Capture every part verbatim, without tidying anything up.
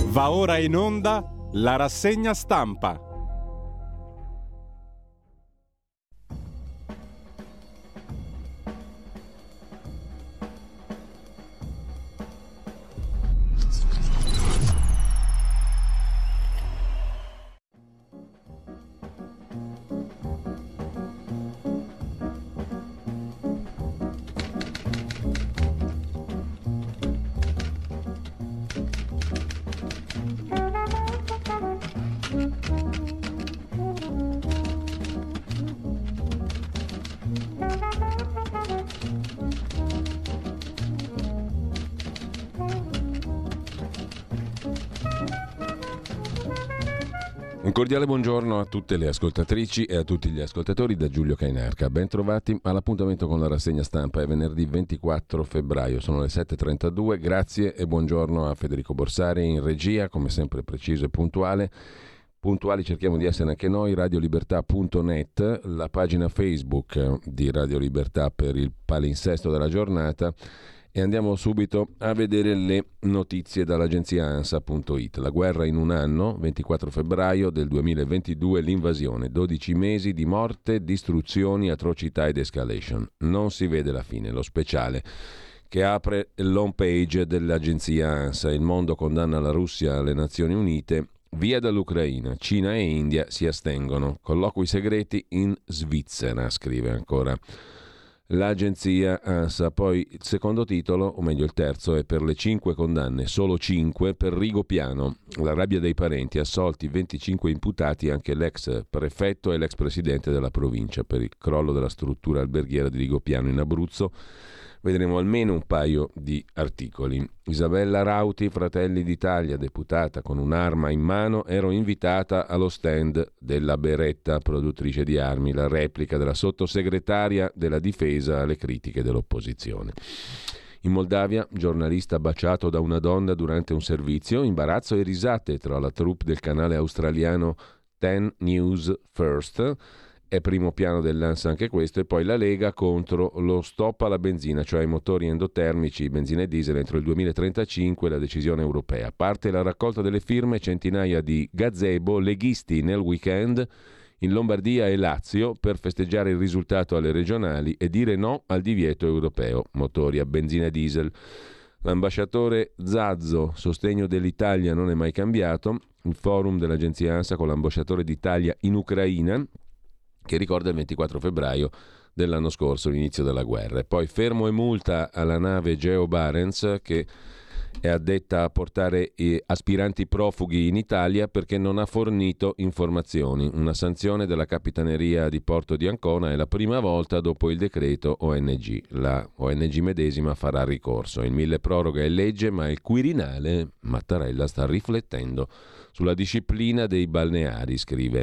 Va ora in onda la rassegna stampa. Un cordiale buongiorno a tutte le ascoltatrici e a tutti gli ascoltatori da Giulio Cainarca. Ben trovati all'appuntamento con la rassegna stampa. È venerdì ventiquattro febbraio, sono le sette e trentadue. Grazie e buongiorno a Federico Borsari in regia, come sempre preciso e puntuale. Puntuali cerchiamo di essere anche noi, radiolibertà punto net, la pagina Facebook di Radio Libertà per il palinsesto della giornata. E andiamo subito a vedere le notizie dall'agenzia ANSA punto it. La guerra in un anno, ventiquattro febbraio del duemilaventidue, l'invasione, dodici mesi di morte, distruzioni, atrocità ed escalation. Non si vede la fine, lo speciale che apre l'home page dell'agenzia ANSA. Il mondo condanna la Russia alle Nazioni Unite, via dall'Ucraina, Cina e India si astengono. Colloqui segreti in Svizzera, scrive ancora l'agenzia ANSA. Poi il secondo titolo, o meglio il terzo, è per le cinque condanne, solo cinque per Rigopiano. La rabbia dei parenti, assolti venticinque imputati, anche l'ex prefetto e l'ex presidente della provincia, per il crollo della struttura alberghiera di Rigopiano in Abruzzo. Vedremo almeno un paio di articoli. Isabella Rauti, Fratelli d'Italia, deputata con un'arma in mano, ero invitata allo stand della Beretta, produttrice di armi, la replica della sottosegretaria della difesa alle critiche dell'opposizione. In Moldavia, giornalista baciato da una donna durante un servizio, imbarazzo e risate tra la troupe del canale australiano ten News First. È primo piano dell'ANSA anche questo. E poi la Lega contro lo stop alla benzina, cioè ai motori endotermici, benzina e diesel entro il duemilatrentacinque, la decisione europea. Parte la raccolta delle firme, centinaia di gazebo leghisti nel weekend in Lombardia e Lazio per festeggiare il risultato alle regionali e dire no al divieto europeo, motori a benzina e diesel. L'ambasciatore Zazzo, sostegno dell'Italia non è mai cambiato. Il forum dell'agenzia ANSA con l'ambasciatore d'Italia in Ucraina, che ricorda il ventiquattro febbraio dell'anno scorso, l'inizio della guerra. E poi fermo e multa alla nave Geo Barents, che è addetta a portare aspiranti profughi in Italia perché non ha fornito informazioni. Una sanzione della Capitaneria di Porto di Ancona è la prima volta dopo il decreto O N G. La O N G medesima farà ricorso. Il milleproroga è legge, ma il Quirinale, Mattarella, sta riflettendo sulla disciplina dei balneari, scrive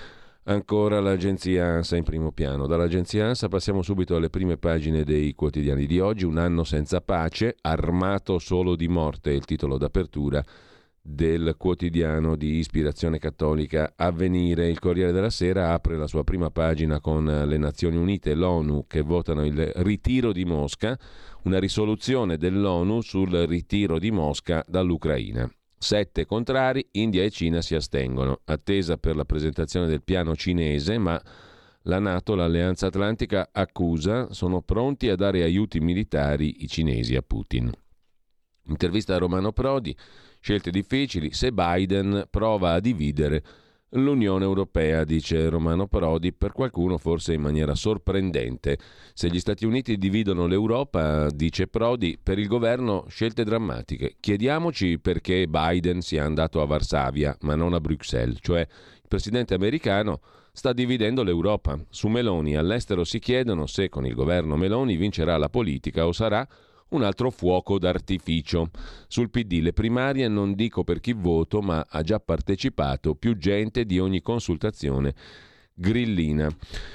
ancora l'agenzia ANSA in primo piano. Dall'agenzia ANSA passiamo subito alle prime pagine dei quotidiani di oggi. Un anno senza pace, armato solo di morte, è il titolo d'apertura del quotidiano di ispirazione cattolica Avvenire. Il Corriere della Sera apre la sua prima pagina con le Nazioni Unite e l'ONU che votano il ritiro di Mosca, una risoluzione dell'ONU sul ritiro di Mosca dall'Ucraina. Sette contrari, India e Cina si astengono. Attesa per la presentazione del piano cinese, ma la NATO, l'Alleanza Atlantica, accusa, sono pronti a dare aiuti militari i cinesi a Putin. Intervista a Romano Prodi, scelte difficili, se Biden prova a dividere l'Unione Europea, dice Romano Prodi, per qualcuno forse in maniera sorprendente. Se gli Stati Uniti dividono l'Europa, dice Prodi, per il governo scelte drammatiche. Chiediamoci perché Biden sia andato a Varsavia, ma non a Bruxelles, cioè il presidente americano sta dividendo l'Europa. Su Meloni all'estero si chiedono se con il governo Meloni vincerà la politica o sarà un altro fuoco d'artificio. Sul P D le primarie, non dico per chi voto, ma ha già partecipato più gente di ogni consultazione grillina.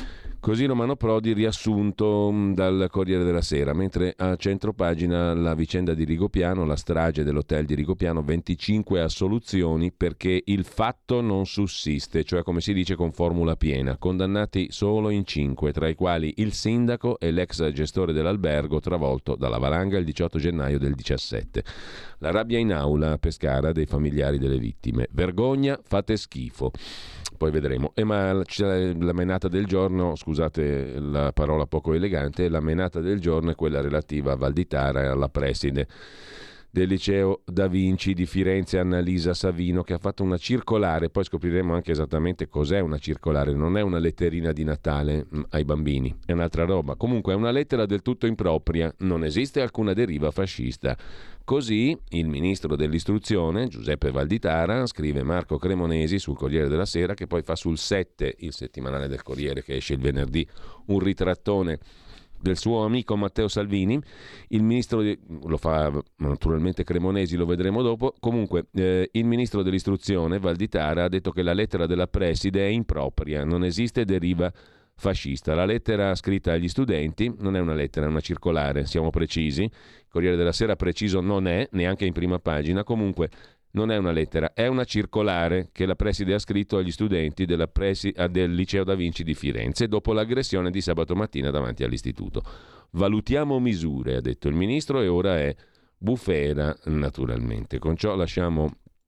Così Romano Prodi, riassunto dal Corriere della Sera, mentre a centropagina la vicenda di Rigopiano, la strage dell'hotel di Rigopiano, venticinque assoluzioni perché il fatto non sussiste, cioè come si dice con formula piena, condannati solo in cinque, tra i quali il sindaco e l'ex gestore dell'albergo travolto dalla valanga il diciotto gennaio del diciassette. La rabbia in aula a Pescara dei familiari delle vittime. Vergogna, fate schifo. Poi vedremo. E ma c'è la menata del giorno, scusate la parola poco elegante, la menata del giorno è quella relativa a Valditara e alla preside del liceo Da Vinci di Firenze, Annalisa Savino, che ha fatto una circolare, poi scopriremo anche esattamente cos'è una circolare, non è una letterina di Natale mh, ai bambini, è un'altra roba. Comunque è una lettera del tutto impropria, non esiste alcuna deriva fascista. Così il ministro dell'istruzione, Giuseppe Valditara, scrive Marco Cremonesi sul Corriere della Sera, che poi fa sul sette, il settimanale del Corriere che esce il venerdì, un ritrattone del suo amico Matteo Salvini. Il ministro di, lo fa naturalmente Cremonesi, lo vedremo dopo. Comunque eh, il ministro dell'istruzione Valditara ha detto che la lettera della preside è impropria, non esiste deriva fascista. La lettera scritta agli studenti non è una lettera, è una circolare, siamo precisi. Corriere della Sera preciso non è, neanche in prima pagina. Comunque non è una lettera, è una circolare che la preside ha scritto agli studenti della presi- del liceo Da Vinci di Firenze dopo l'aggressione di sabato mattina davanti all'istituto. Valutiamo misure, ha detto il ministro, e ora è bufera naturalmente. Con ciò lasciamo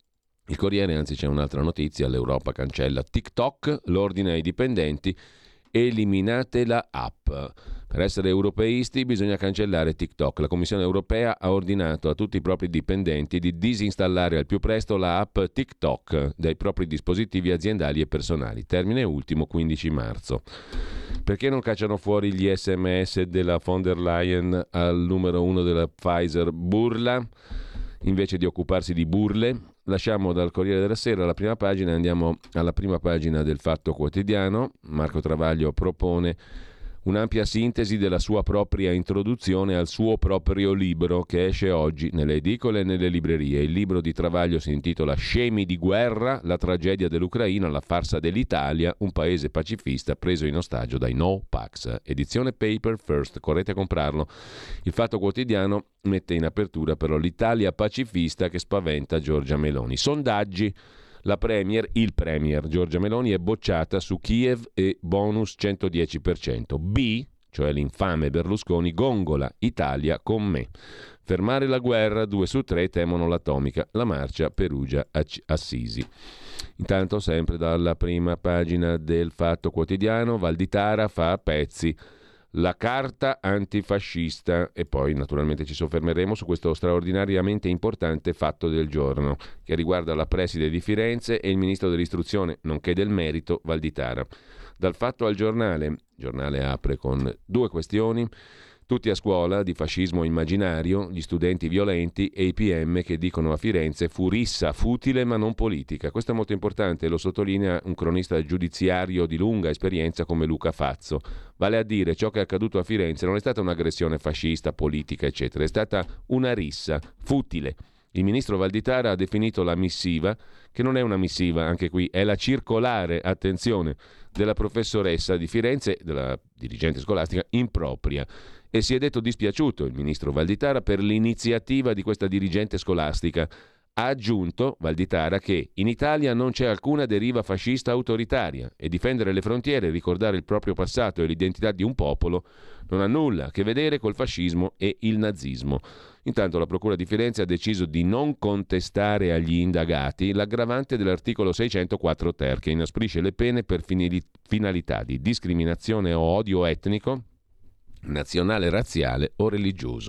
il Corriere, anzi c'è un'altra notizia: l'Europa cancella TikTok, l'ordine ai dipendenti: eliminate la app. Per essere europeisti bisogna cancellare TikTok. La Commissione europea ha ordinato a tutti i propri dipendenti di disinstallare al più presto la app TikTok dai propri dispositivi aziendali e personali. Termine ultimo quindici marzo. Perché non cacciano fuori gli sms della von der Leyen al numero uno della Pfizer Burla invece di occuparsi di burle? Lasciamo dal Corriere della Sera la prima pagina e andiamo alla prima pagina del Fatto Quotidiano. Marco Travaglio propone un'ampia sintesi della sua propria introduzione al suo proprio libro che esce oggi nelle edicole e nelle librerie. Il libro di Travaglio si intitola Scemi di guerra, la tragedia dell'Ucraina, la farsa dell'Italia, un paese pacifista preso in ostaggio dai No Pax. Edizione Paper First, correte a comprarlo. Il Fatto Quotidiano mette in apertura però l'Italia pacifista che spaventa Giorgia Meloni. Sondaggi. La premier, il premier Giorgia Meloni è bocciata su Kiev e bonus centodieci per cento. B, cioè l'infame Berlusconi, gongola, Italia con me. Fermare la guerra, due su tre temono l'atomica. La marcia Perugia-Assisi. Intanto sempre dalla prima pagina del Fatto Quotidiano, Valditara fa a pezzi la carta antifascista, e poi naturalmente ci soffermeremo su questo straordinariamente importante fatto del giorno che riguarda la preside di Firenze e il ministro dell'istruzione nonché del merito Valditara. Dal Fatto al Giornale, il giornale apre con due questioni: tutti a scuola di fascismo immaginario, gli studenti violenti e i P M che dicono a Firenze fu rissa futile ma non politica. Questo è molto importante, lo sottolinea un cronista giudiziario di lunga esperienza come Luca Fazzo. Vale a dire, ciò che è accaduto a Firenze non è stata un'aggressione fascista, politica, eccetera, è stata una rissa futile. Il ministro Valditara ha definito la missiva, che non è una missiva, anche qui è la circolare, attenzione, della professoressa di Firenze, della dirigente scolastica, impropria. E si è detto dispiaciuto il ministro Valditara per l'iniziativa di questa dirigente scolastica. Ha aggiunto Valditara che in Italia non c'è alcuna deriva fascista autoritaria e difendere le frontiere, ricordare il proprio passato e l'identità di un popolo non ha nulla a che vedere col fascismo e il nazismo. Intanto la Procura di Firenze ha deciso di non contestare agli indagati l'aggravante dell'articolo seicentoquattro ter che inasprisce le pene per finalità di discriminazione o odio etnico, nazionale, razziale o religioso.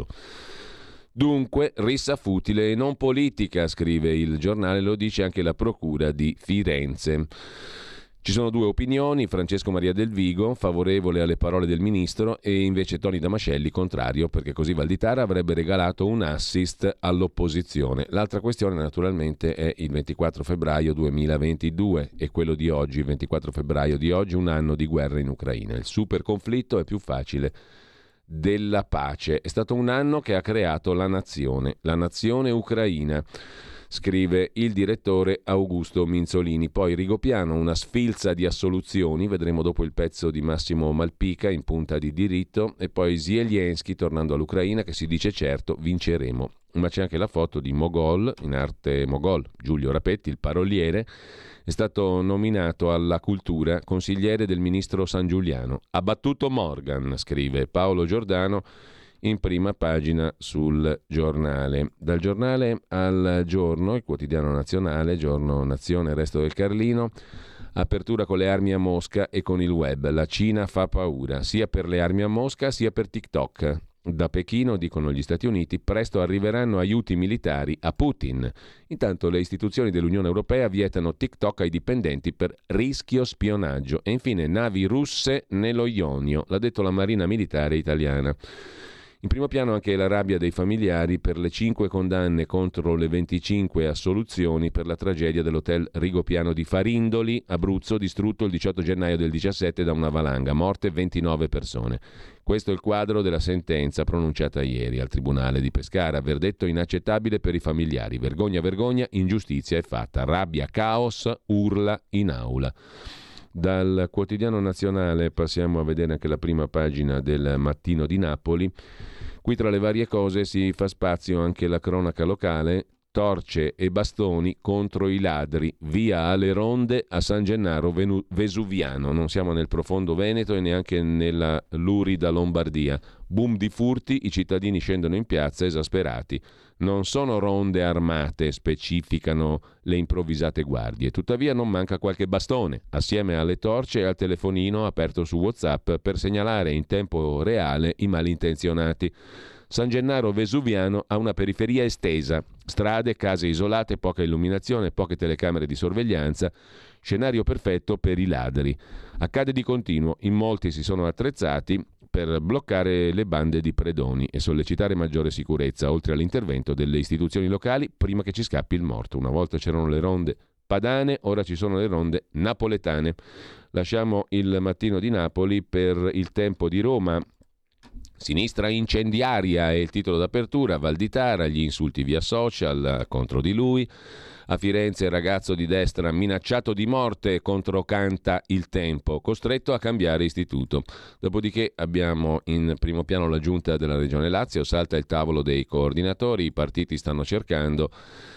Dunque, rissa futile e non politica, scrive il giornale, lo dice anche la Procura di Firenze. Ci sono due opinioni: Francesco Maria Del Vigo, favorevole alle parole del ministro, e invece Toni Damascelli, contrario, perché così Valditara avrebbe regalato un assist all'opposizione. L'altra questione naturalmente è il ventiquattro febbraio duemilaventidue e quello di oggi, il ventiquattro febbraio di oggi, un anno di guerra in Ucraina. Il super conflitto è più facile della pace. È stato un anno che ha creato la nazione, la nazione ucraina. scrive il direttore Augusto Minzolini. Poi Rigopiano, una sfilza di assoluzioni, vedremo dopo il pezzo di Massimo Malpica in punta di diritto, e poi Zelensky tornando all'Ucraina che si dice certo vinceremo. Ma c'è anche la foto di Mogol, in arte Mogol, Giulio Rapetti, il paroliere, è stato nominato alla cultura consigliere del ministro San Giuliano. Ha battuto Morgan, scrive Paolo Giordano in prima pagina sul Giornale. Dal Giornale al Giorno, il quotidiano nazionale, Giorno, Nazione, Resto del Carlino, apertura con le armi a Mosca e con il web. La Cina fa paura, sia per le armi a Mosca sia per TikTok. Da Pechino, dicono gli Stati Uniti, presto arriveranno aiuti militari a Putin. Intanto le istituzioni dell'Unione Europea vietano TikTok ai dipendenti per rischio spionaggio. E infine navi russe nello Ionio, l'ha detto la Marina Militare italiana. In primo piano anche la rabbia dei familiari per le cinque condanne contro le venticinque assoluzioni per la tragedia dell'hotel Rigopiano di Farindoli, Abruzzo, distrutto il diciotto gennaio del diciassette da una valanga, morte ventinove persone. Questo è il quadro della sentenza pronunciata ieri al Tribunale di Pescara, verdetto inaccettabile per i familiari. Vergogna, vergogna, ingiustizia è fatta, rabbia, caos, urla in aula. Dal quotidiano nazionale passiamo a vedere anche la prima pagina del Mattino di Napoli. Qui tra le varie cose si fa spazio anche la cronaca locale, torce e bastoni contro i ladri, via alle ronde a San Gennaro Vesuviano. Non siamo nel profondo Veneto e neanche nella lurida Lombardia. Boom di furti, i cittadini scendono in piazza esasperati. Non sono ronde armate, specificano le improvvisate guardie. Tuttavia non manca qualche bastone, assieme alle torce e al telefonino aperto su WhatsApp per segnalare in tempo reale i malintenzionati. San Gennaro Vesuviano ha una periferia estesa, strade, case isolate, poca illuminazione, poche telecamere di sorveglianza, scenario perfetto per i ladri. Accade di continuo, in molti si sono attrezzati per bloccare le bande di predoni e sollecitare maggiore sicurezza, oltre all'intervento delle istituzioni locali prima che ci scappi il morto. Una volta c'erano le ronde padane, ora ci sono le ronde napoletane. Lasciamo il Mattino di Napoli per il Tempo di Roma. Sinistra incendiaria è il titolo d'apertura, Valditara, gli insulti via social contro di lui. A Firenze il ragazzo di destra minacciato di morte controcanta il Tempo, costretto a cambiare istituto. Dopodiché abbiamo in primo piano la giunta della Regione Lazio, salta il tavolo dei coordinatori, i partiti stanno cercando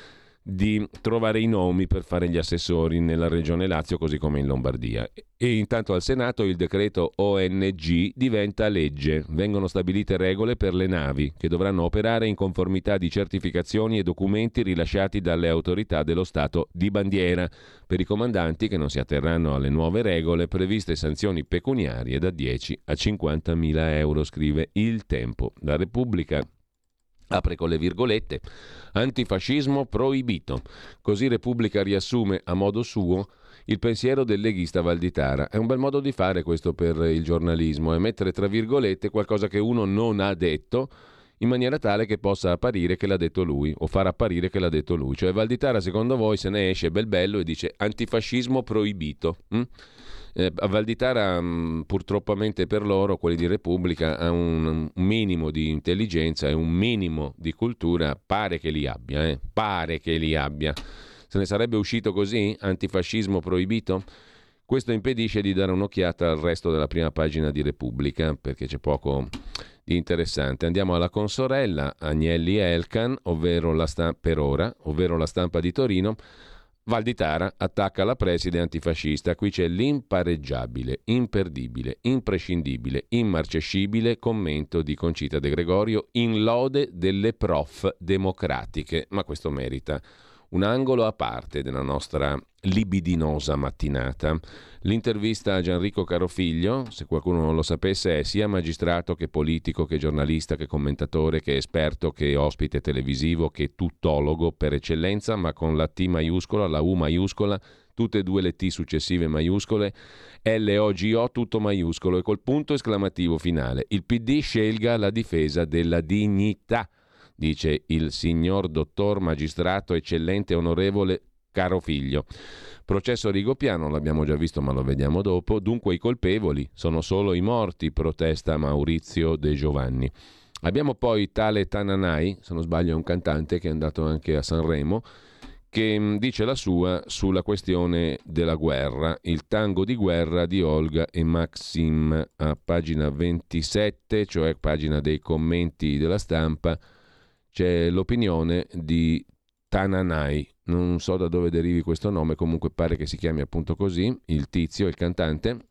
di trovare i nomi per fare gli assessori nella Regione Lazio così come in Lombardia. E intanto al Senato il decreto O N G diventa legge. Vengono stabilite regole per le navi che dovranno operare in conformità di certificazioni e documenti rilasciati dalle autorità dello Stato di bandiera. Per i comandanti che non si atterranno alle nuove regole, previste sanzioni pecuniarie da dieci a cinquantamila euro, scrive Il Tempo. La Repubblica apre con le virgolette, antifascismo proibito. Così Repubblica riassume a modo suo il pensiero del leghista Valditara. È un bel modo di fare questo per il giornalismo, è mettere tra virgolette qualcosa che uno non ha detto in maniera tale che possa apparire che l'ha detto lui o far apparire che l'ha detto lui. Cioè Valditara secondo voi se ne esce bel bello e dice antifascismo proibito. Hm? Eh, a Valditara, mh, purtroppamente per loro, quelli di Repubblica, ha un, un minimo di intelligenza e un minimo di cultura, pare che li abbia, eh? pare che li abbia. Se ne sarebbe uscito così? Antifascismo proibito? Questo impedisce di dare un'occhiata al resto della prima pagina di Repubblica, perché c'è poco di interessante. Andiamo alla consorella, Agnelli Elkan, ovvero la stampa, per ora, ovvero la Stampa di Torino. Valditara attacca la preside antifascista. Qui c'è l'impareggiabile, imperdibile, imprescindibile, immarcescibile commento di Concita De Gregorio in lode delle prof democratiche. Ma questo merita un angolo a parte della nostra libidinosa mattinata. L'intervista a Gianrico Carofiglio, se qualcuno non lo sapesse, è sia magistrato che politico, che giornalista, che commentatore, che esperto, che ospite televisivo, che tuttologo per eccellenza, ma con la T maiuscola, la U maiuscola, tutte e due le T successive maiuscole, L O G O tutto maiuscolo e col punto esclamativo finale. Il P D scelga la difesa della dignità, dice il signor dottor magistrato eccellente onorevole Carofiglio. Processo Rigopiano, l'abbiamo già visto ma lo vediamo dopo, dunque i colpevoli sono solo i morti, protesta Maurizio De Giovanni. Abbiamo poi tale Tananai, se non sbaglio è un cantante che è andato anche a Sanremo, che mh, dice la sua sulla questione della guerra, il tango di guerra di Olga e Maxim, a pagina ventisette, cioè pagina dei commenti della Stampa, c'è l'opinione di Tananai, non so da dove derivi questo nome, comunque pare che si chiami appunto così, il tizio, il cantante.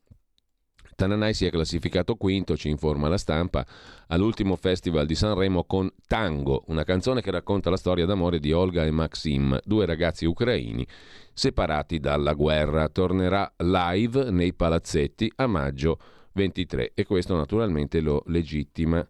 Tananai si è classificato quinto, ci informa la Stampa, all'ultimo festival di Sanremo con Tango, una canzone che racconta la storia d'amore di Olga e Maxim, due ragazzi ucraini separati dalla guerra. Tornerà live nei palazzetti a maggio ventitré e questo naturalmente lo legittima.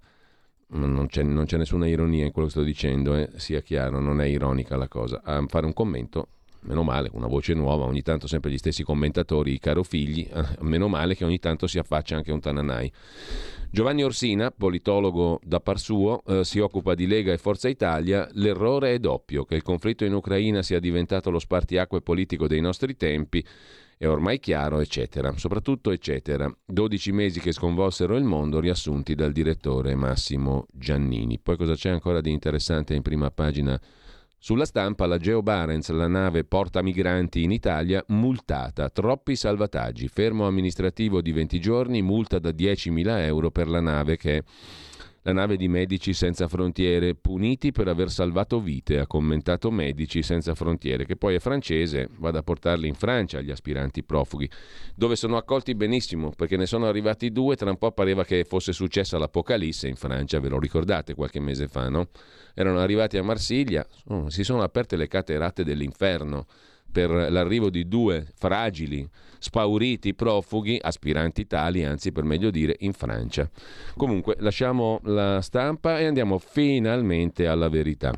Non c'è, non c'è nessuna ironia in quello che sto dicendo, eh? Sia chiaro, non è ironica la cosa. A fare un commento, meno male, una voce nuova, ogni tanto sempre gli stessi commentatori, i caro figli, eh, meno male che ogni tanto si affaccia anche un Tananai. Giovanni Orsina, politologo da par suo, eh, si occupa di Lega e Forza Italia. L'errore è doppio, che il conflitto in Ucraina sia diventato lo spartiacque politico dei nostri tempi, è ormai chiaro, eccetera. Soprattutto, eccetera. dodici mesi che sconvolsero il mondo, riassunti dal direttore Massimo Giannini. Poi cosa c'è ancora di interessante in prima pagina sulla Stampa? La Geo Barents, la nave porta migranti in Italia, multata, troppi salvataggi, fermo amministrativo di venti giorni, multa da diecimila euro per la nave che è la nave di Medici Senza Frontiere, puniti per aver salvato vite, ha commentato Medici Senza Frontiere, che poi è francese, vado a portarli in Francia gli aspiranti profughi, dove sono accolti benissimo, perché ne sono arrivati due, tra un po' pareva che fosse successa l'apocalisse in Francia, ve lo ricordate qualche mese fa, no? Erano arrivati a Marsiglia, oh, si sono aperte le caterate dell'inferno per l'arrivo di due fragili, spauriti profughi, aspiranti tali, anzi per meglio dire, in Francia. Comunque lasciamo la Stampa e andiamo finalmente alla Verità.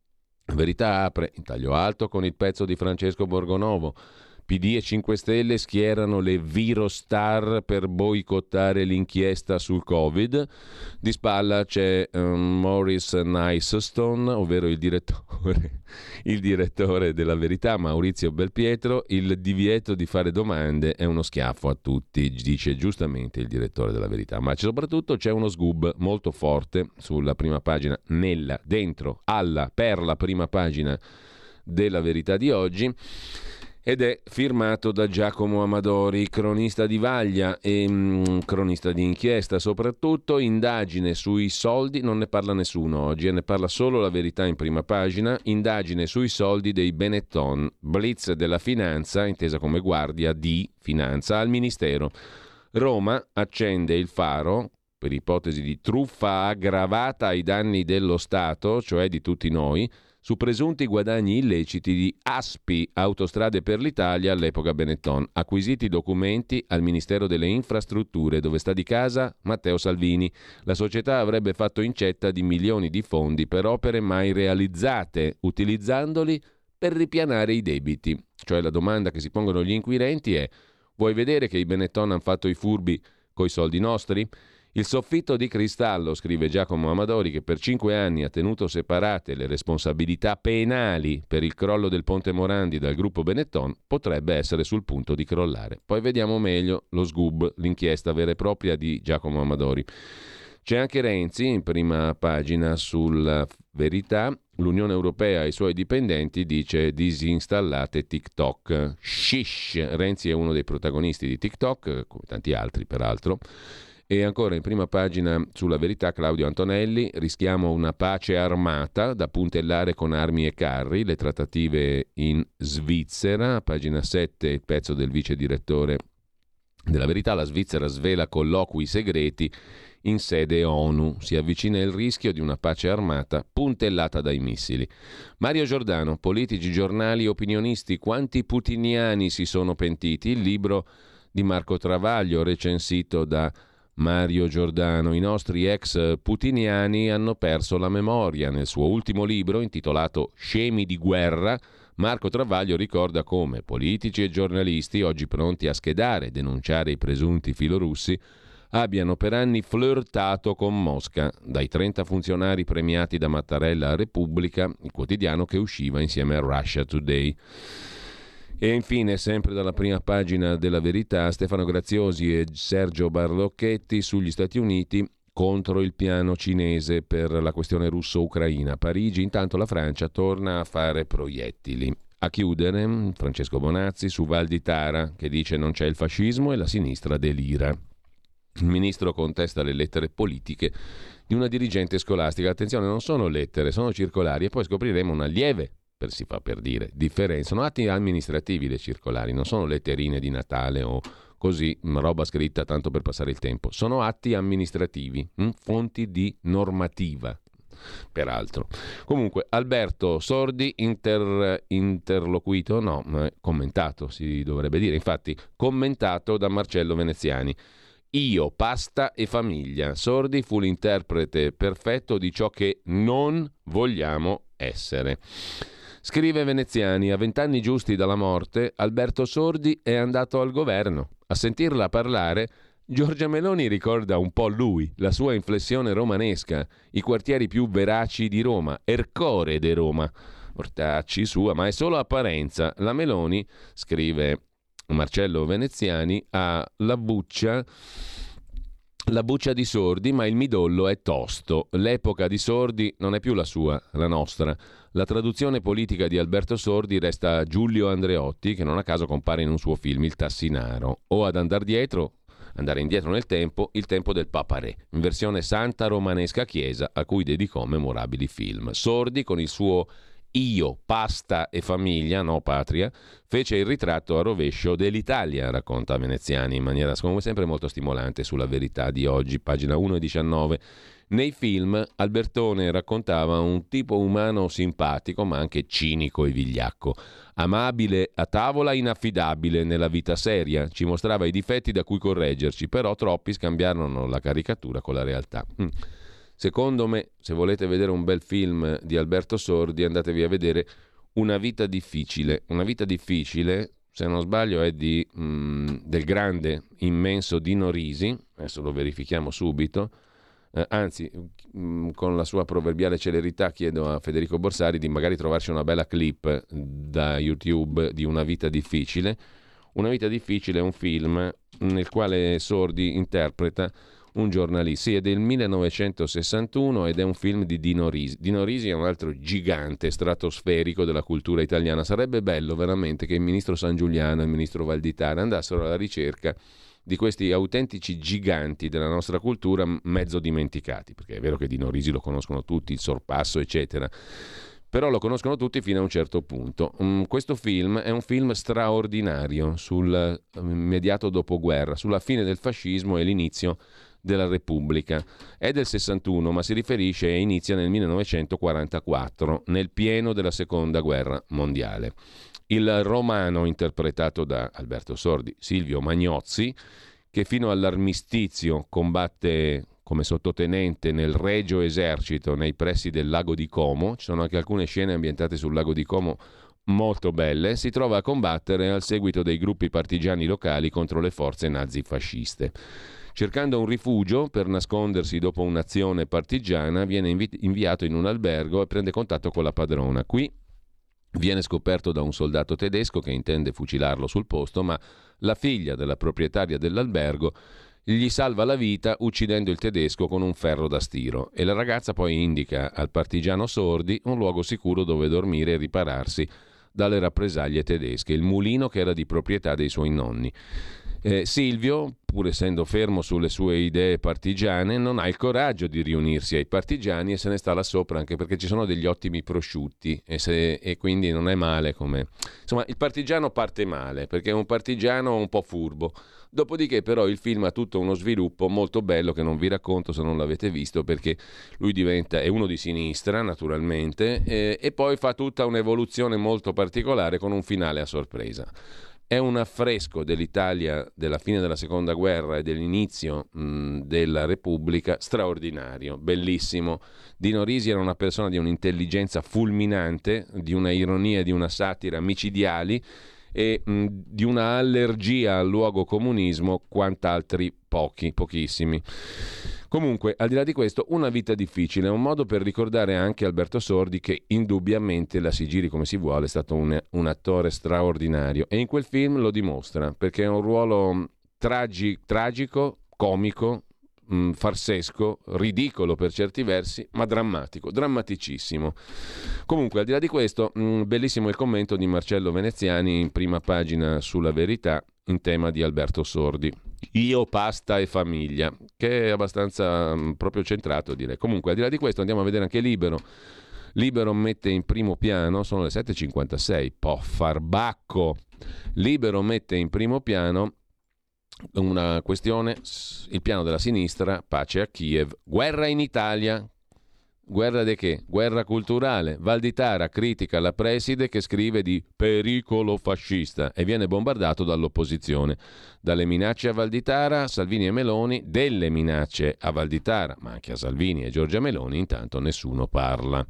Verità apre in taglio alto con il pezzo di Francesco Borgonovo. P D e cinque Stelle schierano le Virostar per boicottare l'inchiesta sul Covid. Di spalla c'è um, Maurice Nicestone, ovvero il direttore, il direttore della Verità, Maurizio Belpietro. Il divieto di fare domande è uno schiaffo a tutti, dice giustamente il direttore della Verità. Ma soprattutto c'è uno sgub molto forte sulla prima pagina, nella, dentro, alla, per la prima pagina della Verità di oggi. Ed è firmato da Giacomo Amadori, cronista di Vaglia e mh, cronista di inchiesta, soprattutto indagine sui soldi, non ne parla nessuno oggi, ne parla solo la Verità in prima pagina, indagine sui soldi dei Benetton, blitz della finanza, intesa come guardia di finanza, al Ministero. Roma accende il faro per ipotesi di truffa aggravata ai danni dello Stato, cioè di tutti noi, su presunti guadagni illeciti di A S P I, Autostrade per l'Italia, all'epoca Benetton. Acquisiti documenti al Ministero delle Infrastrutture, dove sta di casa Matteo Salvini. La società avrebbe fatto incetta di milioni di fondi per opere mai realizzate, utilizzandoli per ripianare i debiti. Cioè la domanda che si pongono gli inquirenti è: vuoi vedere che i Benetton hanno fatto i furbi coi soldi nostri? Il soffitto di cristallo, scrive Giacomo Amadori, che per cinque anni ha tenuto separate le responsabilità penali per il crollo del Ponte Morandi dal gruppo Benetton, potrebbe essere sul punto di crollare. Poi vediamo meglio lo sgub, l'inchiesta vera e propria di Giacomo Amadori. C'è anche Renzi in prima pagina sulla Verità. L'Unione Europea ai suoi dipendenti dice disinstallate TikTok. Shish! Renzi è uno dei protagonisti di TikTok, come tanti altri peraltro. E ancora in prima pagina sulla Verità Claudio Antonelli, rischiamo una pace armata da puntellare con armi e carri, le trattative in Svizzera, pagina sette il pezzo del vice direttore della Verità, la Svizzera svela colloqui segreti in sede ONU, si avvicina il rischio di una pace armata puntellata dai missili. Mario Giordano, politici, giornali, opinionisti, quanti putiniani si sono pentiti? Il libro di Marco Travaglio recensito da Mario Giordano. I nostri ex putiniani hanno perso la memoria. Nel suo ultimo libro, intitolato Scemi di guerra, Marco Travaglio ricorda come politici e giornalisti, oggi pronti a schedare e denunciare i presunti filorussi, abbiano per anni flirtato con Mosca, dai trenta funzionari premiati da Mattarella a Repubblica, il quotidiano che usciva insieme a Russia Today. E infine, sempre dalla prima pagina della Verità, Stefano Graziosi e Sergio Barlocchetti sugli Stati Uniti. contro il piano cinese per la questione russo-ucraina. A Parigi intanto la Francia torna a fare proiettili. A chiudere Francesco Bonazzi su Val di Tara, che dice non c'è il fascismo e la sinistra delira. Il ministro contesta le lettere politiche di una dirigente scolastica. Attenzione, non sono lettere, sono circolari, e poi scopriremo una lieve, per si fa per dire, differenza. Sono atti amministrativi le circolari, non sono letterine di Natale o così, roba scritta tanto per passare il tempo. Sono atti amministrativi, hm? fonti di normativa, peraltro. Comunque, Alberto Sordi inter, interloquito, no, commentato si dovrebbe dire, infatti commentato da Marcello Veneziani. Io, pasta e famiglia. Sordi fu l'interprete perfetto di ciò che non vogliamo essere. Scrive Veneziani, a vent'anni giusti dalla morte, Alberto Sordi è andato al governo. A sentirla parlare, Giorgia Meloni ricorda un po' lui, la sua inflessione romanesca, i quartieri più veraci di Roma, Ercore de Roma. Mortacci sua, ma è solo apparenza. La Meloni, scrive Marcello Veneziani, ha la buccia, la buccia di Sordi, ma il midollo è tosto. L'epoca di Sordi non è più la sua, la nostra. La traduzione politica di Alberto Sordi resta Giulio Andreotti, che non a caso compare in un suo film, Il Tassinaro, o ad andare dietro, andare indietro nel tempo, Il tempo del Papa Re, in versione santa romanesca chiesa, a cui dedicò memorabili film. Sordi, con il suo Io, pasta e famiglia, no patria, fece il ritratto a rovescio dell'Italia, racconta Veneziani in maniera come sempre molto stimolante sulla Verità di oggi, pagina uno e diciannove. Nei film Albertone raccontava un tipo umano simpatico ma anche cinico e vigliacco, amabile a tavola, inaffidabile nella vita seria, ci mostrava i difetti da cui correggerci, però troppi scambiarono la caricatura con la realtà. Mm. Secondo me, se volete vedere un bel film di Alberto Sordi, andatevi a vedere Una vita difficile. Una vita difficile, se non sbaglio, è di, mh, del grande, immenso Dino Risi, adesso lo verifichiamo subito, eh, anzi, mh, con la sua proverbiale celerità chiedo a Federico Borsari di magari trovarci una bella clip da YouTube di Una vita difficile. Una vita difficile è un film nel quale Sordi interpreta un giornalista, sì, è del millenovecentosessantuno ed è un film di Dino Risi. Dino Risi è un altro gigante stratosferico della cultura italiana. Sarebbe bello veramente che il ministro Sangiuliano e il ministro Valditara andassero alla ricerca di questi autentici giganti della nostra cultura mezzo dimenticati, perché è vero che Dino Risi lo conoscono tutti, il Sorpasso eccetera, però lo conoscono tutti fino a un certo punto. Um, questo film è un film straordinario sul immediato dopoguerra, sulla fine del fascismo e l'inizio della Repubblica. È del sessantuno, ma si riferisce e inizia nel millenovecentoquarantaquattro, nel pieno della seconda guerra mondiale. Il romano interpretato da Alberto Sordi, Silvio Magnozzi, che fino all'armistizio combatte come sottotenente nel Regio Esercito nei pressi del lago di Como, ci sono anche alcune scene ambientate sul lago di Como molto belle, si trova a combattere al seguito dei gruppi partigiani locali contro le forze nazifasciste. Cercando un rifugio per nascondersi dopo un'azione partigiana, viene invi- inviato in un albergo e prende contatto con la padrona. Qui viene scoperto da un soldato tedesco che intende fucilarlo sul posto, ma la figlia della proprietaria dell'albergo gli salva la vita uccidendo il tedesco con un ferro da stiro, e la ragazza poi indica al partigiano Sordi un luogo sicuro dove dormire e ripararsi dalle rappresaglie tedesche, il mulino che era di proprietà dei suoi nonni. Eh, Silvio, pur essendo fermo sulle sue idee partigiane, non ha il coraggio di riunirsi ai partigiani e se ne sta là sopra, anche perché ci sono degli ottimi prosciutti e, se, e quindi non è male come... Insomma, il partigiano parte male perché è un partigiano un po' furbo. Dopodiché però il film ha tutto uno sviluppo molto bello che non vi racconto se non l'avete visto, perché lui diventa, è uno di sinistra naturalmente, eh, e poi fa tutta un'evoluzione molto particolare con un finale a sorpresa. È un affresco dell'Italia della fine della seconda guerra e dell'inizio mh, della Repubblica straordinario, bellissimo. Dino Risi era una persona di un'intelligenza fulminante, di una ironia e di una satira micidiali e mh, di una allergia al luogo comunismo quant'altri pochi, pochissimi. Comunque, al di là di questo, Una vita difficile è un modo per ricordare anche Alberto Sordi, che indubbiamente, la si giri come si vuole, è stato un, un attore straordinario e in quel film lo dimostra, perché è un ruolo tragi, tragico, comico, mh, farsesco, ridicolo per certi versi, ma drammatico, drammaticissimo. Comunque, al di là di questo, mh, bellissimo il commento di Marcello Veneziani in prima pagina sulla Verità in tema di Alberto Sordi. Io, pasta e famiglia, che è abbastanza mh, proprio centrato, direi. Comunque, al di là di questo, andiamo a vedere anche Libero. Libero mette in primo piano, sono le sette e cinquantasei, po' farbacco. Libero mette in primo piano una questione, il piano della sinistra, pace a Kiev, guerra in Italia. Guerra di che? Guerra culturale. Valditara critica la preside che scrive di pericolo fascista e viene bombardato dall'opposizione. Dalle minacce a Valditara, Salvini e Meloni, delle minacce a Valditara, ma anche a Salvini e Giorgia Meloni, intanto nessuno parla.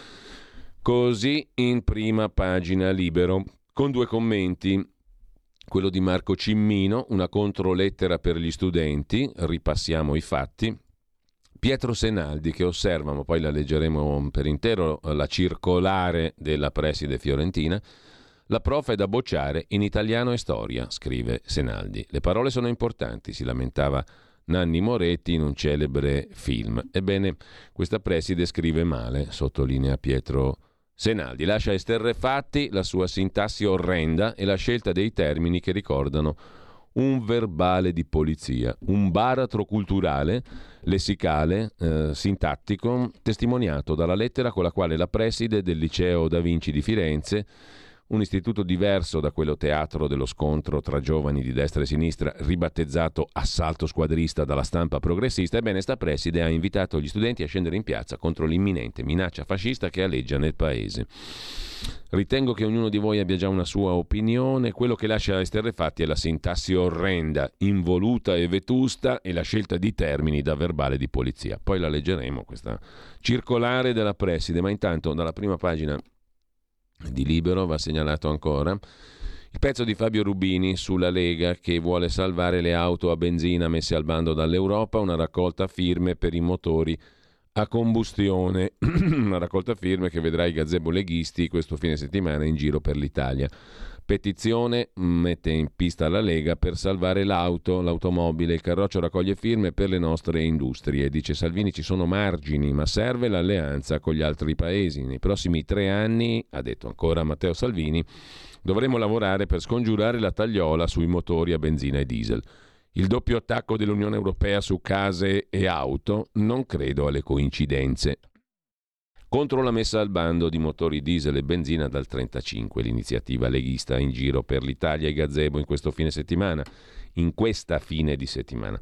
Così in prima pagina Libero, con due commenti. Quello di Marco Cimmino, una controlettera per gli studenti, ripassiamo i fatti. Pietro Senaldi che osserva, ma poi la leggeremo per intero, la circolare della preside fiorentina. La prof è da bocciare in italiano e storia, scrive Senaldi. Le parole sono importanti, si lamentava Nanni Moretti in un celebre film. Ebbene, questa preside scrive male, sottolinea Pietro Senaldi. Lascia esterrefatti la sua sintassi orrenda e la scelta dei termini che ricordano un verbale di polizia, un baratro culturale, lessicale, eh, sintattico, testimoniato dalla lettera con la quale la preside del liceo Da Vinci di Firenze, un istituto diverso da quello teatro dello scontro tra giovani di destra e sinistra, ribattezzato assalto squadrista dalla stampa progressista, ebbene sta preside ha invitato gli studenti a scendere in piazza contro l'imminente minaccia fascista che aleggia nel paese. Ritengo che ognuno di voi abbia già una sua opinione. Quello che lascia esterrefatti è la sintassi orrenda, involuta e vetusta e la scelta di termini da verbale di polizia. Poi la leggeremo, questa circolare della preside, ma intanto dalla prima pagina di Libero va segnalato ancora il pezzo di Fabio Rubini sulla Lega che vuole salvare le auto a benzina messe al bando dall'Europa, una raccolta firme per i motori a combustione, una raccolta firme che vedrà i gazebo leghisti questo fine settimana in giro per l'Italia. Petizione mette in pista la Lega per salvare l'auto, l'automobile, il carroccio raccoglie firme per le nostre industrie. Dice Salvini ci sono margini, ma serve l'alleanza con gli altri paesi. Nei prossimi tre anni, ha detto ancora Matteo Salvini, dovremo lavorare per scongiurare la tagliola sui motori a benzina e diesel. Il doppio attacco dell'Unione Europea su case e auto, non credo alle coincidenze. Contro la messa al bando di motori diesel e benzina dal trentacinque, l'iniziativa leghista in giro per l'Italia e gazebo in questo fine settimana, in questa fine di settimana.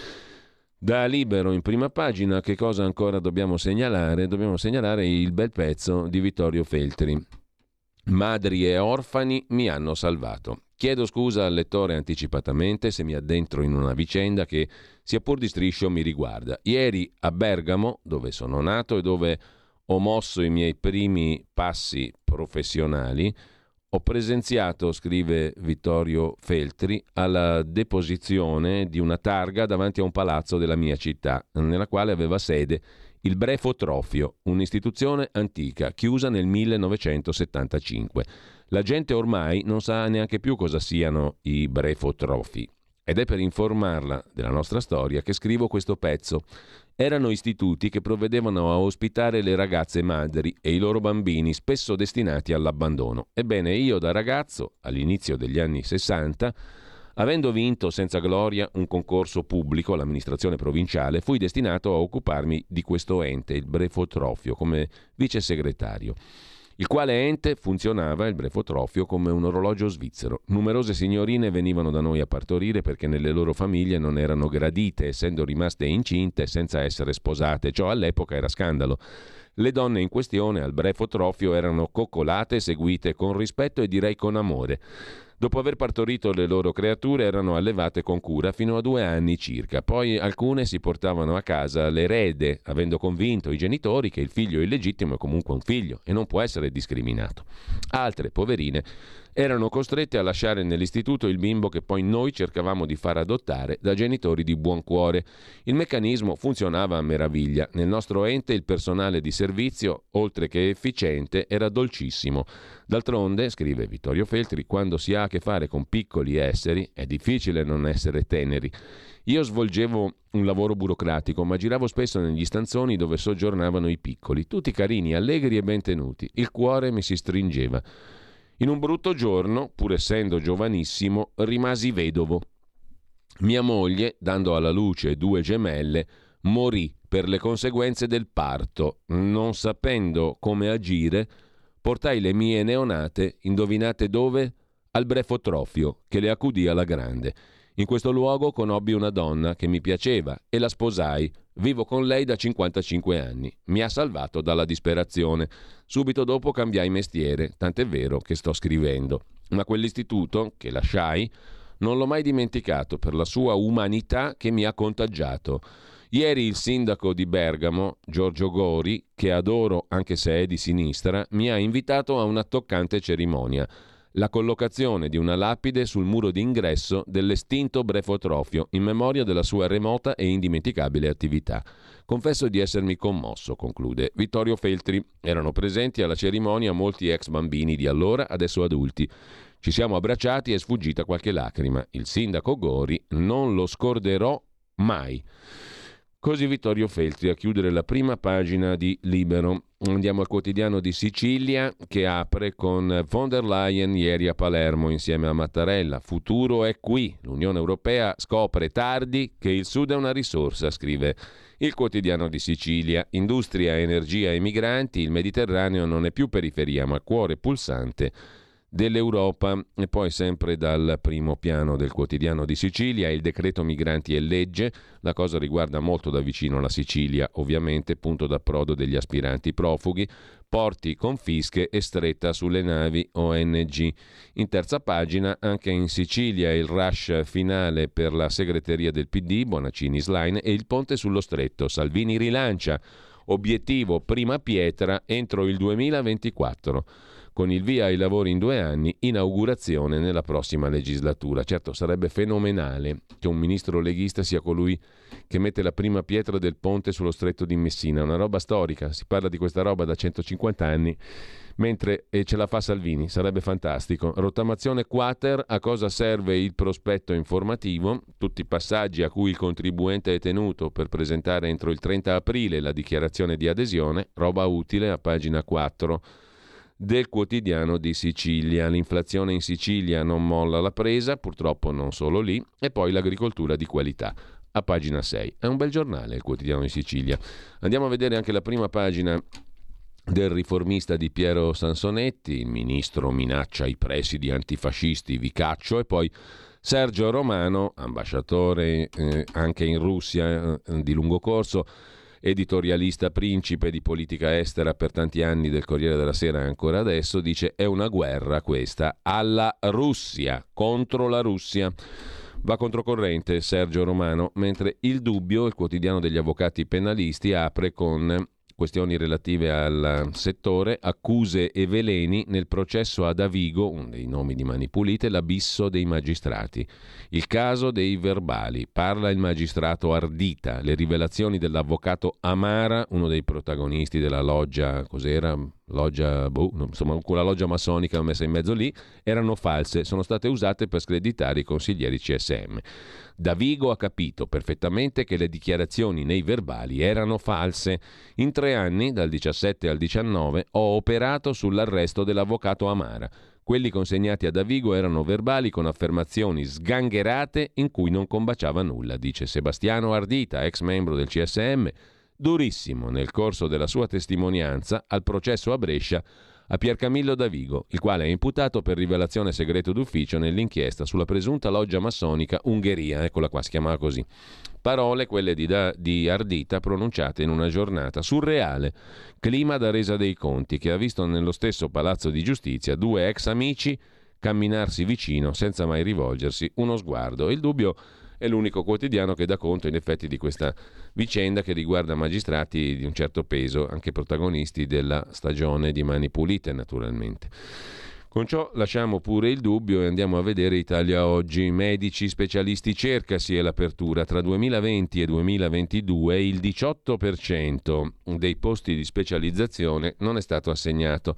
Da Libero in prima pagina, che cosa ancora dobbiamo segnalare? Dobbiamo segnalare il bel pezzo di Vittorio Feltri. Madri e orfani mi hanno salvato. Chiedo scusa al lettore anticipatamente se mi addentro in una vicenda che, sia pur di striscio, mi riguarda. Ieri a Bergamo, dove sono nato e dove ho mosso i miei primi passi professionali, ho presenziato, scrive Vittorio Feltri, alla deposizione di una targa davanti a un palazzo della mia città, nella quale aveva sede il Brefotrofio, un'istituzione antica, chiusa nel millenovecentosettantacinque. La gente ormai non sa neanche più cosa siano i brefotrofi. Ed è per informarla della nostra storia che scrivo questo pezzo. Erano istituti che provvedevano a ospitare le ragazze madri e i loro bambini, spesso destinati all'abbandono. Ebbene, io da ragazzo, all'inizio degli anni sessanta, avendo vinto senza gloria un concorso pubblico all'amministrazione provinciale, fui destinato a occuparmi di questo ente, il Brefotrofio, come vice segretario. Il quale ente funzionava, il Brefotrofio, come un orologio svizzero. Numerose signorine venivano da noi a partorire perché nelle loro famiglie non erano gradite, essendo rimaste incinte senza essere sposate. Ciò all'epoca era scandalo. Le donne in questione al Brefotrofio erano coccolate, seguite con rispetto e direi con amore. Dopo aver partorito le loro creature erano allevate con cura fino a due anni circa. Poi alcune si portavano a casa l'erede, avendo convinto i genitori che il figlio illegittimo è comunque un figlio e non può essere discriminato. Altre, poverine, erano costrette a lasciare nell'istituto il bimbo che poi noi cercavamo di far adottare da genitori di buon cuore. Il meccanismo funzionava a meraviglia. Nel nostro ente il personale di servizio, oltre che efficiente, era dolcissimo. D'altronde, scrive Vittorio Feltri, quando si ha a che che fare con piccoli esseri, è difficile non essere teneri. Io svolgevo un lavoro burocratico, ma giravo spesso negli stanzoni dove soggiornavano i piccoli, tutti carini, allegri e ben tenuti. Il cuore mi si stringeva. In un brutto giorno, pur essendo giovanissimo, rimasi vedovo. Mia moglie, dando alla luce due gemelle, morì per le conseguenze del parto. Non sapendo come agire, portai le mie neonate, indovinate dove? Al Brefotrofio, che le accudì alla grande. In questo luogo conobbi una donna che mi piaceva e la sposai. Vivo con lei da cinquantacinque anni. Mi ha salvato dalla disperazione. Subito dopo cambiai mestiere, tant'è vero che sto scrivendo. Ma quell'istituto, che lasciai, non l'ho mai dimenticato per la sua umanità che mi ha contagiato. Ieri il sindaco di Bergamo, Giorgio Gori, che adoro anche se è di sinistra, mi ha invitato a una toccante cerimonia. La collocazione di una lapide sul muro d'ingresso dell'estinto Brefotrofio in memoria della sua remota e indimenticabile attività. Confesso di essermi commosso, conclude Vittorio Feltri. Erano presenti alla cerimonia molti ex bambini di allora, adesso adulti. Ci siamo abbracciati e è sfuggita qualche lacrima. Il sindaco Gori non lo scorderò mai. Così Vittorio Feltri a chiudere la prima pagina di Libero. Andiamo al quotidiano di Sicilia che apre con von der Leyen ieri a Palermo insieme a Mattarella. Futuro è qui. L'Unione Europea scopre tardi che il Sud è una risorsa, scrive il quotidiano di Sicilia. Industria, energia e migranti, il Mediterraneo non è più periferia ma cuore pulsante dell'Europa. E poi sempre dal primo piano del quotidiano di Sicilia il decreto migranti è legge, la cosa riguarda molto da vicino la Sicilia, ovviamente punto d'approdo degli aspiranti profughi, porti, confische e stretta sulle navi O N G. In terza pagina anche in Sicilia il rush finale per la segreteria del P D, Bonaccini Schlein e il ponte sullo stretto, Salvini rilancia, obiettivo prima pietra entro il duemilaventiquattro. Con il via ai lavori in due anni, inaugurazione nella prossima legislatura. Certo, sarebbe fenomenale che un ministro leghista sia colui che mette la prima pietra del ponte sullo stretto di Messina. Una roba storica, si parla di questa roba da centocinquanta anni, mentre e ce la fa Salvini, sarebbe fantastico. Rottamazione quater, a cosa serve il prospetto informativo? Tutti i passaggi a cui il contribuente è tenuto per presentare entro il trenta aprile la dichiarazione di adesione, roba utile a pagina quattro. Del quotidiano di Sicilia. L'inflazione in Sicilia non molla la presa, purtroppo non solo lì, e poi l'agricoltura di qualità. A pagina sei. È un bel giornale il quotidiano di Sicilia. Andiamo a vedere anche la prima pagina del Riformista di Piero Sansonetti. Il ministro minaccia i presidi antifascisti, vi caccio, e poi Sergio Romano, ambasciatore eh, anche in Russia eh, di lungo corso, editorialista principe di politica estera per tanti anni del Corriere della Sera e ancora adesso, dice è una guerra questa alla Russia, contro la Russia. Va controcorrente Sergio Romano, mentre Il Dubbio, il quotidiano degli avvocati penalisti, apre con questioni relative al settore, accuse e veleni nel processo a Davigo, uno dei nomi di Mani Pulite, l'abisso dei magistrati. Il caso dei verbali, parla il magistrato Ardita, le rivelazioni dell'avvocato Amara, uno dei protagonisti della loggia, cos'era? Loggia, boh, insomma, quella loggia massonica messa in mezzo lì, erano false, sono state usate per screditare i consiglieri C S M. Davigo ha capito perfettamente che le dichiarazioni nei verbali erano false. In tre anni, dal diciassette al diciannove, ho operato sull'arresto dell'avvocato Amara. Quelli consegnati a Davigo erano verbali con affermazioni sgangherate in cui non combaciava nulla, dice Sebastiano Ardita, ex membro del C S M, durissimo nel corso della sua testimonianza al processo a Brescia a Piercamillo Davigo, il quale è imputato per rivelazione segreto d'ufficio nell'inchiesta sulla presunta loggia massonica Ungheria, eccola qua, si chiamava così. Parole, quelle di, da, di Ardita, pronunciate in una giornata surreale, clima da resa dei conti, che ha visto nello stesso palazzo di giustizia due ex amici camminarsi vicino senza mai rivolgersi uno sguardo. Il Dubbio è l'unico quotidiano che dà conto in effetti di questa vicenda che riguarda magistrati di un certo peso, anche protagonisti della stagione di Mani Pulite naturalmente. Con ciò lasciamo pure Il Dubbio e andiamo a vedere Italia Oggi. Medici specialisti cercasi è l'apertura. Tra duemilaventi e duemilaventidue il diciotto per cento dei posti di specializzazione non è stato assegnato.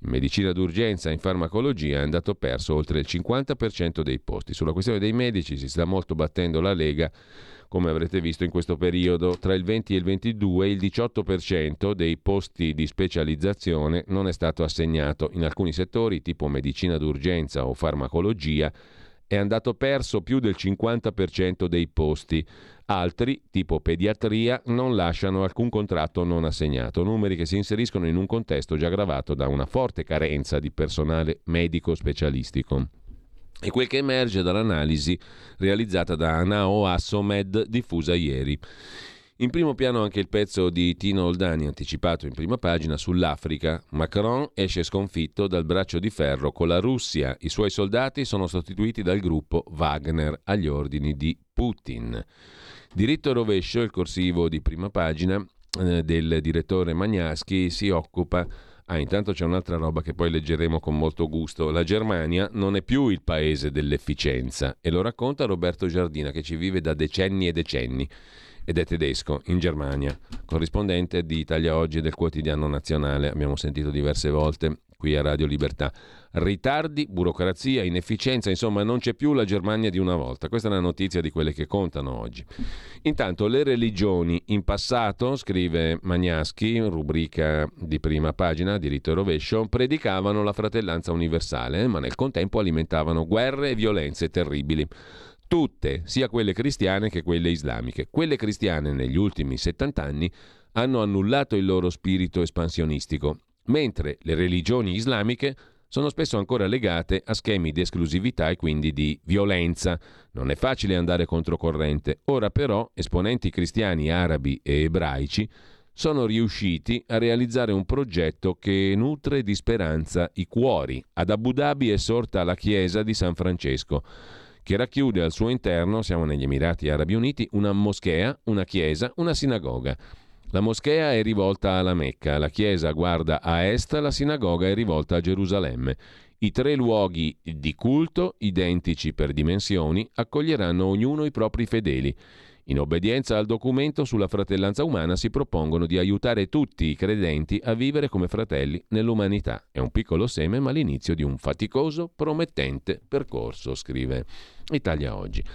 In medicina d'urgenza e in farmacologia è andato perso oltre il cinquanta per cento dei posti. Sulla questione dei medici si sta molto battendo la Lega, come avrete visto in questo periodo. Tra il venti e il ventidue il diciotto per cento dei posti di specializzazione non è stato assegnato. In alcuni settori, tipo medicina d'urgenza o farmacologia, è andato perso più del cinquanta per cento dei posti. Altri, tipo pediatria, non lasciano alcun contratto non assegnato, numeri che si inseriscono in un contesto già aggravato da una forte carenza di personale medico specialistico. E quel che emerge dall'analisi realizzata da Anao Assomed diffusa ieri. In primo piano anche il pezzo di Tino Oldani, anticipato in prima pagina, sull'Africa. Macron esce sconfitto dal braccio di ferro con la Russia. I suoi soldati sono sostituiti dal gruppo Wagner agli ordini di Putin. Diritto e rovescio, il corsivo di prima pagina eh, del direttore Magnaschi, si occupa... Ah, intanto c'è un'altra roba che poi leggeremo con molto gusto. La Germania non è più il paese dell'efficienza, e lo racconta Roberto Giardina, che ci vive da decenni e decenni ed è tedesco in Germania, corrispondente di Italia Oggi e del Quotidiano Nazionale. Abbiamo sentito diverse volte qui a Radio Libertà. Ritardi, burocrazia, inefficienza, insomma non c'è più la Germania di una volta. Questa è una notizia di quelle che contano oggi. Intanto le religioni in passato, scrive Magnaschi, rubrica di prima pagina, diritto e rovescio, predicavano la fratellanza universale, ma nel contempo alimentavano guerre e violenze terribili. Tutte, sia quelle cristiane che quelle islamiche. Quelle cristiane negli ultimi settanta anni hanno annullato il loro spirito espansionistico, mentre le religioni islamiche sono spesso ancora legate a schemi di esclusività e quindi di violenza. Non è facile andare controcorrente. Ora però esponenti cristiani, arabi e ebraici sono riusciti a realizzare un progetto che nutre di speranza i cuori. Ad Abu Dhabi è sorta la chiesa di San Francesco, che racchiude al suo interno, siamo negli Emirati Arabi Uniti, una moschea, una chiesa, una sinagoga. La moschea è rivolta alla Mecca, la chiesa guarda a est, la sinagoga è rivolta a Gerusalemme. I tre luoghi di culto, identici per dimensioni, accoglieranno ognuno i propri fedeli. In obbedienza al documento sulla fratellanza umana si propongono di aiutare tutti i credenti a vivere come fratelli nell'umanità. È un piccolo seme, ma l'inizio di un faticoso, promettente percorso, scrive Italia Oggi.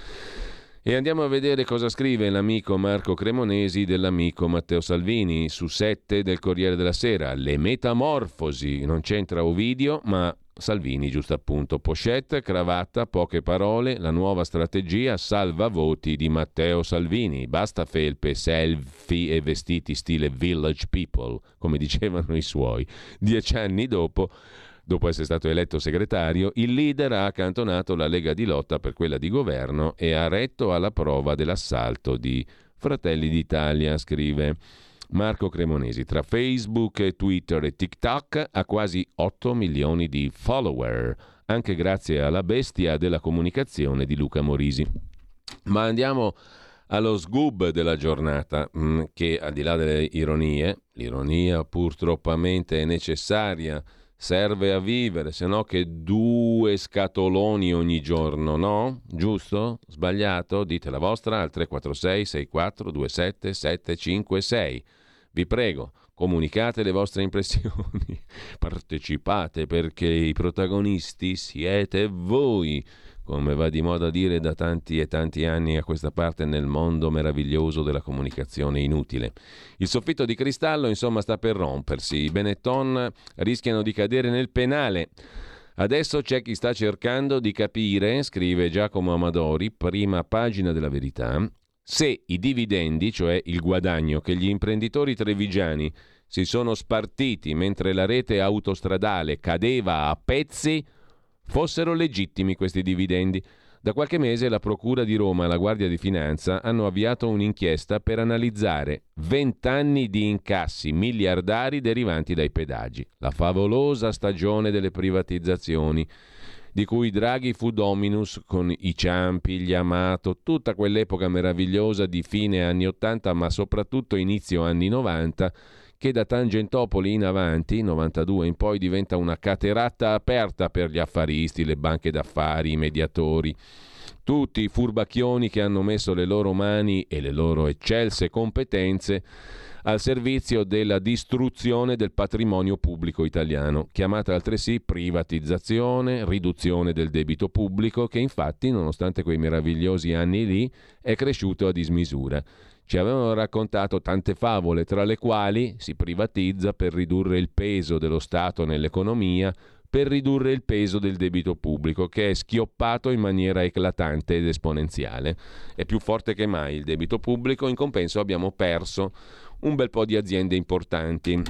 E andiamo a vedere cosa scrive l'amico Marco Cremonesi dell'amico Matteo Salvini su sette del Corriere della Sera. Le metamorfosi, non c'entra Ovidio, ma Salvini, giusto appunto. Pochette, cravatta, poche parole, la nuova strategia salva voti di Matteo Salvini. Basta felpe, selfie e vestiti stile Village People, come dicevano i suoi. Dieci anni dopo, dopo essere stato eletto segretario, il leader ha accantonato la Lega di lotta per quella di governo e ha retto alla prova dell'assalto di Fratelli d'Italia, scrive Marco Cremonesi. Tra Facebook, Twitter e TikTok ha quasi otto milioni di follower, anche grazie alla bestia della comunicazione di Luca Morisi. Ma andiamo allo sgub della giornata, che al di là delle ironie, l'ironia purtroppamente è necessaria, serve a vivere, se no che due scatoloni ogni giorno, no? Giusto? Sbagliato? Dite la vostra al tre quattro sei sei quattro due sette sette cinque sei. Vi prego, comunicate le vostre impressioni, partecipate, perché i protagonisti siete voi, come va di moda dire da tanti e tanti anni a questa parte nel mondo meraviglioso della comunicazione inutile. Il soffitto di cristallo, insomma, sta per rompersi. I Benetton rischiano di cadere nel penale. Adesso c'è chi sta cercando di capire, scrive Giacomo Amadori, prima pagina della Verità, se i dividendi, cioè il guadagno che gli imprenditori trevigiani si sono spartiti mentre la rete autostradale cadeva a pezzi, fossero legittimi questi dividendi. Da qualche mese la Procura di Roma e la Guardia di Finanza hanno avviato un'inchiesta per analizzare vent'anni di incassi miliardari derivanti dai pedaggi, la favolosa stagione delle privatizzazioni, di cui Draghi fu dominus con i Ciampi, gli Amato, tutta quell'epoca meravigliosa di fine anni ottanta ma soprattutto inizio anni novanta, che da Tangentopoli in avanti, novantadue in poi, diventa una cateratta aperta per gli affaristi, le banche d'affari, i mediatori, tutti i furbacchioni che hanno messo le loro mani e le loro eccelse competenze al servizio della distruzione del patrimonio pubblico italiano, chiamata altresì privatizzazione, riduzione del debito pubblico, che infatti, nonostante quei meravigliosi anni lì, è cresciuto a dismisura. Ci avevano raccontato tante favole, tra le quali si privatizza per ridurre il peso dello Stato nell'economia, per ridurre il peso del debito pubblico, che è schioppato in maniera eclatante ed esponenziale. È più forte che mai il debito pubblico, in compenso abbiamo perso un bel po' di aziende importanti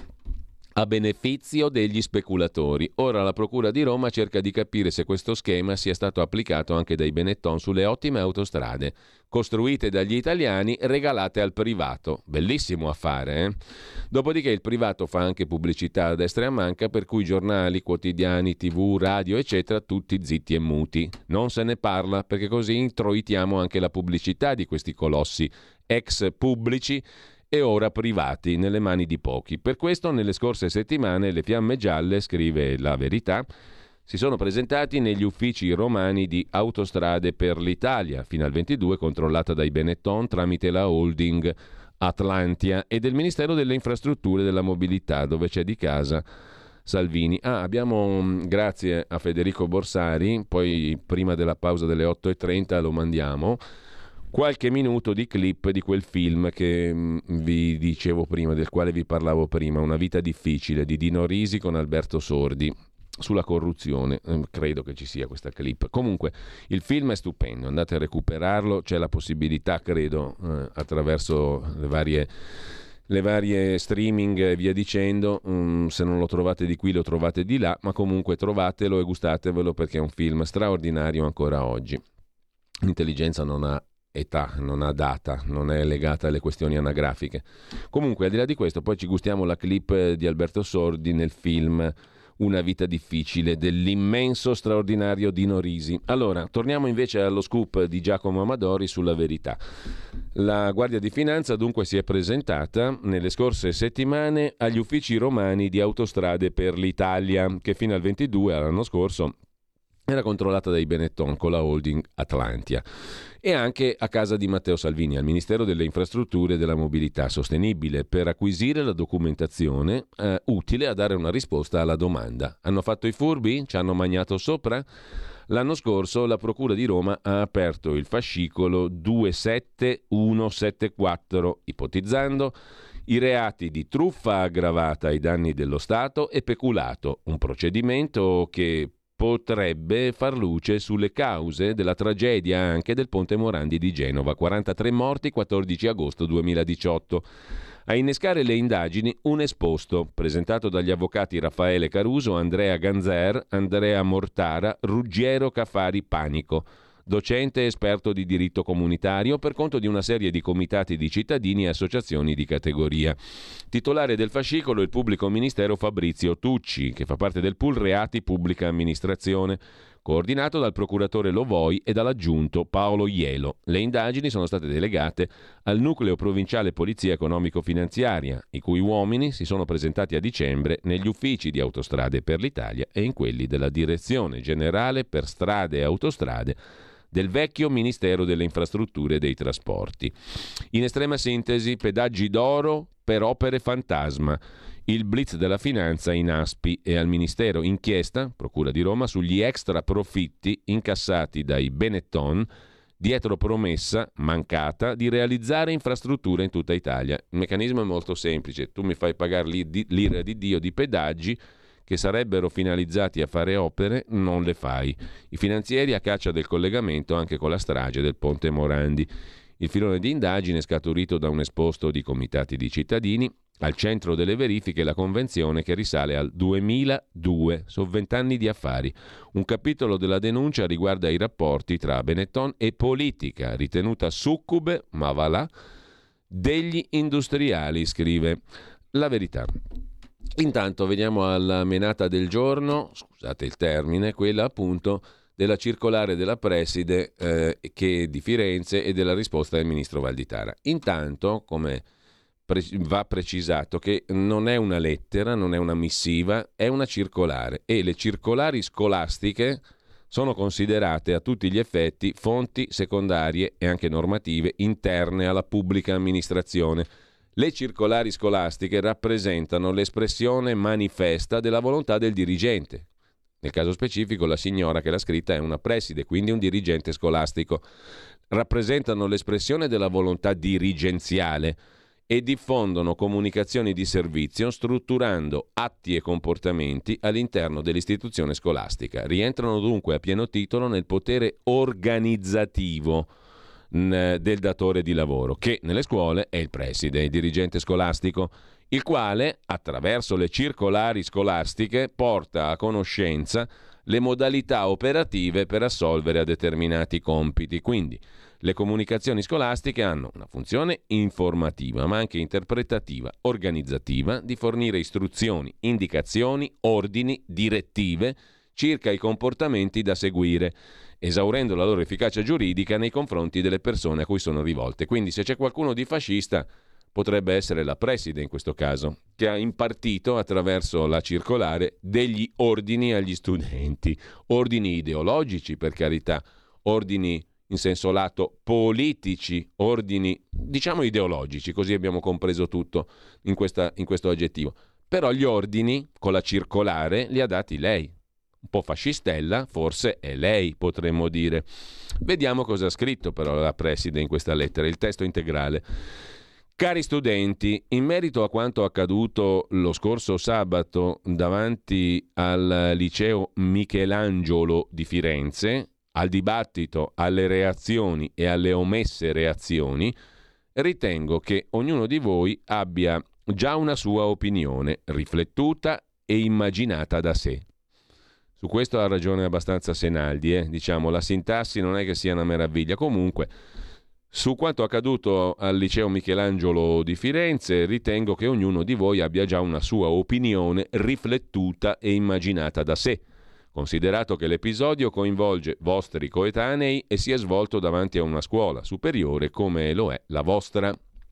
a beneficio degli speculatori. Ora la Procura di Roma cerca di capire se questo schema sia stato applicato anche dai Benetton sulle ottime autostrade costruite dagli italiani, regalate al privato. Bellissimo affare, eh? Dopodiché il privato fa anche pubblicità a destra e a manca, per cui giornali, quotidiani, tv, radio, eccetera, tutti zitti e muti. Non se ne parla, perché così introitiamo anche la pubblicità di questi colossi ex pubblici e ora privati nelle mani di pochi. Per questo nelle scorse settimane le fiamme gialle, scrive La Verità, si sono presentati negli uffici romani di Autostrade per l'Italia, fino al ventidue controllata dai Benetton tramite la holding Atlantia, e del Ministero delle Infrastrutture e della Mobilità, dove c'è di casa Salvini. Ah, abbiamo, grazie a Federico Borsari, poi prima della pausa delle otto e trenta lo mandiamo, qualche minuto di clip di quel film che mh, vi dicevo prima, del quale vi parlavo prima, Una vita difficile, di Dino Risi con Alberto Sordi, sulla corruzione. Eh, credo che ci sia questa clip. Comunque il film è stupendo, andate a recuperarlo, c'è la possibilità, credo, eh, attraverso le varie le varie streaming e via dicendo, um, se non lo trovate di qui lo trovate di là, ma comunque trovatelo e gustatevelo, perché è un film straordinario ancora oggi. L'intelligenza non ha età, non ha data, non è legata alle questioni anagrafiche. Comunque, al di là di questo, poi ci gustiamo la clip di Alberto Sordi nel film Una vita difficile dell'immenso, straordinario Dino Risi. Allora, torniamo invece allo scoop di Giacomo Amadori sulla Verità. La Guardia di Finanza dunque si è presentata nelle scorse settimane agli uffici romani di Autostrade per l'Italia, che fino al ventidue, all'anno scorso, era controllata dai Benetton con la holding Atlantia, e anche a casa di Matteo Salvini al Ministero delle Infrastrutture e della Mobilità Sostenibile, per acquisire la documentazione eh, utile a dare una risposta alla domanda: hanno fatto i furbi? Ci hanno magnato sopra? L'anno scorso la Procura di Roma ha aperto il fascicolo due sette uno sette quattro, ipotizzando i reati di truffa aggravata ai danni dello Stato e peculato, un procedimento che potrebbe far luce sulle cause della tragedia anche del Ponte Morandi di Genova, quarantatré morti, quattordici agosto duemiladiciotto. A innescare le indagini un esposto presentato dagli avvocati Raffaele Caruso, Andrea Ganzer, Andrea Mortara, Ruggiero Caffari Panico, docente esperto di diritto comunitario per conto di una serie di comitati di cittadini e associazioni di categoria. Titolare del fascicolo il pubblico ministero Fabrizio Tucci, che fa parte del pool Reati Pubblica Amministrazione, coordinato dal procuratore Lovoi e dall'aggiunto Paolo Ielo. Le indagini sono state delegate al Nucleo Provinciale Polizia Economico-Finanziaria, i cui uomini si sono presentati a dicembre negli uffici di Autostrade per l'Italia e in quelli della Direzione Generale per Strade e Autostrade del vecchio Ministero delle Infrastrutture e dei Trasporti. In estrema sintesi, pedaggi d'oro per opere fantasma, il blitz della finanza in Aspi e al Ministero, inchiesta, Procura di Roma, sugli extra profitti incassati dai Benetton dietro promessa mancata di realizzare infrastrutture in tutta Italia. Il meccanismo è molto semplice: tu mi fai pagare l'ira di Dio di pedaggi che sarebbero finalizzati a fare opere, non le fai. I finanzieri a caccia del collegamento anche con la strage del Ponte Morandi. Il filone di indagine è scaturito da un esposto di comitati di cittadini. Al centro delle verifiche la convenzione che risale al duemiladue, sono vent'anni di affari. Un capitolo della denuncia riguarda i rapporti tra Benetton e politica, ritenuta succube, ma va là, degli industriali, scrive La Verità. Intanto veniamo alla menata del giorno, scusate il termine, quella appunto della circolare della Preside eh, che di Firenze e della risposta del ministro Valditara. Intanto, come pre- va precisato, che non è una lettera, non è una missiva, è una circolare, e le circolari scolastiche sono considerate a tutti gli effetti fonti secondarie e anche normative interne alla pubblica amministrazione. Le circolari scolastiche rappresentano l'espressione manifesta della volontà del dirigente. Nel caso specifico la signora che l'ha scritta è una preside, quindi un dirigente scolastico. Rappresentano l'espressione della volontà dirigenziale e diffondono comunicazioni di servizio strutturando atti e comportamenti all'interno dell'istituzione scolastica. Rientrano dunque a pieno titolo nel potere organizzativo del datore di lavoro, che nelle scuole è il preside, il dirigente scolastico, il quale, attraverso le circolari scolastiche, porta a conoscenza le modalità operative per assolvere a determinati compiti. Quindi le comunicazioni scolastiche hanno una funzione informativa, ma anche interpretativa, organizzativa, di fornire istruzioni, indicazioni, ordini, direttive circa i comportamenti da seguire, esaurendo la loro efficacia giuridica nei confronti delle persone a cui sono rivolte. Quindi se c'è qualcuno di fascista potrebbe essere la preside in questo caso, che ha impartito attraverso la circolare degli ordini agli studenti, ordini ideologici per carità, ordini in senso lato politici, ordini diciamo ideologici, così abbiamo compreso tutto in, questa, in questo aggettivo. Però gli ordini con la circolare li ha dati lei. Un po' fascistella, forse è lei, potremmo dire. Vediamo cosa ha scritto però la preside in questa lettera, il testo integrale. Cari studenti, in merito a quanto accaduto lo scorso sabato davanti al liceo Michelangelo di Firenze, al dibattito, alle reazioni e alle omesse reazioni, ritengo che ognuno di voi abbia già una sua opinione, riflettuta e immaginata da sé. Su questo ha ragione abbastanza Senaldi, eh? Diciamo, la sintassi non è che sia una meraviglia. Comunque, su quanto accaduto al liceo Michelangelo di Firenze, ritengo che ognuno di voi abbia già una sua opinione riflettuta e immaginata da sé, considerato che l'episodio coinvolge vostri coetanei e si è svolto davanti a una scuola superiore come lo è la vostra.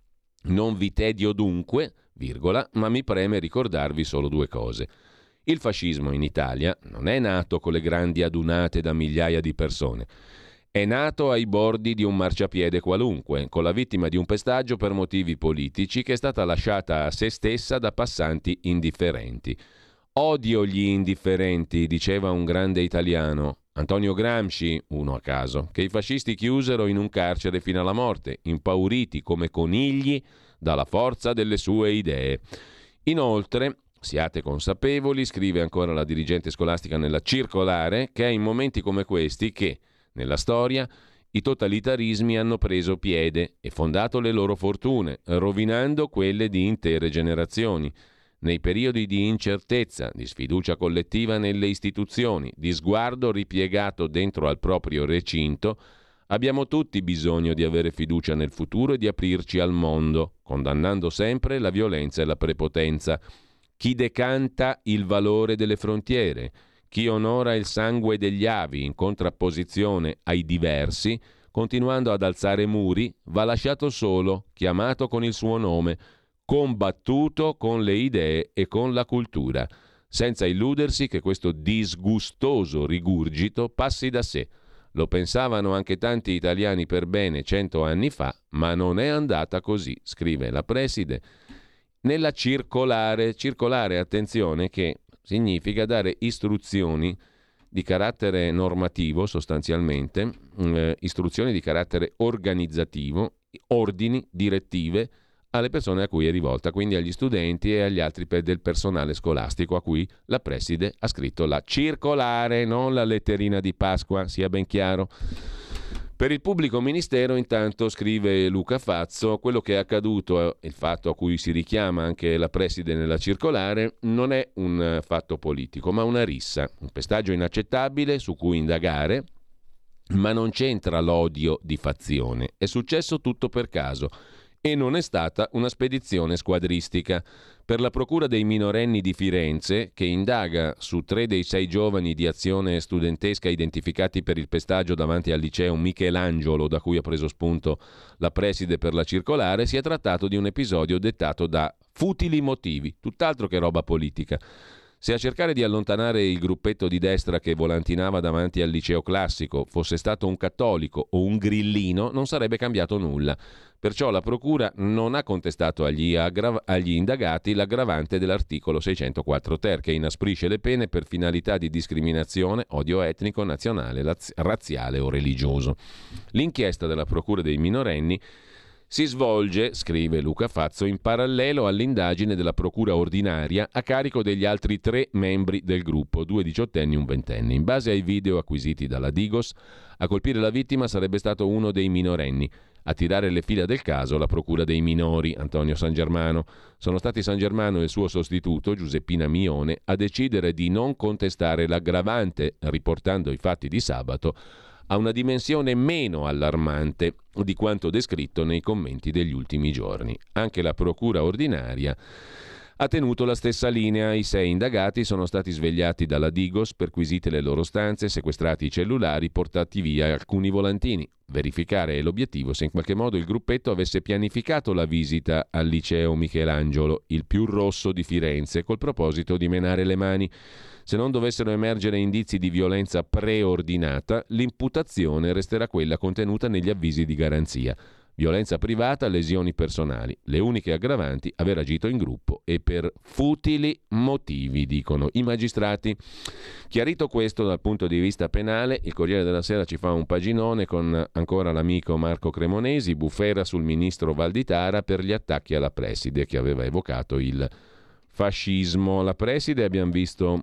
Non vi tedio dunque, virgola, ma mi preme ricordarvi solo due cose. Il fascismo in Italia non è nato con le grandi adunate da migliaia di persone. È nato ai bordi di un marciapiede qualunque, con la vittima di un pestaggio per motivi politici che è stata lasciata a se stessa da passanti indifferenti. Odio gli indifferenti, diceva un grande italiano, Antonio Gramsci, uno a caso, che i fascisti chiusero in un carcere fino alla morte, impauriti come conigli dalla forza delle sue idee. Inoltre, siate consapevoli, scrive ancora la dirigente scolastica nella circolare, che è in momenti come questi che, nella storia, i totalitarismi hanno preso piede e fondato le loro fortune, rovinando quelle di intere generazioni. Nei periodi di incertezza, di sfiducia collettiva nelle istituzioni, di sguardo ripiegato dentro al proprio recinto, abbiamo tutti bisogno di avere fiducia nel futuro e di aprirci al mondo, condannando sempre la violenza e la prepotenza. Chi decanta il valore delle frontiere, chi onora il sangue degli avi in contrapposizione ai diversi, continuando ad alzare muri, va lasciato solo, chiamato con il suo nome, combattuto con le idee e con la cultura, senza illudersi che questo disgustoso rigurgito passi da sé. Lo pensavano anche tanti italiani per bene cento anni fa, ma non è andata così, scrive la preside nella circolare. Circolare, attenzione, che significa dare istruzioni di carattere normativo sostanzialmente, eh, istruzioni di carattere organizzativo, ordini, direttive alle persone a cui è rivolta, quindi agli studenti e agli altri per del personale scolastico a cui la preside ha scritto la circolare, non la letterina di Pasqua, sia ben chiaro. Per il pubblico ministero, intanto, scrive Luca Fazzo, quello che è accaduto, il fatto a cui si richiama anche la preside nella circolare, non è un fatto politico, ma una rissa, un pestaggio inaccettabile su cui indagare, ma non c'entra l'odio di fazione. È successo tutto per caso e non è stata una spedizione squadristica. Per la Procura dei minorenni di Firenze, che indaga su tre dei sei giovani di azione studentesca identificati per il pestaggio davanti al liceo Michelangelo, da cui ha preso spunto la preside per la circolare, si è trattato di un episodio dettato da futili motivi, tutt'altro che roba politica. Se a cercare di allontanare il gruppetto di destra che volantinava davanti al liceo classico fosse stato un cattolico o un grillino, non sarebbe cambiato nulla. Perciò la Procura non ha contestato agli, aggrav- agli indagati l'aggravante dell'articolo seicentoquattro ter, che inasprisce le pene per finalità di discriminazione, odio etnico, nazionale, laz- razziale o religioso. L'inchiesta della Procura dei minorenni si svolge, scrive Luca Fazzo, in parallelo all'indagine della procura ordinaria a carico degli altri tre membri del gruppo, due diciottenni e un ventenne. In base ai video acquisiti dalla Digos, a colpire la vittima sarebbe stato uno dei minorenni. A tirare le fila del caso la procura dei minori, Antonio San Germano. Sono stati San Germano e il suo sostituto, Giuseppina Mione, a decidere di non contestare l'aggravante, riportando i fatti di sabato a una dimensione meno allarmante di quanto descritto nei commenti degli ultimi giorni. Anche la procura ordinaria ha tenuto la stessa linea. I sei indagati sono stati svegliati dalla Digos, perquisite le loro stanze, sequestrati i cellulari, portati via alcuni volantini. Verificare è l'obiettivo se in qualche modo il gruppetto avesse pianificato la visita al liceo Michelangelo, il più rosso di Firenze, col proposito di menare le mani. Se non dovessero emergere indizi di violenza preordinata, l'imputazione resterà quella contenuta negli avvisi di garanzia. Violenza privata, lesioni personali. Le uniche aggravanti, aver agito in gruppo e per futili motivi, dicono i magistrati. Chiarito questo dal punto di vista penale, il Corriere della Sera ci fa un paginone con ancora l'amico Marco Cremonesi, bufera sul ministro Valditara per gli attacchi alla preside che aveva evocato il fascismo. La preside, abbiamo visto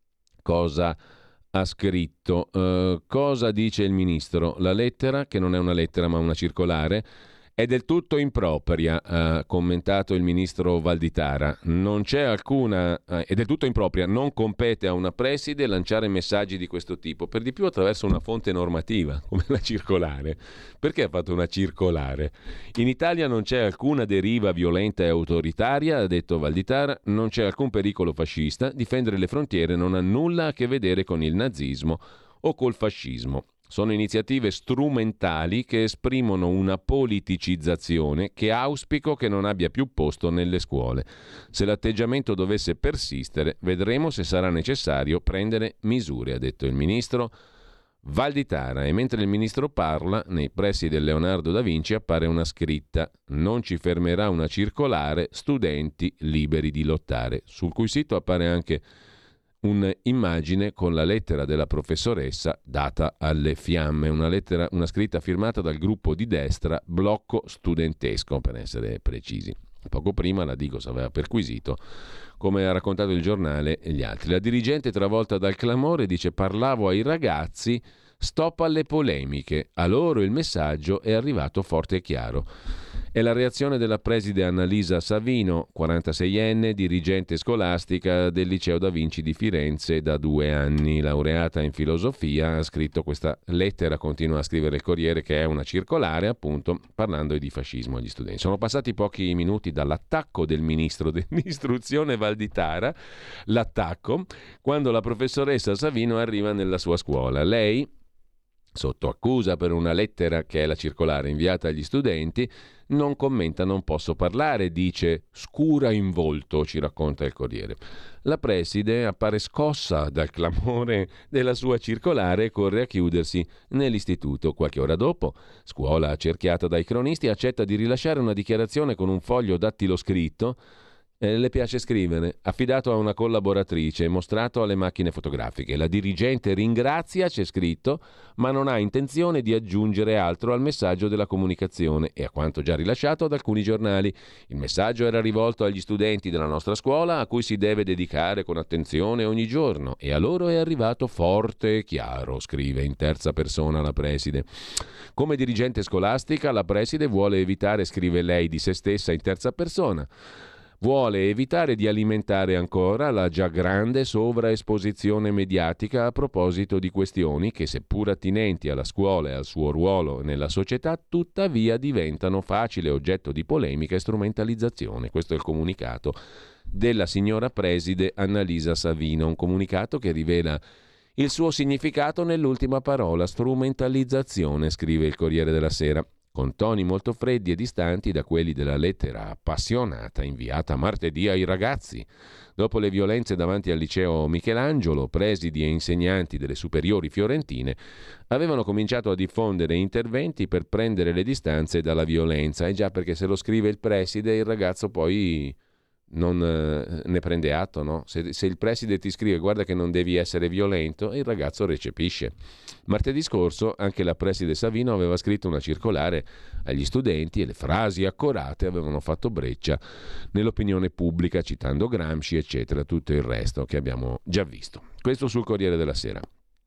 cosa ha scritto. Uh, cosa dice il ministro? La lettera, che non è una lettera ma una circolare, è del tutto impropria, ha commentato il ministro Valditara. Non c'è alcuna, eh, è del tutto impropria, non compete a una preside lanciare messaggi di questo tipo, per di più attraverso una fonte normativa, come la circolare. Perché ha fatto una circolare? In Italia non c'è alcuna deriva violenta e autoritaria, ha detto Valditara, non c'è alcun pericolo fascista, difendere le frontiere non ha nulla a che vedere con il nazismo o col fascismo. Sono iniziative strumentali che esprimono una politicizzazione che auspico che non abbia più posto nelle scuole. Se l'atteggiamento dovesse persistere, vedremo se sarà necessario prendere misure, ha detto il ministro Valditara. E mentre il ministro parla, nei pressi del Leonardo da Vinci appare una scritta: non ci fermerà una circolare, studenti liberi di lottare, sul cui sito appare anche un'immagine con la lettera della professoressa data alle fiamme, una lettera, una scritta firmata dal gruppo di destra Blocco Studentesco, per essere precisi. Poco prima la Digos aveva perquisito, come ha raccontato il giornale, e gli altri. La dirigente, travolta dal clamore, dice: parlavo ai ragazzi, stop alle polemiche, a loro il messaggio è arrivato forte e chiaro. È la reazione della preside Annalisa Savino, quarantaseienne, dirigente scolastica del Liceo Da Vinci di Firenze da due anni, laureata in filosofia. Ha scritto questa lettera, continua a scrivere il Corriere, che è una circolare, appunto, parlando di fascismo agli studenti. Sono passati pochi minuti dall'attacco del ministro dell'istruzione Valditara, l'attacco, quando la professoressa Savino arriva nella sua scuola. Lei, sotto accusa per una lettera che è la circolare inviata agli studenti, non commenta, non posso parlare, dice scura in volto, ci racconta il Corriere. La preside appare scossa dal clamore della sua circolare e corre a chiudersi nell'istituto. Qualche ora dopo, scuola accerchiata dai cronisti, accetta di rilasciare una dichiarazione con un foglio dattiloscritto. Eh, le piace scrivere, affidato a una collaboratrice, mostrato alle macchine fotografiche. La dirigente ringrazia, c'è scritto, ma non ha intenzione di aggiungere altro al messaggio della comunicazione e a quanto già rilasciato ad alcuni giornali. Il messaggio era rivolto agli studenti della nostra scuola, a cui si deve dedicare con attenzione ogni giorno, e a loro è arrivato forte e chiaro, scrive in terza persona la preside. Come dirigente scolastica, la preside vuole evitare, scrive lei di se stessa in terza persona, vuole evitare di alimentare ancora la già grande sovraesposizione mediatica a proposito di questioni che, seppur attinenti alla scuola e al suo ruolo nella società, tuttavia diventano facile oggetto di polemica e strumentalizzazione. Questo è il comunicato della signora preside Annalisa Savino, un comunicato che rivela il suo significato nell'ultima parola, strumentalizzazione, scrive il Corriere della Sera. con toni molto freddi e distanti da quelli della lettera appassionata inviata martedì ai ragazzi. Dopo le violenze davanti al liceo Michelangelo, presidi e insegnanti delle superiori fiorentine avevano cominciato a diffondere interventi per prendere le distanze dalla violenza. E già, perché se lo scrive il preside, il ragazzo poi non eh, ne prende atto, no? Se, se il preside ti scrive guarda che non devi essere violento, il ragazzo recepisce. Martedì scorso anche la preside Savino aveva scritto una circolare agli studenti e le frasi accorate avevano fatto breccia nell'opinione pubblica, citando Gramsci eccetera, tutto il resto che abbiamo già visto. Questo sul Corriere della Sera.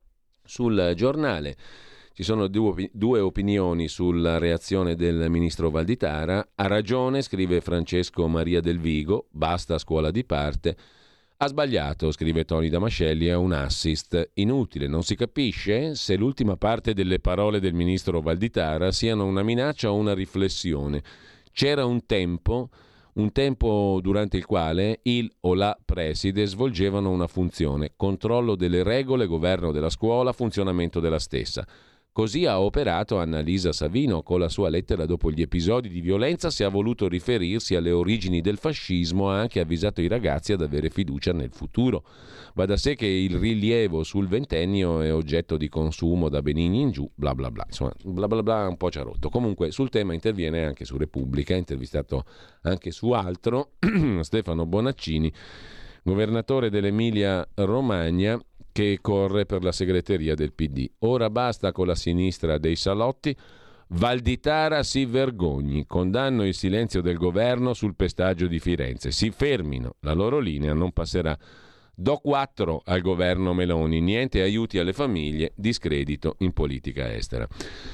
Sul Giornale ci sono due, due opinioni sulla reazione del ministro Valditara. Ha ragione, scrive Francesco Maria Del Vigo, basta scuola di parte. Ha sbagliato, scrive Tony Damascelli, è un assist inutile. Non si capisce se l'ultima parte delle parole del ministro Valditara siano una minaccia o una riflessione. C'era un tempo, un tempo durante il quale il o la preside svolgevano una funzione: controllo delle regole, governo della scuola, funzionamento della stessa. Così ha operato Annalisa Savino con la sua lettera dopo gli episodi di violenza. Se ha voluto riferirsi alle origini del fascismo, ha anche avvisato i ragazzi ad avere fiducia nel futuro. Va da sé che il rilievo sul ventennio è oggetto di consumo da Benigni in giù, bla bla bla. Insomma, bla bla bla un po' ci ha rotto. Comunque sul tema interviene anche su Repubblica, intervistato anche su altro Stefano Bonaccini, governatore dell'Emilia Romagna, che corre per la segreteria del P D. Ora basta con la sinistra dei salotti. Valditara si vergogni. Condanno il silenzio del governo sul pestaggio di Firenze. Si fermino. La loro linea non passerà. Do quattro al governo Meloni. Niente aiuti alle famiglie. Discredito in politica estera.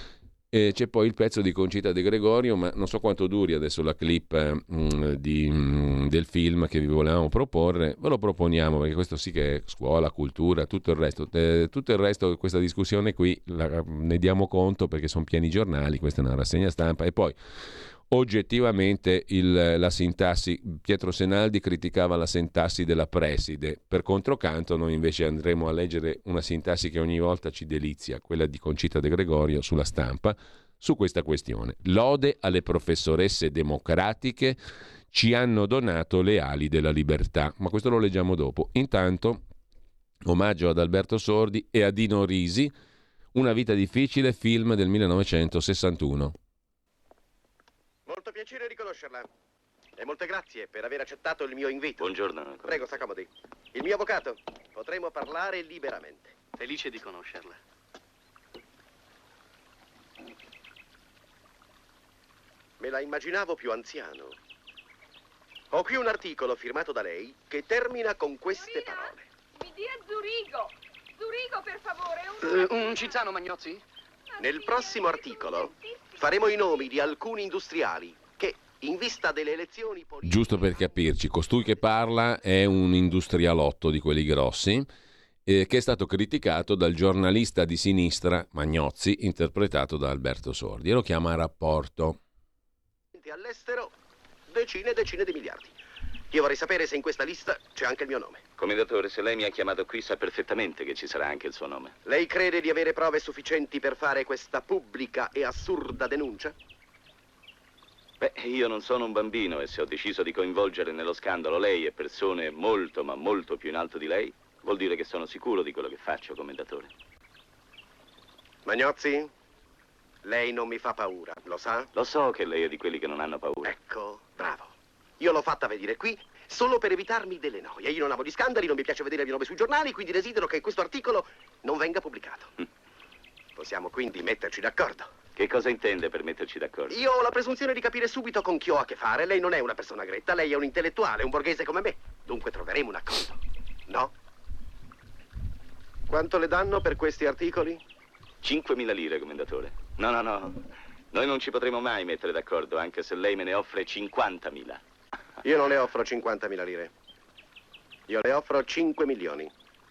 E c'è poi il pezzo di Concita De Gregorio, ma non so quanto duri adesso la clip mh, di, mh, del film che vi volevamo proporre. Ve lo proponiamo perché questo sì che è scuola, cultura, tutto il resto. Eh, tutto il resto di questa discussione qui la, ne diamo conto perché sono pieni giornali, questa è una rassegna stampa. E poi oggettivamente il, la sintassi, Pietro Senaldi criticava la sintassi della preside, per controcanto noi invece andremo a leggere una sintassi che ogni volta ci delizia, quella di Concita De Gregorio sulla Stampa, su questa questione. Lode alle professoresse democratiche, ci hanno donato le ali della libertà, ma questo lo leggiamo dopo. Intanto omaggio ad Alberto Sordi e a Dino Risi, Una vita difficile, film del millenovecentosessantuno. Molto piacere riconoscerla e molte grazie per aver accettato il mio invito. Buongiorno. Prego, s'accomodi. Il mio avvocato. Potremo parlare liberamente. Felice di conoscerla. Me la immaginavo più anziano. Ho qui un articolo firmato da lei che termina con queste Signorina, parole. mi dia Zurigo. Zurigo, per favore. Un, Uh, un Cinzano Magnozzi? Nel prossimo articolo faremo i nomi di alcuni industriali che, in vista delle elezioni politiche... Giusto per capirci, costui che parla è un industrialotto di quelli grossi, eh, che è stato criticato dal giornalista di sinistra Magnozzi, interpretato da Alberto Sordi, e lo chiama Rapporto. All'estero decine e decine di miliardi. Io vorrei sapere se in questa lista c'è anche il mio nome. Commendatore, se lei mi ha chiamato qui sa perfettamente che ci sarà anche il suo nome. Lei crede di avere prove sufficienti per fare questa pubblica e assurda denuncia? Beh, io non sono un bambino e se ho deciso di coinvolgere nello scandalo lei e persone molto ma molto più in alto di lei, vuol dire che sono sicuro di quello che faccio, commendatore. Magnozzi, lei non mi fa paura, lo sa? Lo so che lei è di quelli che non hanno paura. Ecco, bravo. Io l'ho fatta venire qui solo per evitarmi delle noie. Io non amo gli scandali, non mi piace vedere il mio nome sui giornali, quindi desidero che questo articolo non venga pubblicato. Mm. Possiamo quindi metterci d'accordo. Che cosa intende per metterci d'accordo? Io ho la presunzione di capire subito con chi ho a che fare. Lei non è una persona gretta, lei è un intellettuale, un borghese come me. Dunque troveremo un accordo, no? Quanto le danno per questi articoli? cinquemila lire, commendatore. No, no, no. Noi non ci potremo mai mettere d'accordo, anche se lei me ne offre cinquantamila. Io non le offro cinquantamila lire. Io le offro cinque milioni.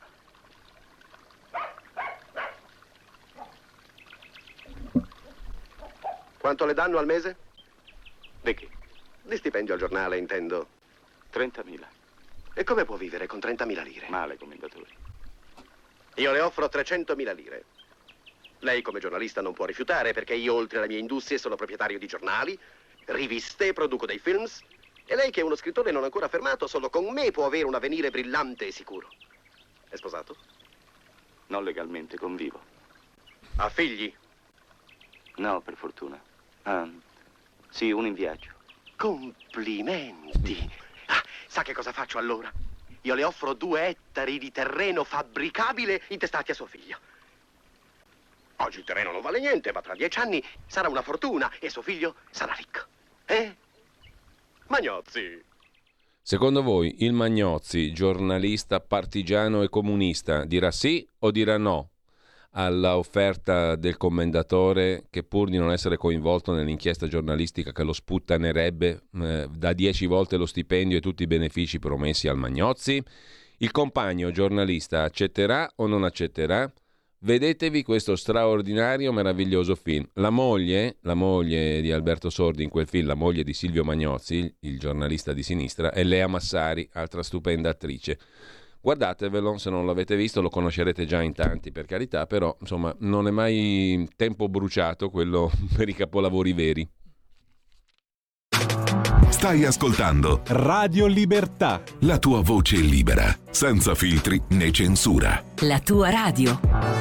Quanto le danno al mese? Di che? Di stipendio al giornale, intendo. trentamila. E come può vivere con trentamila lire? Male, commendatore. Io le offro trecentomila lire. Lei come giornalista non può rifiutare, perché io oltre alle mie industrie sono proprietario di giornali, riviste, produco dei films. E lei che è uno scrittore non ancora affermato, solo con me può avere un avvenire brillante e sicuro. È sposato? Non legalmente, convivo. Ha figli? No, per fortuna. Ah, sì, uno in viaggio. Complimenti. Ah, sa che cosa faccio allora? Io le offro due ettari di terreno fabbricabile intestati a suo figlio. Oggi il terreno non vale niente, ma tra dieci anni sarà una fortuna e suo figlio sarà ricco. Eh? Magnozzi. Secondo voi il Magnozzi, giornalista partigiano e comunista, dirà sì o dirà no alla offerta del commendatore che, pur di non essere coinvolto nell'inchiesta giornalistica che lo sputtanerebbe, eh, dà dieci volte lo stipendio e tutti i benefici promessi al Magnozzi? Il compagno giornalista accetterà o non accetterà? Vedetevi questo straordinario, meraviglioso film. La moglie, la moglie di Alberto Sordi in quel film, la moglie di Silvio Magnozzi, il giornalista di sinistra, è Lea Massari, altra stupenda attrice. Guardatevelo, se non l'avete visto lo conoscerete già in tanti, per carità, però insomma non è mai tempo bruciato quello per i capolavori veri. Stai ascoltando Radio Libertà, la tua voce libera, senza filtri né censura. La tua radio.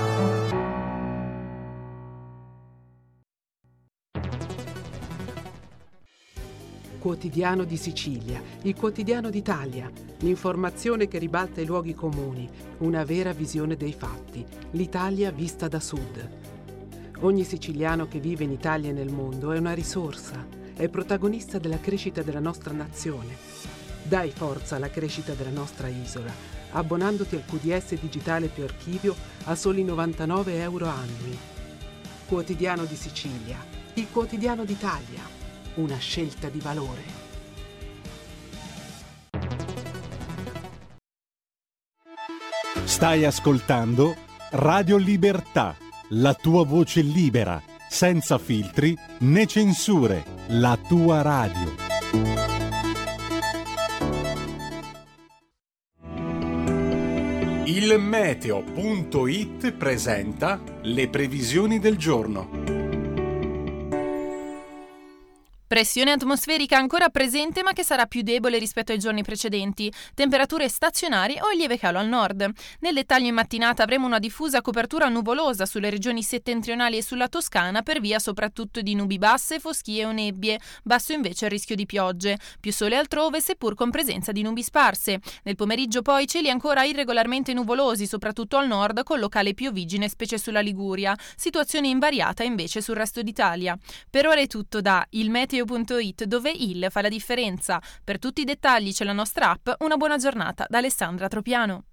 Quotidiano di Sicilia, il quotidiano d'Italia, l'informazione che ribalta i luoghi comuni, una vera visione dei fatti, l'Italia vista da sud. Ogni siciliano che vive in Italia e nel mondo è una risorsa, è protagonista della crescita della nostra nazione. Dai forza alla crescita della nostra isola, abbonandoti al Q D S digitale più archivio a soli novantanove euro annui. Quotidiano di Sicilia, il quotidiano d'Italia. Una scelta di valore. stai ascoltando Radio Libertà, la tua voce libera, senza filtri né censure, la tua radio. Il meteo punto it presenta le previsioni del giorno. Pressione atmosferica ancora presente ma che sarà più debole rispetto ai giorni precedenti. Temperature stazionarie o lieve calo al nord. Nel dettaglio in mattinata avremo una diffusa copertura nuvolosa sulle regioni settentrionali e sulla Toscana per via soprattutto di nubi basse, foschie o nebbie. Basso invece il rischio di piogge. Più sole altrove seppur con presenza di nubi sparse. Nel pomeriggio poi cieli ancora irregolarmente nuvolosi soprattutto al nord con locale pioviggine specie sulla Liguria. Situazione invariata invece sul resto d'Italia. Per ora è tutto da Il Meteo punto it dove il fa la differenza. Per tutti i dettagli c'è la nostra app. Una buona giornata da Alessandra Tropiano.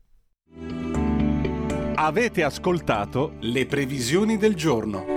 Avete ascoltato le previsioni del giorno.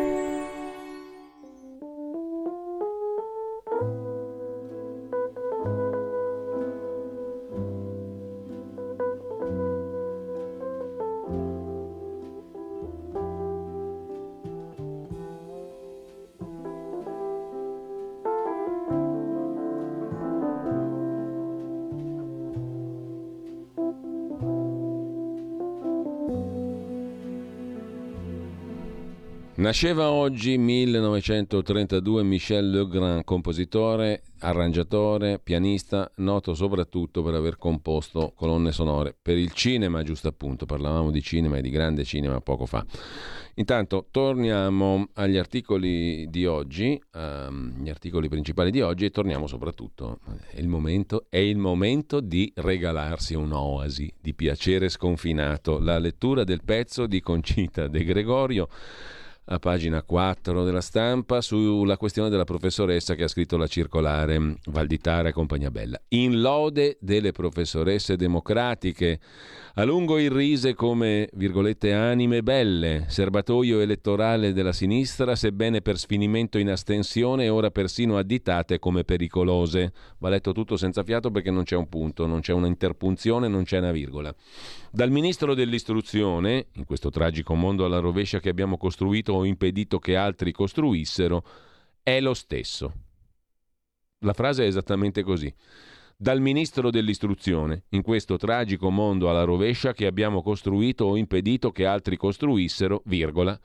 Nasceva oggi millenovecentotrentadue Michel Legrand, compositore, arrangiatore, pianista, noto soprattutto per aver composto colonne sonore per il cinema, giusto appunto, parlavamo di cinema e di grande cinema poco fa. Intanto torniamo agli articoli di oggi, um, gli articoli principali di oggi, e torniamo soprattutto, è il momento, è il momento di regalarsi un'oasi di piacere sconfinato, la lettura del pezzo di Concita De Gregorio, a pagina quattro della Stampa, sulla questione della professoressa che ha scritto la circolare Valditara e compagnia bella. In lode delle professoresse democratiche, a lungo irrise come, virgolette, anime belle, serbatoio elettorale della sinistra, sebbene per sfinimento in astensione e ora persino additate come pericolose. Va letto tutto senza fiato perché non c'è un punto, non c'è una interpunzione, non c'è una virgola. Dal ministro dell'istruzione, in questo tragico mondo alla rovescia che abbiamo costruito o impedito che altri costruissero, è lo stesso. La frase è esattamente così. Dal ministro dell'istruzione, in questo tragico mondo alla rovescia che abbiamo costruito o impedito che altri costruissero, virgola,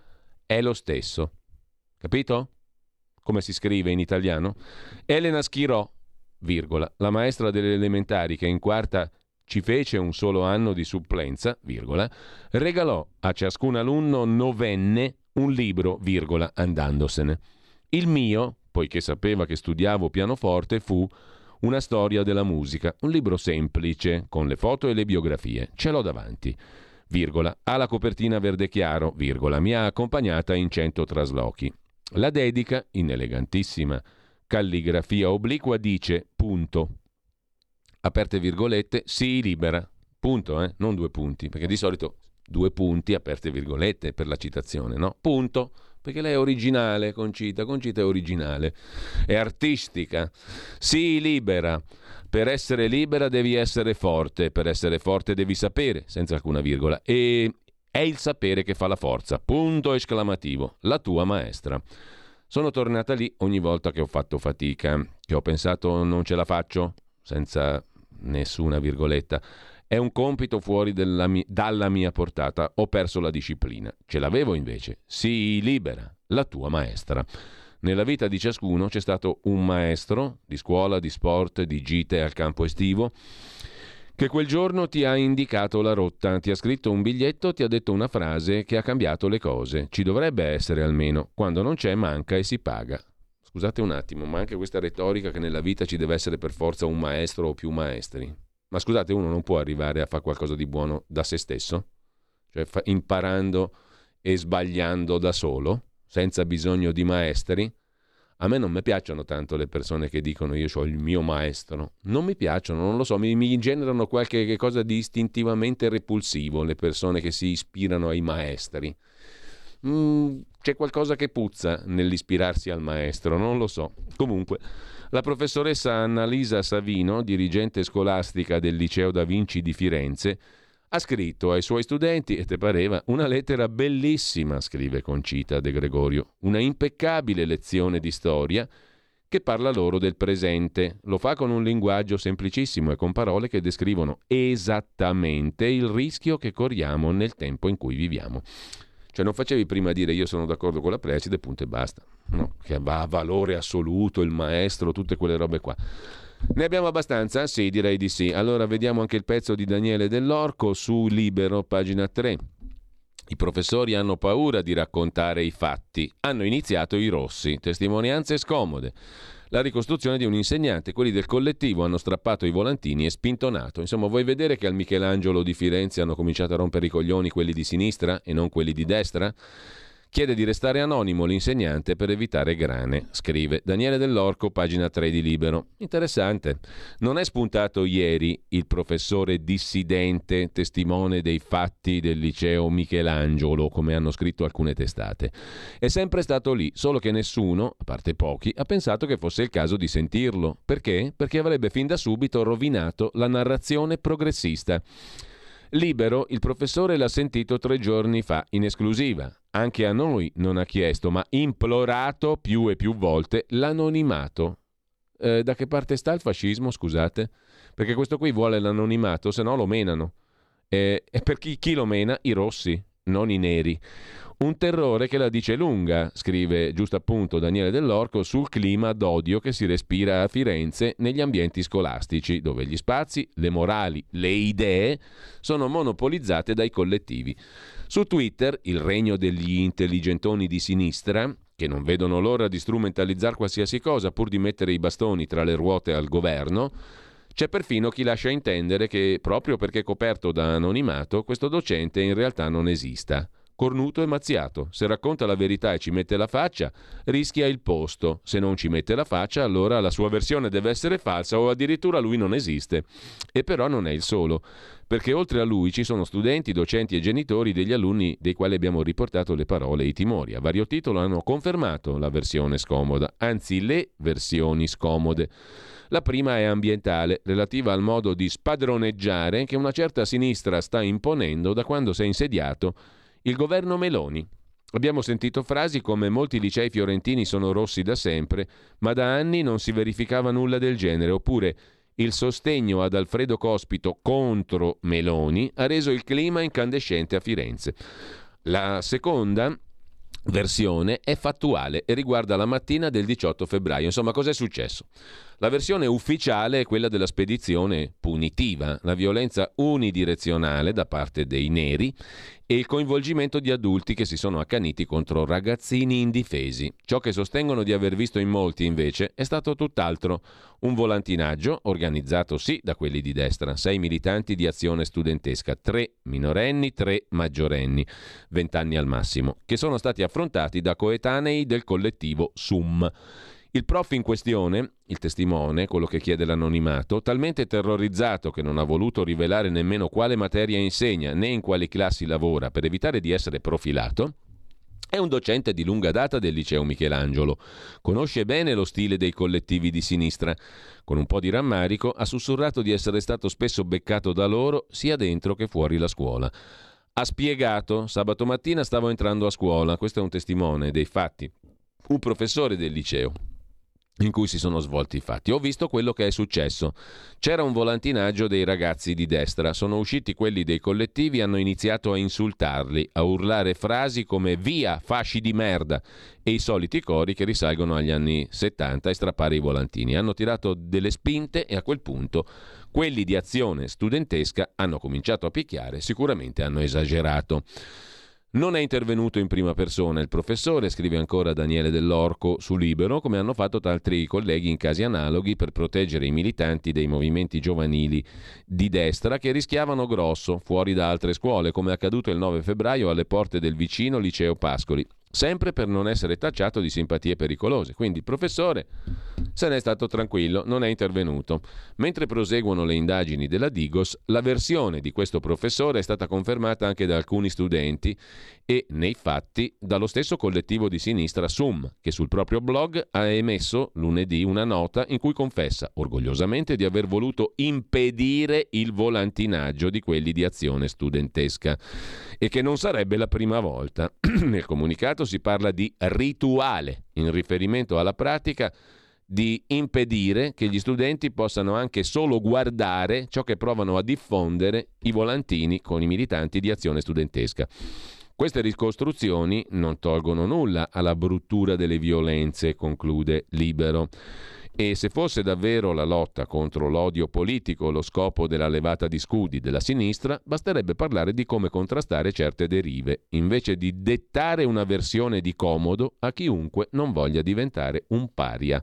è lo stesso. Capito? Come si scrive in italiano? Elena Schirò, virgola, la maestra delle elementari che in quarta ci fece un solo anno di supplenza, virgola, regalò a ciascun alunno novenne un libro, virgola, andandosene. Il mio, poiché sapeva che studiavo pianoforte, fu Una storia della musica, un libro semplice, con le foto e le biografie. Ce l'ho davanti, virgola, ha la copertina verde chiaro, virgola, mi ha accompagnata in cento traslochi. La dedica, in elegantissima calligrafia obliqua, dice, punto, aperte virgolette, si libera, punto, eh? Non due punti, perché di solito due punti, aperte virgolette, per la citazione, no? Punto, perché lei è originale, Concita, Concita è originale, è artistica, si libera. Per essere libera devi essere forte, per essere forte devi sapere, senza alcuna virgola, e è il sapere che fa la forza, punto esclamativo, la tua maestra. Sono tornata lì ogni volta che ho fatto fatica, che ho pensato non ce la faccio, senza nessuna virgoletta. È un compito fuori della mi- dalla mia portata, ho perso la disciplina. Ce l'avevo invece, si libera, la tua maestra. Nella vita di ciascuno c'è stato un maestro di scuola, di sport, di gite al campo estivo, che quel giorno ti ha indicato la rotta, ti ha scritto un biglietto, ti ha detto una frase che ha cambiato le cose. Ci dovrebbe essere almeno. Quando non c'è, manca e si paga. Scusate un attimo, ma anche questa retorica che nella vita ci deve essere per forza un maestro o più maestri. Ma scusate, uno non può arrivare a fare qualcosa di buono da se stesso? Cioè fa- imparando e sbagliando da solo, senza bisogno di maestri? A me non mi piacciono tanto le persone che dicono io ho il mio maestro. Non mi piacciono, non lo so, mi, mi generano qualche cosa di istintivamente repulsivo le persone che si ispirano ai maestri. Mm, c'è qualcosa che puzza nell'ispirarsi al maestro, non lo so. Comunque, la professoressa Annalisa Savino, dirigente scolastica del Liceo Da Vinci di Firenze, ha scritto ai suoi studenti, e te pareva, una lettera bellissima, scrive Concita De Gregorio, una impeccabile lezione di storia che parla loro del presente. Lo fa con un linguaggio semplicissimo e con parole che descrivono esattamente il rischio che corriamo nel tempo in cui viviamo. Cioè non facevi prima dire io sono d'accordo con la preside, punto e basta. No, che va a valore assoluto il maestro, tutte quelle robe qua. Ne abbiamo abbastanza? Sì, direi di sì. Allora vediamo anche il pezzo di Daniele Dell'Orco su Libero, pagina tre. I professori hanno paura di raccontare i fatti. Hanno iniziato i rossi, testimonianze scomode. La ricostruzione di un insegnante, quelli del collettivo hanno strappato i volantini e spintonato. Insomma, vuoi vedere che al Michelangelo di Firenze hanno cominciato a rompere i coglioni quelli di sinistra e non quelli di destra? Chiede di restare anonimo l'insegnante per evitare grane, scrive Daniele Dell'Orco, pagina tre di Libero. Interessante. Non è spuntato ieri il professore dissidente, testimone dei fatti del liceo Michelangelo, come hanno scritto alcune testate. È sempre stato lì, solo che nessuno, a parte pochi, ha pensato che fosse il caso di sentirlo. Perché? Perché avrebbe fin da subito rovinato la narrazione progressista. Libero, il professore l'ha sentito tre giorni fa, in esclusiva. Anche a noi non ha chiesto, ma implorato più e più volte l'anonimato. Eh, da che parte sta il fascismo, scusate? Perché questo qui vuole l'anonimato, se no lo menano. Eh, e per chi, chi lo mena? I rossi, non i neri. Un terrore che la dice lunga, scrive giusto appunto Daniele Dell'Orco, sul clima d'odio che si respira a Firenze negli ambienti scolastici, dove gli spazi, le morali, le idee sono monopolizzate dai collettivi. Su Twitter, il regno degli intelligentoni di sinistra, che non vedono l'ora di strumentalizzare qualsiasi cosa pur di mettere i bastoni tra le ruote al governo, c'è perfino chi lascia intendere che, proprio perché coperto da anonimato, questo docente in realtà non esista. Cornuto e mazziato. Se racconta la verità e ci mette la faccia, rischia il posto. Se non ci mette la faccia, allora la sua versione deve essere falsa o addirittura lui non esiste. E però non è il solo, perché oltre a lui ci sono studenti, docenti e genitori degli alunni dei quali abbiamo riportato le parole e i timori. A vario titolo hanno confermato la versione scomoda, anzi le versioni scomode. La prima è ambientale, relativa al modo di spadroneggiare che una certa sinistra sta imponendo da quando si è insediato il governo Meloni. Abbiamo sentito frasi come molti licei fiorentini sono rossi da sempre, ma da anni non si verificava nulla del genere, oppure il sostegno ad Alfredo Cospito contro Meloni ha reso il clima incandescente a Firenze. La seconda versione è fattuale e riguarda la mattina del diciotto febbraio. Insomma, cos'è successo? La versione ufficiale è quella della spedizione punitiva, la violenza unidirezionale da parte dei neri e il coinvolgimento di adulti che si sono accaniti contro ragazzini indifesi. Ciò che sostengono di aver visto in molti, invece, è stato tutt'altro. Un volantinaggio organizzato sì da quelli di destra, sei militanti di Azione Studentesca, tre minorenni, tre maggiorenni, vent'anni al massimo, che sono stati affrontati da coetanei del collettivo S U M. Il prof in questione, il testimone, quello che chiede l'anonimato, talmente terrorizzato che non ha voluto rivelare nemmeno quale materia insegna né in quali classi lavora per evitare di essere profilato, è un docente di lunga data del liceo Michelangelo. Conosce bene lo stile dei collettivi di sinistra. Con un po' di rammarico ha sussurrato di essere stato spesso beccato da loro sia dentro che fuori la scuola. Ha spiegato: sabato mattina stavo entrando a scuola, questo è un testimone dei fatti, un professore del liceo in cui si sono svolti i fatti. Ho visto quello che è successo. C'era un volantinaggio dei ragazzi di destra, sono usciti quelli dei collettivi e hanno iniziato a insultarli, a urlare frasi come via, fasci di merda e i soliti cori che risalgono agli anni settanta e strappare i volantini. Hanno tirato delle spinte e a quel punto quelli di Azione Studentesca hanno cominciato a picchiare, sicuramente hanno esagerato. Non è intervenuto in prima persona il professore, scrive ancora Daniele Dell'Orco su Libero, come hanno fatto altri colleghi in casi analoghi per proteggere i militanti dei movimenti giovanili di destra che rischiavano grosso fuori da altre scuole, come è accaduto il nove febbraio alle porte del vicino liceo Pascoli, sempre per non essere tacciato di simpatie pericolose. Quindi il professore se n'è stato tranquillo, non è intervenuto. Mentre proseguono le indagini della Digos, la versione di questo professore è stata confermata anche da alcuni studenti e, nei fatti, dallo stesso collettivo di sinistra S U M, che sul proprio blog ha emesso lunedì una nota in cui confessa orgogliosamente di aver voluto impedire il volantinaggio di quelli di Azione Studentesca e che non sarebbe la prima volta. Nel comunicato si parla di rituale, in riferimento alla pratica di impedire che gli studenti possano anche solo guardare ciò che provano a diffondere i volantini con i militanti di Azione Studentesca. Queste ricostruzioni non tolgono nulla alla bruttura delle violenze, conclude Libero. E se fosse davvero la lotta contro l'odio politico lo scopo della levata di scudi della sinistra, basterebbe parlare di come contrastare certe derive, invece di dettare una versione di comodo a chiunque non voglia diventare un paria.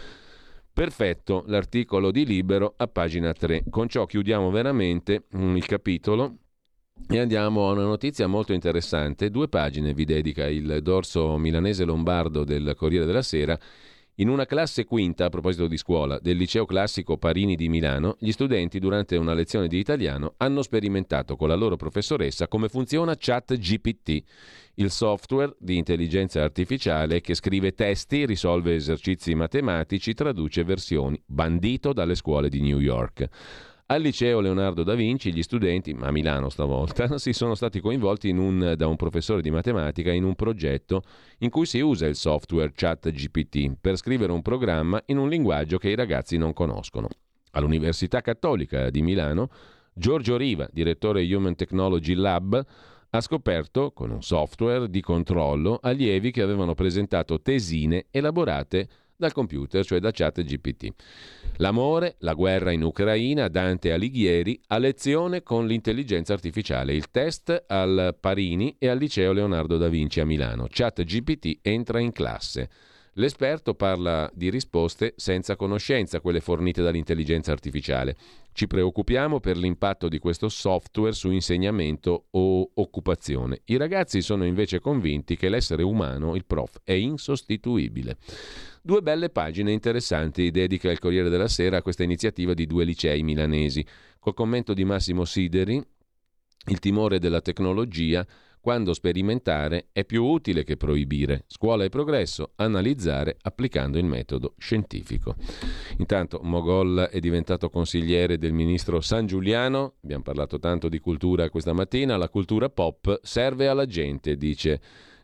Perfetto, l'articolo di Libero a pagina tre. Con ciò chiudiamo veramente il capitolo e andiamo a una notizia molto interessante. Due pagine vi dedica il dorso milanese lombardo del Corriere della Sera. In una classe quinta, a proposito di scuola, del liceo classico Parini di Milano, gli studenti durante una lezione di italiano hanno sperimentato con la loro professoressa come funziona ChatGPT, il software di intelligenza artificiale che scrive testi, risolve esercizi matematici, traduce versioni, bandito dalle scuole di New York. Al liceo Leonardo da Vinci gli studenti, a Milano stavolta, si sono stati coinvolti in un, da un professore di matematica in un progetto in cui si usa il software ChatGPT per scrivere un programma in un linguaggio che i ragazzi non conoscono. All'Università Cattolica di Milano, Giorgio Riva, direttore Human Technology Lab, ha scoperto, con un software di controllo, allievi che avevano presentato tesine elaborate dal computer, cioè da ChatGPT. L'amore, la guerra in Ucraina, Dante Alighieri, a lezione con l'intelligenza artificiale. Il test al Parini e al liceo Leonardo da Vinci a Milano. ChatGPT entra in classe. L'esperto parla di risposte senza conoscenza, quelle fornite dall'intelligenza artificiale. Ci preoccupiamo per l'impatto di questo software su insegnamento o occupazione. I ragazzi sono invece convinti che l'essere umano, il prof, è insostituibile. Due belle pagine interessanti dedica il Corriere della Sera a questa iniziativa di due licei milanesi. Col commento di Massimo Sideri, il timore della tecnologia, quando sperimentare è più utile che proibire. Scuola e progresso, analizzare applicando il metodo scientifico. Intanto Mogol è diventato consigliere del ministro Sangiuliano, abbiamo parlato tanto di cultura questa mattina, la cultura pop serve alla gente, dice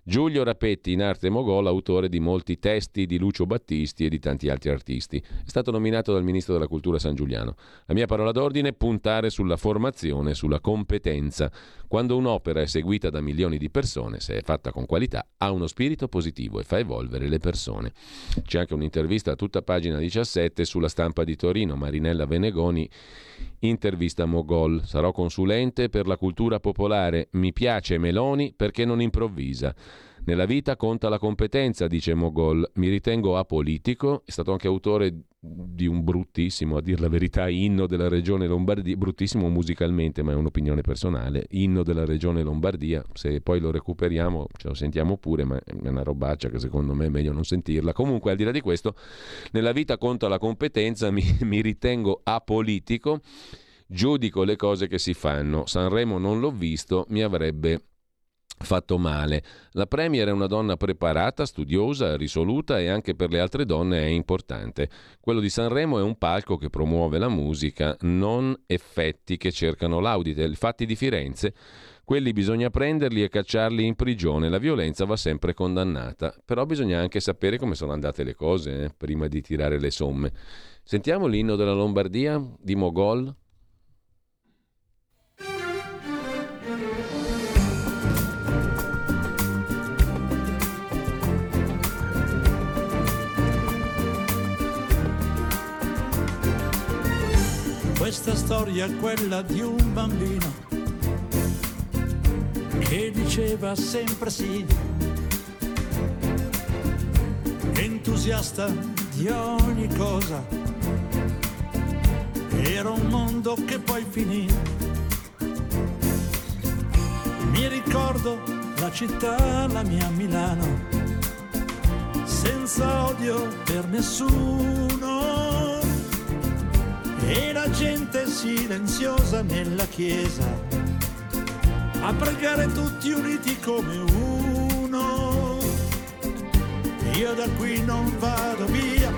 Giulio Rapetti, in arte Mogol, autore di molti testi di Lucio Battisti e di tanti altri artisti. È stato nominato dal Ministro della Cultura San Giuliano. La mia parola d'ordine è puntare sulla formazione, sulla competenza. Quando un'opera è seguita da milioni di persone, se è fatta con qualità, ha uno spirito positivo e fa evolvere le persone. C'è anche un'intervista a tutta pagina diciassette sulla Stampa di Torino. Marinella Venegoni intervista Mogol. Sarò consulente per la cultura popolare. Mi piace Meloni perché non improvvisa. Nella vita conta la competenza, dice Mogol. Mi ritengo apolitico. È stato anche autore di un bruttissimo, a dir la verità, inno della regione Lombardia. Bruttissimo musicalmente, ma è un'opinione personale. Inno della regione Lombardia. Se poi lo recuperiamo, ce lo sentiamo pure, ma è una robaccia che secondo me è meglio non sentirla. Comunque, al di là di questo, nella vita conta la competenza. Mi, mi ritengo apolitico. Giudico le cose che si fanno. Sanremo non l'ho visto, mi avrebbe fatto male. La premier è una donna preparata, studiosa, risoluta e anche per le altre donne è importante. Quello di Sanremo è un palco che promuove la musica, non effetti che cercano l'audite. I fatti di Firenze, quelli bisogna prenderli e cacciarli in prigione. La violenza va sempre condannata, però bisogna anche sapere come sono andate le cose eh, prima di tirare le somme. Sentiamo l'inno della Lombardia di Mogol. Questa storia è quella di un bambino che diceva sempre sì, entusiasta di ogni cosa. Era un mondo che poi finì. Mi ricordo la città, la mia Milano, senza odio per nessuno. E la gente silenziosa nella chiesa a pregare tutti uniti come uno. Io da qui non vado via.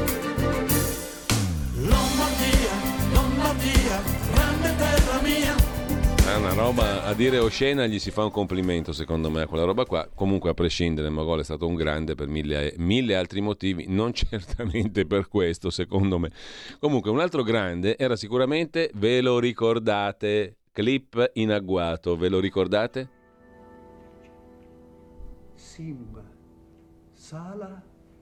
Lombardia, Lombardia, grande terra mia. È una roba, a dire oscena gli si fa un complimento secondo me a quella roba qua. Comunque, a prescindere, Mogol è stato un grande per mille, mille altri motivi, non certamente per questo secondo me. Comunque un altro grande era sicuramente, ve lo ricordate, Clip in agguato, ve lo ricordate? Simba Sala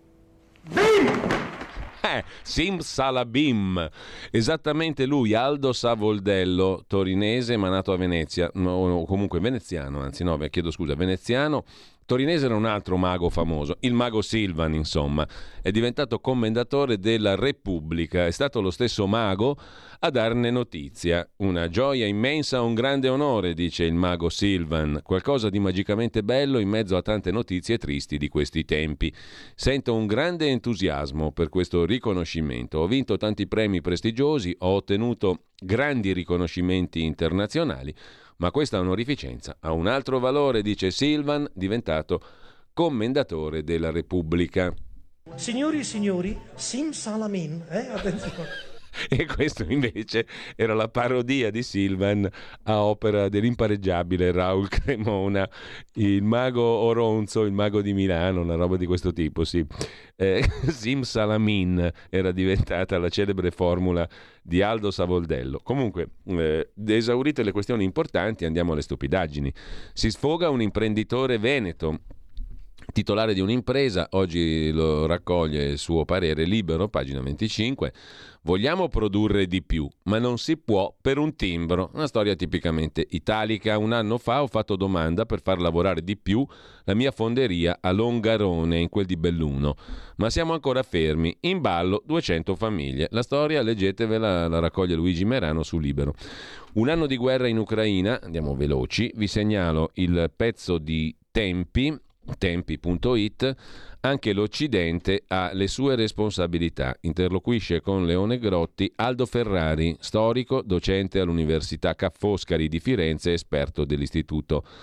Eh, Simsalabim, esattamente lui, Aldo Savoldello, torinese ma nato a Venezia, o comunque veneziano, anzi no, chiedo scusa, veneziano. Torinese era un altro mago famoso, il mago Silvan, insomma. È diventato commendatore della Repubblica, è stato lo stesso mago a darne notizia. Una gioia immensa, un grande onore, dice il mago Silvan. Qualcosa di magicamente bello in mezzo a tante notizie tristi di questi tempi. Sento un grande entusiasmo per questo riconoscimento. Ho vinto tanti premi prestigiosi, ho ottenuto grandi riconoscimenti internazionali, ma questa onorificenza ha un altro valore, dice Silvan, diventato commendatore della Repubblica. Signori e signori, Simsalamin, eh? Attenzione. E questo invece era la parodia di Silvan a opera dell'impareggiabile Raul Cremona, il mago Oronzo, il mago di Milano, una roba di questo tipo, sì. Eh, Simsalamin era diventata la celebre formula di Aldo Savoldello. Comunque, eh, esaurite le questioni importanti, andiamo alle stupidaggini. Si sfoga un imprenditore veneto, titolare di un'impresa, oggi lo raccoglie il suo parere Libero, pagina venticinque. Vogliamo produrre di più, ma non si può per un timbro. Una storia tipicamente italica. Un anno fa ho fatto domanda per far lavorare di più la mia fonderia a Longarone, in quel di Belluno. Ma siamo ancora fermi. In ballo duecento famiglie. La storia, leggetevela, la raccoglie Luigi Merano su Libero. Un anno di guerra in Ucraina, andiamo veloci, vi segnalo il pezzo di Tempi, tempi punto it. Anche l'Occidente ha le sue responsabilità. Interloquisce con Leone Grotti Aldo Ferrari, storico, docente all'Università Ca' Foscari di Firenze, esperto dell'Istituto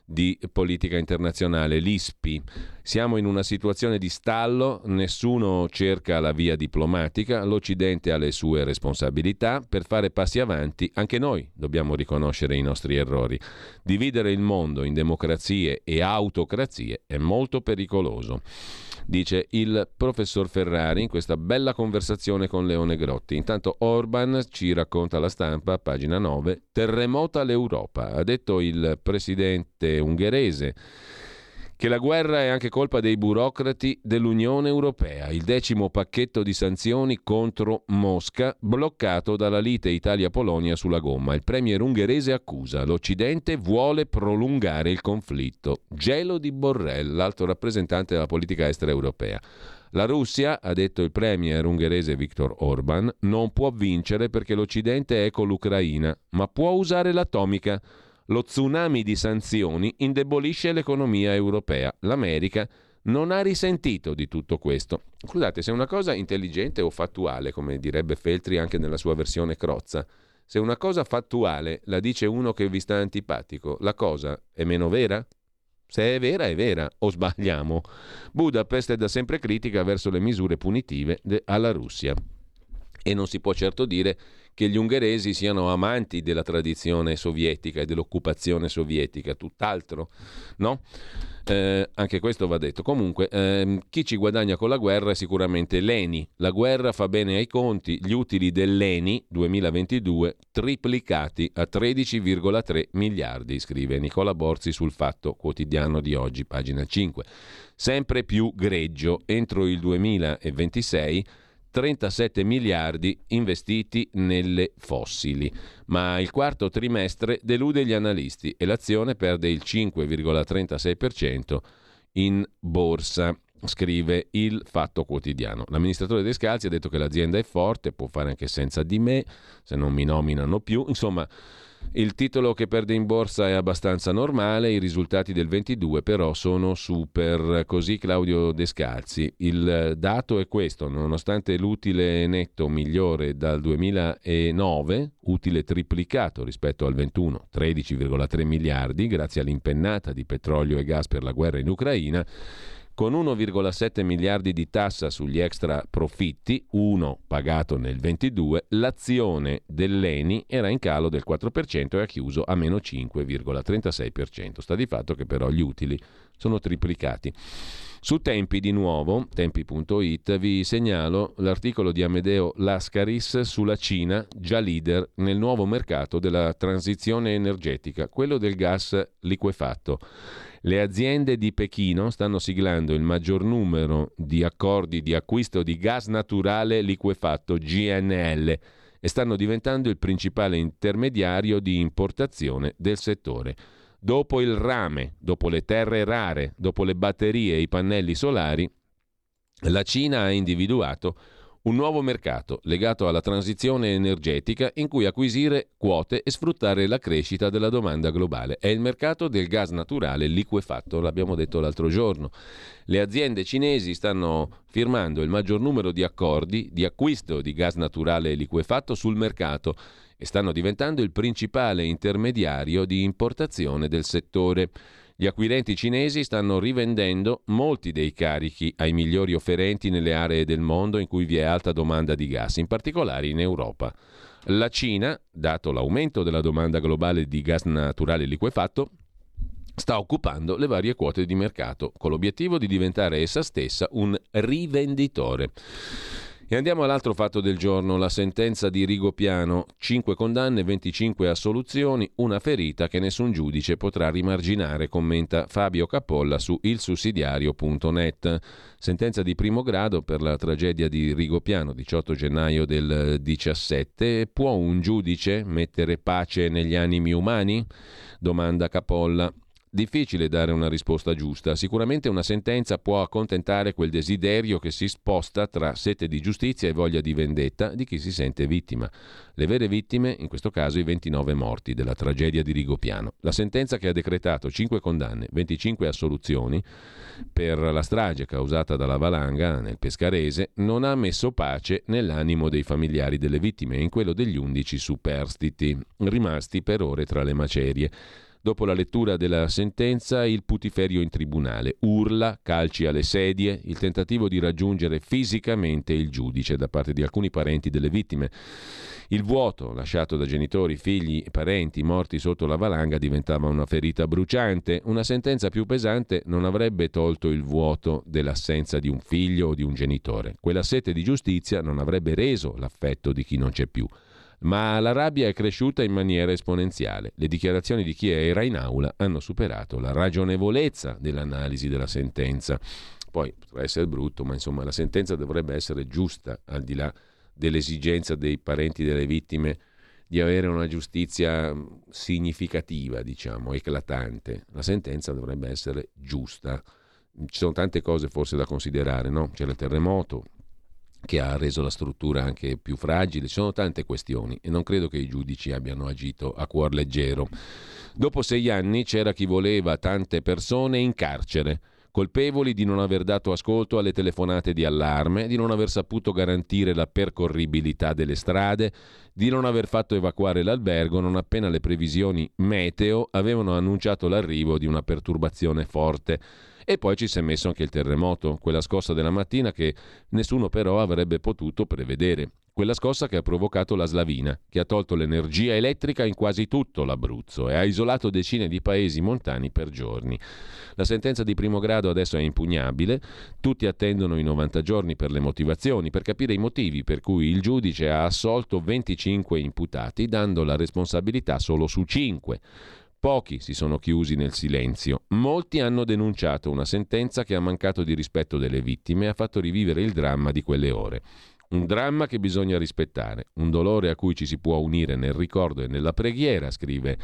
di politica internazionale, l'I S P I. Siamo in una situazione di stallo, nessuno cerca la via diplomatica, l'Occidente ha le sue responsabilità. Per fare passi avanti anche noi dobbiamo riconoscere i nostri errori. Dividere il mondo in democrazie e autocrazie è molto pericoloso, dice il professor Ferrari in questa bella conversazione con Leone Grotti. Intanto Orban ci racconta La Stampa, pagina nove, terremota l'Europa. Ha detto il presidente ungherese che la guerra è anche colpa dei burocrati dell'Unione Europea. Il decimo pacchetto di sanzioni contro Mosca bloccato dalla lite Italia-Polonia sulla gomma. Il premier ungherese accusa l'Occidente vuole prolungare il conflitto. Gelo di Borrell, l'alto rappresentante della politica estera europea. La Russia, ha detto il premier ungherese Viktor Orban, non può vincere perché l'Occidente è con l'Ucraina, ma può usare l'atomica. Lo tsunami di sanzioni indebolisce l'economia europea. L'America non ha risentito di tutto questo. Scusate, se una cosa intelligente o fattuale, come direbbe Feltri anche nella sua versione crozza, se una cosa fattuale la dice uno che vi sta antipatico, la cosa è meno vera? Se è vera, è vera, o sbagliamo? Budapest è da sempre critica verso le misure punitive de- alla Russia. E non si può certo dire che gli ungheresi siano amanti della tradizione sovietica e dell'occupazione sovietica, tutt'altro, no? Eh, anche questo va detto. Comunque, ehm, chi ci guadagna con la guerra è sicuramente l'E N I. La guerra fa bene ai conti, gli utili dell'E N I duemilaventidue triplicati a tredici virgola tre miliardi, scrive Nicola Borzi sul Fatto Quotidiano di oggi, pagina cinque. Sempre più greggio, entro il duemilaventisei trentasette miliardi investiti nelle fossili, ma il quarto trimestre delude gli analisti e l'azione perde il cinque virgola trentasei per cento in borsa, scrive il Fatto Quotidiano. L'amministratore Descalzi ha detto che l'azienda è forte, può fare anche senza di me, se non mi nominano più, insomma. Il titolo che perde in borsa è abbastanza normale, i risultati del ventidue però sono super, così Claudio Descalzi. Il dato è questo: nonostante l'utile netto migliore dal duemilanove, utile triplicato rispetto al ventuno, tredici virgola tre miliardi, grazie all'impennata di petrolio e gas per la guerra in Ucraina, con uno virgola sette miliardi di tassa sugli extra profitti, uno pagato nel ventidue, l'azione dell'E N I era in calo del quattro per cento e ha chiuso a meno cinque virgola trentasei per cento. Sta di fatto che però gli utili sono triplicati. Su Tempi di nuovo, tempi punto it, vi segnalo l'articolo di Amedeo Lascaris sulla Cina, già leader nel nuovo mercato della transizione energetica, quello del gas liquefatto. Le aziende di Pechino stanno siglando il maggior numero di accordi di acquisto di gas naturale liquefatto G N L e stanno diventando il principale intermediario di importazione del settore. Dopo il rame, dopo le terre rare, dopo le batterie e i pannelli solari, la Cina ha individuato un nuovo mercato legato alla transizione energetica in cui acquisire quote e sfruttare la crescita della domanda globale. È il mercato del gas naturale liquefatto, l'abbiamo detto l'altro giorno. Le aziende cinesi stanno firmando il maggior numero di accordi di acquisto di gas naturale liquefatto sul mercato e stanno diventando il principale intermediario di importazione del settore. Gli acquirenti cinesi stanno rivendendo molti dei carichi ai migliori offerenti nelle aree del mondo in cui vi è alta domanda di gas, in particolare in Europa. La Cina, dato l'aumento della domanda globale di gas naturale liquefatto, sta occupando le varie quote di mercato, con l'obiettivo di diventare essa stessa un rivenditore. E andiamo all'altro fatto del giorno, la sentenza di Rigopiano, cinque condanne, venticinque assoluzioni, una ferita che nessun giudice potrà rimarginare, commenta Fabio Capolla su il sussidiario punto net. Sentenza di primo grado per la tragedia di Rigopiano, diciotto gennaio del diciassette. Può un giudice mettere pace negli animi umani? Domanda Capolla. Difficile dare una risposta giusta. Sicuramente una sentenza può accontentare quel desiderio che si sposta tra sete di giustizia e voglia di vendetta di chi si sente vittima. Le vere vittime, in questo caso i ventinove morti della tragedia di Rigopiano. La sentenza che ha decretato cinque condanne, venticinque assoluzioni per la strage causata dalla valanga nel Pescarese non ha messo pace nell'animo dei familiari delle vittime e in quello degli undici superstiti, rimasti per ore tra le macerie. Dopo la lettura della sentenza, il putiferio in tribunale, urla, calci alle sedie, il tentativo di raggiungere fisicamente il giudice da parte di alcuni parenti delle vittime. Il vuoto lasciato da genitori, figli e parenti morti sotto la valanga diventava una ferita bruciante. Una sentenza più pesante non avrebbe tolto il vuoto dell'assenza di un figlio o di un genitore. Quella sete di giustizia non avrebbe reso l'affetto di chi non c'è più. Ma la rabbia è cresciuta in maniera esponenziale. Le dichiarazioni di chi era in aula hanno superato la ragionevolezza dell'analisi della sentenza. Poi potrà essere brutto, ma insomma la sentenza dovrebbe essere giusta, al di là dell'esigenza dei parenti delle vittime di avere una giustizia significativa, diciamo, eclatante. La sentenza dovrebbe essere giusta. Ci sono tante cose forse da considerare, no? C'è il terremoto che ha reso la struttura anche più fragile, ci sono tante questioni e non credo che i giudici abbiano agito a cuor leggero. Dopo sei anni c'era chi voleva tante persone in carcere, colpevoli di non aver dato ascolto alle telefonate di allarme, di non aver saputo garantire la percorribilità delle strade, di non aver fatto evacuare l'albergo non appena le previsioni meteo avevano annunciato l'arrivo di una perturbazione forte. E poi ci si è messo anche il terremoto, quella scossa della mattina che nessuno però avrebbe potuto prevedere. Quella scossa che ha provocato la slavina, che ha tolto l'energia elettrica in quasi tutto l'Abruzzo e ha isolato decine di paesi montani per giorni. La sentenza di primo grado adesso è impugnabile, tutti attendono i novanta giorni per le motivazioni, per capire i motivi per cui il giudice ha assolto venticinque imputati, dando la responsabilità solo su cinque. Pochi si sono chiusi nel silenzio. Molti hanno denunciato una sentenza che ha mancato di rispetto delle vittime e ha fatto rivivere il dramma di quelle ore. Un dramma che bisogna rispettare, un dolore a cui ci si può unire nel ricordo e nella preghiera, scrive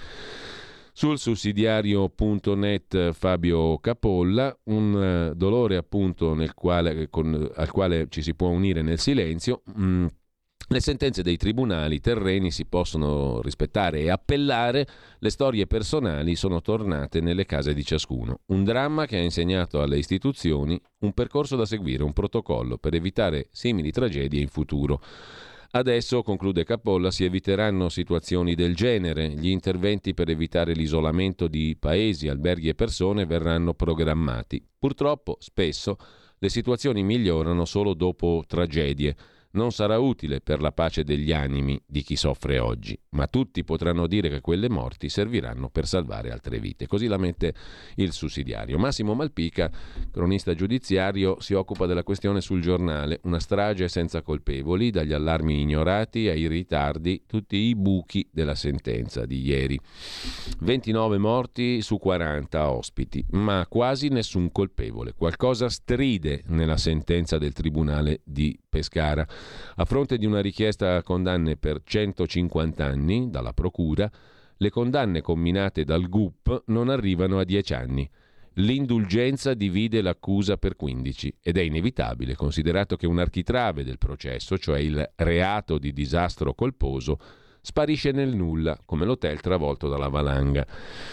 sul sussidiario punto net Fabio Capolla, un dolore appunto nel quale, con, al quale ci si può unire nel silenzio. Mm. Le sentenze dei tribunali terreni si possono rispettare e appellare, le storie personali sono tornate nelle case di ciascuno. Un dramma che ha insegnato alle istituzioni un percorso da seguire, un protocollo per evitare simili tragedie in futuro. Adesso, conclude Capolla, si eviteranno situazioni del genere. Gli interventi per evitare l'isolamento di paesi, alberghi e persone verranno programmati. Purtroppo, spesso, le situazioni migliorano solo dopo tragedie. Non sarà utile per la pace degli animi di chi soffre oggi, ma tutti potranno dire che quelle morti serviranno per salvare altre vite. Così la mette il sussidiario. Massimo Malpica, cronista giudiziario, si occupa della questione sul Giornale. Una strage senza colpevoli, dagli allarmi ignorati ai ritardi, tutti i buchi della sentenza di ieri. ventinove morti su quaranta ospiti, ma quasi nessun colpevole. Qualcosa stride nella sentenza del Tribunale di Pescara. A fronte di una richiesta a condanne per centocinquanta anni dalla Procura, le condanne comminate dal G U P non arrivano a dieci anni. L'indulgenza divide l'accusa per quindici ed è inevitabile, considerato che un architrave del processo, cioè il reato di disastro colposo, sparisce nel nulla, come l'hotel travolto dalla valanga.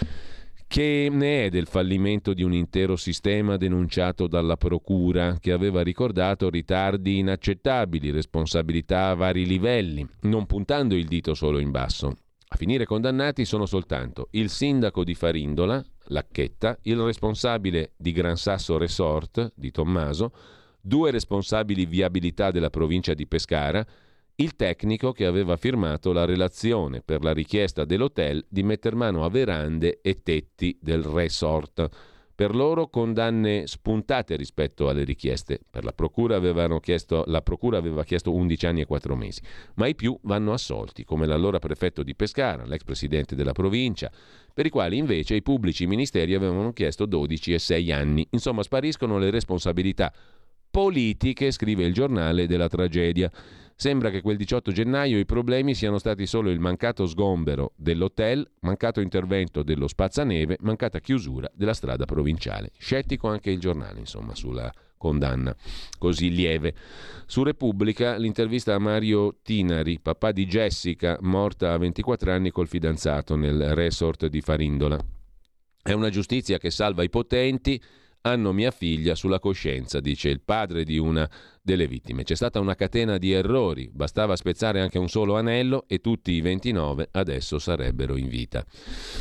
Che ne è del fallimento di un intero sistema denunciato dalla Procura, che aveva ricordato ritardi inaccettabili, responsabilità a vari livelli, non puntando il dito solo in basso. A finire condannati sono soltanto il sindaco di Farindola, Lacchetta, il responsabile di Gran Sasso Resort, di Tommaso, due responsabili viabilità della provincia di Pescara, il tecnico che aveva firmato la relazione per la richiesta dell'hotel di metter mano a verande e tetti del resort. Per loro condanne spuntate rispetto alle richieste. Per la procura avevano chiesto, la procura aveva chiesto undici anni e quattro mesi, ma i più vanno assolti, come l'allora prefetto di Pescara, l'ex presidente della provincia, per i quali invece i pubblici ministeri avevano chiesto dodici e sei anni. Insomma, spariscono le responsabilità politiche, scrive il Giornale, della tragedia. Sembra che quel diciotto gennaio i problemi siano stati solo il mancato sgombero dell'hotel, mancato intervento dello spazzaneve, mancata chiusura della strada provinciale. Scettico anche il Giornale, insomma, sulla condanna così lieve. Su Repubblica l'intervista a Mario Tinari, papà di Jessica, morta a ventiquattro anni col fidanzato nel resort di Farindola. È una giustizia che salva i potenti. Hanno mia figlia sulla coscienza, dice il padre di una delle vittime. C'è stata una catena di errori, bastava spezzare anche un solo anello e tutti i ventinove adesso sarebbero in vita.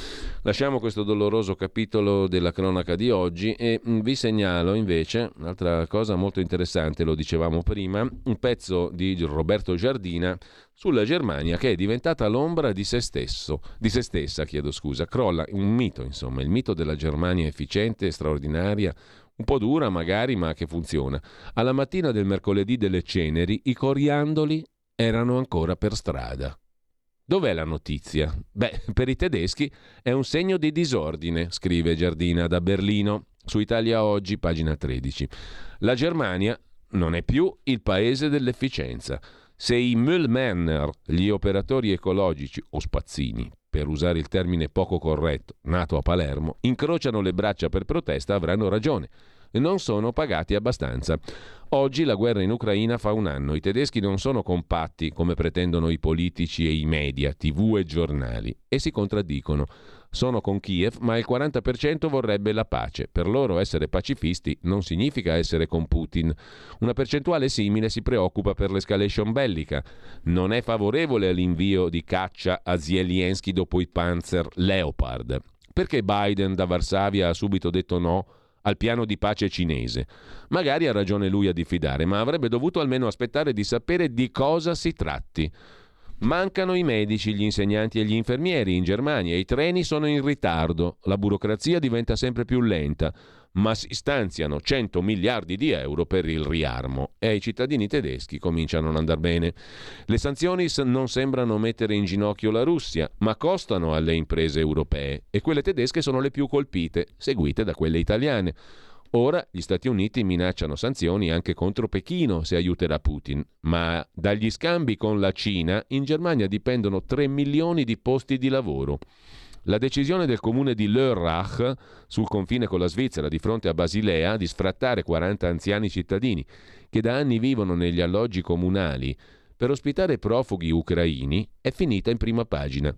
Lasciamo questo doloroso capitolo della cronaca di oggi e vi segnalo invece un'altra cosa molto interessante, lo dicevamo prima, un pezzo di Roberto Giardina sulla Germania che è diventata l'ombra di se stesso, di se stessa, chiedo scusa, crolla un mito, insomma, il mito della Germania efficiente, straordinaria, un po' dura magari, ma che funziona. Alla mattina del mercoledì delle ceneri i coriandoli erano ancora per strada. Dov'è la notizia? Beh, per i tedeschi è un segno di disordine, scrive Giardina da Berlino, su Italia Oggi, pagina tredici. La Germania non è più il paese dell'efficienza. Se i Müllmänner, gli operatori ecologici o spazzini, per usare il termine poco corretto, nato a Palermo, incrociano le braccia per protesta, avranno ragione. Non sono pagati abbastanza. Oggi la guerra in Ucraina fa un anno. I tedeschi non sono compatti come pretendono i politici e i media, tivù e giornali, e si contraddicono. Sono con Kiev, ma il quaranta per cento vorrebbe la pace. Per loro essere pacifisti non significa essere con Putin. Una percentuale simile si preoccupa per l'escalation bellica. Non è favorevole all'invio di caccia a Zelensky dopo i Panzer Leopard. Perché Biden da Varsavia ha subito detto no al piano di pace cinese? Magari ha ragione lui a diffidare, ma avrebbe dovuto almeno aspettare di sapere di cosa si tratti. Mancano i medici, gli insegnanti e gli infermieri in Germania, i treni sono in ritardo, la burocrazia diventa sempre più lenta, ma si stanziano cento miliardi di euro per il riarmo e ai cittadini tedeschi comincia a non andar bene. Le sanzioni non sembrano mettere in ginocchio la Russia, ma costano alle imprese europee e quelle tedesche sono le più colpite, seguite da quelle italiane. Ora gli Stati Uniti minacciano sanzioni anche contro Pechino se aiuterà Putin, ma dagli scambi con la Cina in Germania dipendono tre milioni di posti di lavoro. La decisione del comune di Lörrach, sul confine con la Svizzera, di fronte a Basilea, di sfrattare quaranta anziani cittadini che da anni vivono negli alloggi comunali per ospitare profughi ucraini, è finita in prima pagina.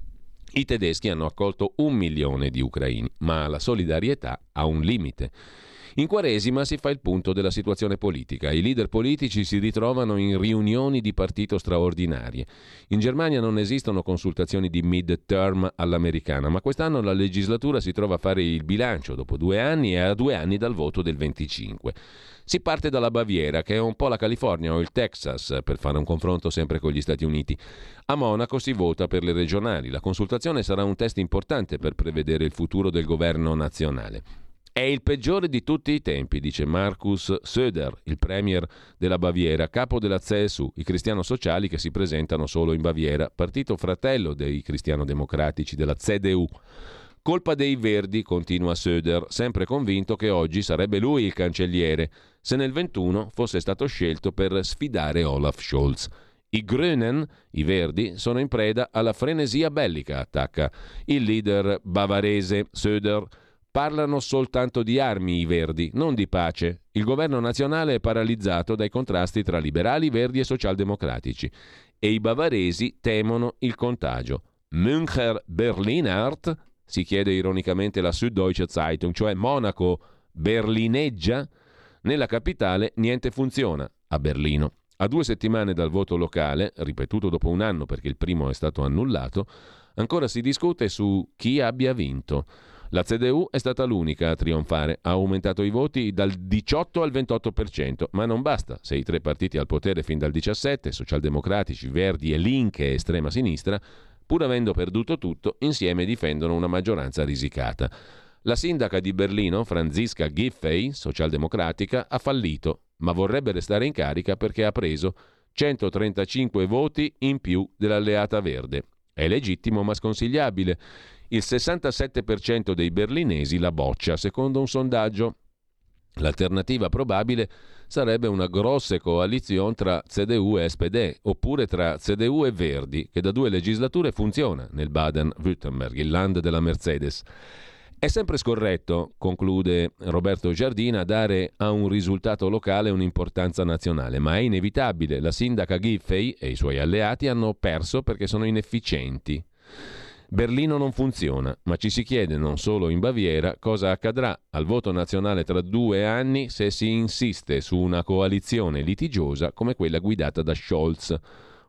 I tedeschi hanno accolto un milione di ucraini, ma la solidarietà ha un limite. In Quaresima si fa il punto della situazione politica. I leader politici si ritrovano in riunioni di partito straordinarie. In Germania non esistono consultazioni di mid-term all'americana, ma quest'anno la legislatura si trova a fare il bilancio dopo due anni e a due anni dal voto del venticinque. Si parte dalla Baviera, che è un po' la California o il Texas, per fare un confronto sempre con gli Stati Uniti. A Monaco si vota per le regionali. La consultazione sarà un test importante per prevedere il futuro del governo nazionale. È il peggiore di tutti i tempi, dice Markus Söder, il premier della Baviera, capo della C S U, i cristiano-sociali che si presentano solo in Baviera, partito fratello dei cristiano-democratici della C D U. Colpa dei Verdi, continua Söder, sempre convinto che oggi sarebbe lui il cancelliere, se nel ventuno fosse stato scelto per sfidare Olaf Scholz. I Grünen, i Verdi, sono in preda alla frenesia bellica, attacca il leader bavarese Söder. Parlano soltanto di armi i Verdi, non di pace. Il governo nazionale è paralizzato dai contrasti tra liberali, verdi e socialdemocratici. E i bavaresi temono il contagio. Müncher Berlinert, si chiede ironicamente la Süddeutsche Zeitung, cioè Monaco berlineggia? Nella capitale niente funziona, a Berlino. A due settimane dal voto locale, ripetuto dopo un anno perché il primo è stato annullato, ancora si discute su chi abbia vinto. La C D U è stata l'unica a trionfare, ha aumentato i voti dal diciotto al ventotto per cento, ma non basta. Se i tre partiti al potere fin dal diciassette, socialdemocratici, verdi e Linke e estrema sinistra, pur avendo perduto tutto, insieme difendono una maggioranza risicata. La sindaca di Berlino, Franziska Giffey, socialdemocratica, ha fallito, ma vorrebbe restare in carica perché ha preso centotrentacinque voti in più dell'alleata verde. È legittimo ma sconsigliabile. Il sessantasette per cento dei berlinesi la boccia, secondo un sondaggio. L'alternativa probabile sarebbe una grossa coalizione tra C D U e S P D, oppure tra C D U e Verdi, che da due legislature funziona nel Baden-Württemberg, il land della Mercedes. È sempre scorretto, conclude Roberto Giardina, dare a un risultato locale un'importanza nazionale, ma è inevitabile. La sindaca Giffey e i suoi alleati hanno perso perché sono inefficienti. Berlino non funziona, ma ci si chiede non solo in Baviera cosa accadrà al voto nazionale tra due anni se si insiste su una coalizione litigiosa come quella guidata da Scholz.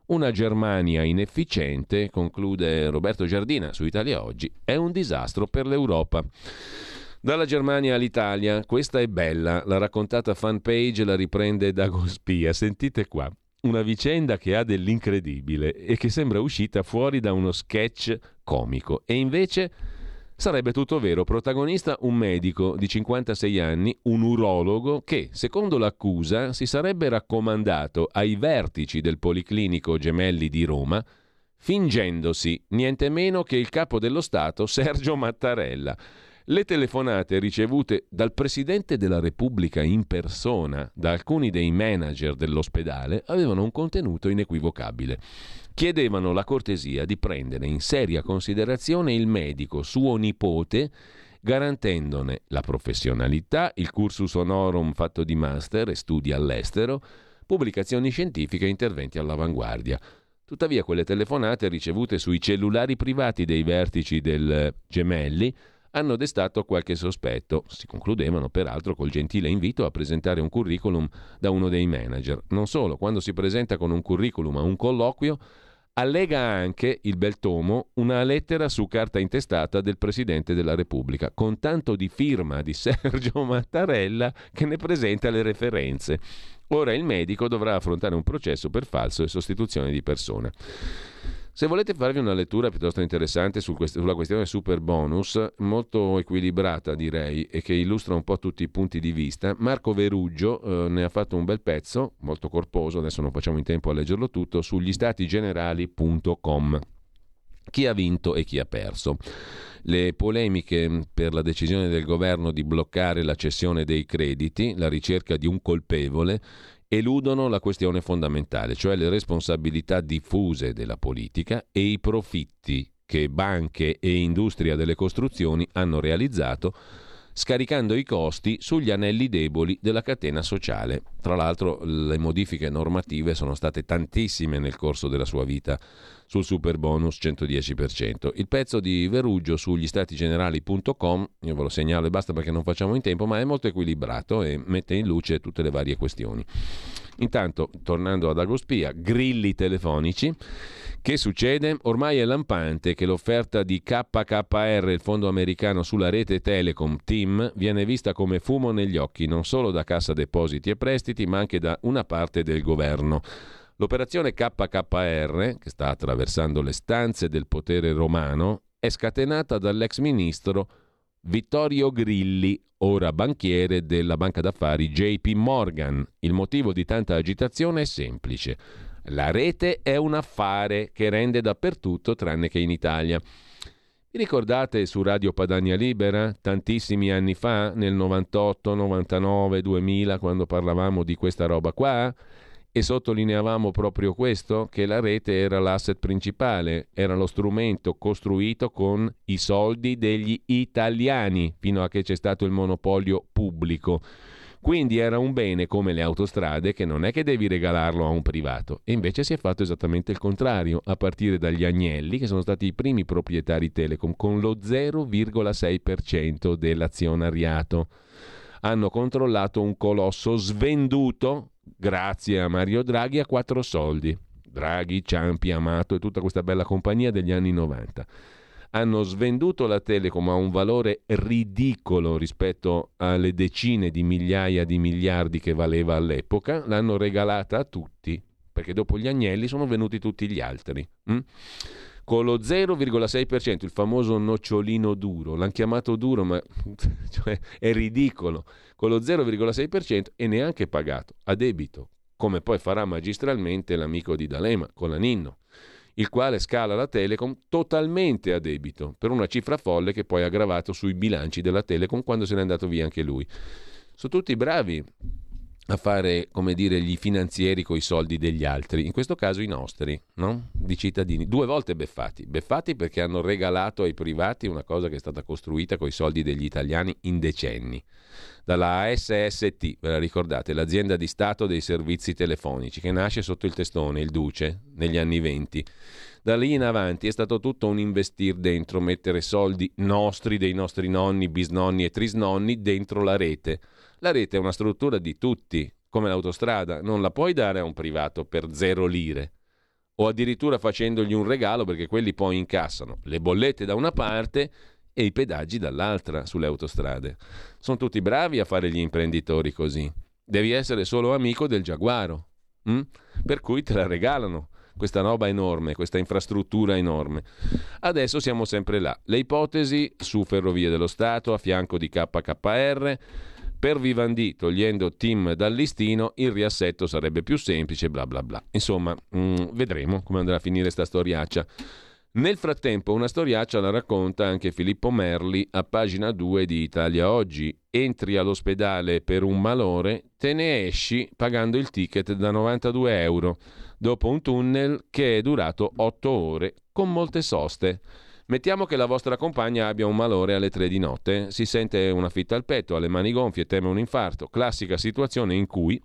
Una Germania inefficiente, conclude Roberto Giardina su Italia Oggi, è un disastro per l'Europa. Dalla Germania all'Italia, questa è bella, la raccontata fanpage la riprende Dago Spia. Sentite qua, una vicenda che ha dell'incredibile e che sembra uscita fuori da uno sketch comico. E invece sarebbe tutto vero. Protagonista un medico di cinquantasei anni, un urologo, che, secondo l'accusa, si sarebbe raccomandato ai vertici del Policlinico Gemelli di Roma, fingendosi niente meno che il capo dello Stato Sergio Mattarella. Le telefonate ricevute dal Presidente della Repubblica in persona da alcuni dei manager dell'ospedale avevano un contenuto inequivocabile. Chiedevano la cortesia di prendere in seria considerazione il medico, suo nipote, garantendone la professionalità, il cursus honorum fatto di master e studi all'estero, pubblicazioni scientifiche e interventi all'avanguardia. Tuttavia quelle telefonate ricevute sui cellulari privati dei vertici del Gemelli hanno destato qualche sospetto. Si concludevano peraltro col gentile invito a presentare un curriculum da uno dei manager. Non solo, quando si presenta con un curriculum a un colloquio, allega anche il bel tomo una lettera su carta intestata del Presidente della Repubblica, con tanto di firma di Sergio Mattarella che ne presenta le referenze. Ora il medico dovrà affrontare un processo per falso e sostituzione di persona. Se volete farvi una lettura piuttosto interessante sul quest- sulla questione super bonus, molto equilibrata direi, e che illustra un po' tutti i punti di vista, Marco Veruggio eh, ne ha fatto un bel pezzo, molto corposo, adesso non facciamo in tempo a leggerlo tutto, sugli stati generali punto com. Chi ha vinto e chi ha perso. Le polemiche per la decisione del governo di bloccare la cessione dei crediti, la ricerca di un colpevole, eludono la questione fondamentale, cioè le responsabilità diffuse della politica e i profitti che banche e industria delle costruzioni hanno realizzato, scaricando i costi sugli anelli deboli della catena sociale. Tra l'altro le modifiche normative sono state tantissime nel corso della sua vita sul super bonus centodieci per cento. Il pezzo di Veruggio sugli stati generali punto com, io ve lo segnalo e basta perché non facciamo in tempo, ma è molto equilibrato e mette in luce tutte le varie questioni. Intanto, tornando ad Agospia, grilli telefonici. Che succede? Ormai è lampante che l'offerta di K K R, il fondo americano sulla rete Telecom TIM, viene vista come fumo negli occhi non solo da Cassa Depositi e Prestiti, ma anche da una parte del governo. L'operazione K K R, che sta attraversando le stanze del potere romano, è scatenata dall'ex ministro Vittorio Grilli, ora banchiere della banca d'affari J P Morgan. Il motivo di tanta agitazione è semplice. La rete è un affare che rende dappertutto tranne che in Italia. Vi ricordate su Radio Padania Libera, tantissimi anni fa, nel novantotto, novantanove, duemila, quando parlavamo di questa roba qua? E sottolineavamo proprio questo, che la rete era l'asset principale, era lo strumento costruito con i soldi degli italiani, fino a che c'è stato il monopolio pubblico. Quindi era un bene come le autostrade che non è che devi regalarlo a un privato. E invece si è fatto esattamente il contrario, a partire dagli Agnelli, che sono stati i primi proprietari Telecom, con lo zero virgola sei per cento dell'azionariato. Hanno controllato un colosso svenduto, grazie a Mario Draghi, a quattro soldi. Draghi, Ciampi, Amato e tutta questa bella compagnia degli anni novanta. Hanno svenduto la Telecom a un valore ridicolo rispetto alle decine di migliaia di miliardi che valeva all'epoca, l'hanno regalata a tutti, perché dopo gli Agnelli sono venuti tutti gli altri. Mm? Con lo zero virgola sei per cento, il famoso nocciolino duro, l'hanno chiamato duro ma cioè, è ridicolo, con lo zero virgola sei per cento e neanche pagato, a debito, come poi farà magistralmente l'amico di D'Alema, Colaninno, il quale scala la Telecom totalmente a debito, per una cifra folle che poi ha gravato sui bilanci della Telecom quando se n'è andato via anche lui. Sono tutti bravi a fare, come dire, gli finanzieri coi soldi degli altri, in questo caso i nostri, no? Di cittadini, due volte beffati, beffati perché hanno regalato ai privati una cosa che è stata costruita coi soldi degli italiani in decenni. Dalla A S S T, ve la ricordate, l'azienda di Stato dei servizi telefonici, che nasce sotto il testone, il Duce, negli anni venti. Da lì in avanti è stato tutto un investir dentro, mettere soldi nostri, dei nostri nonni, bisnonni e trisnonni dentro la rete. La rete è una struttura di tutti, come l'autostrada, non la puoi dare a un privato per zero lire. o addirittura facendogli un regalo, perché quelli poi incassano le bollette da una parte e i pedaggi dall'altra sulle autostrade. Sono tutti bravi a fare gli imprenditori così. Devi essere solo amico del giaguaro, hm? Per cui te la regalano questa roba enorme, questa infrastruttura enorme. Adesso siamo sempre là. Le ipotesi su Ferrovie dello Stato a fianco di K K R. Per Vivendi, togliendo Tim dal listino, il riassetto sarebbe più semplice, bla bla bla. Insomma, mh, vedremo come andrà a finire sta storiaccia. Nel frattempo una storiaccia la racconta anche Filippo Merli a pagina due di Italia Oggi. Entri all'ospedale per un malore, te ne esci pagando il ticket da novantadue euro, dopo un tunnel che è durato otto ore, con molte soste. Mettiamo che la vostra compagna abbia un malore alle tre di notte, si sente una fitta al petto, ha le mani gonfie, teme un infarto. Classica situazione in cui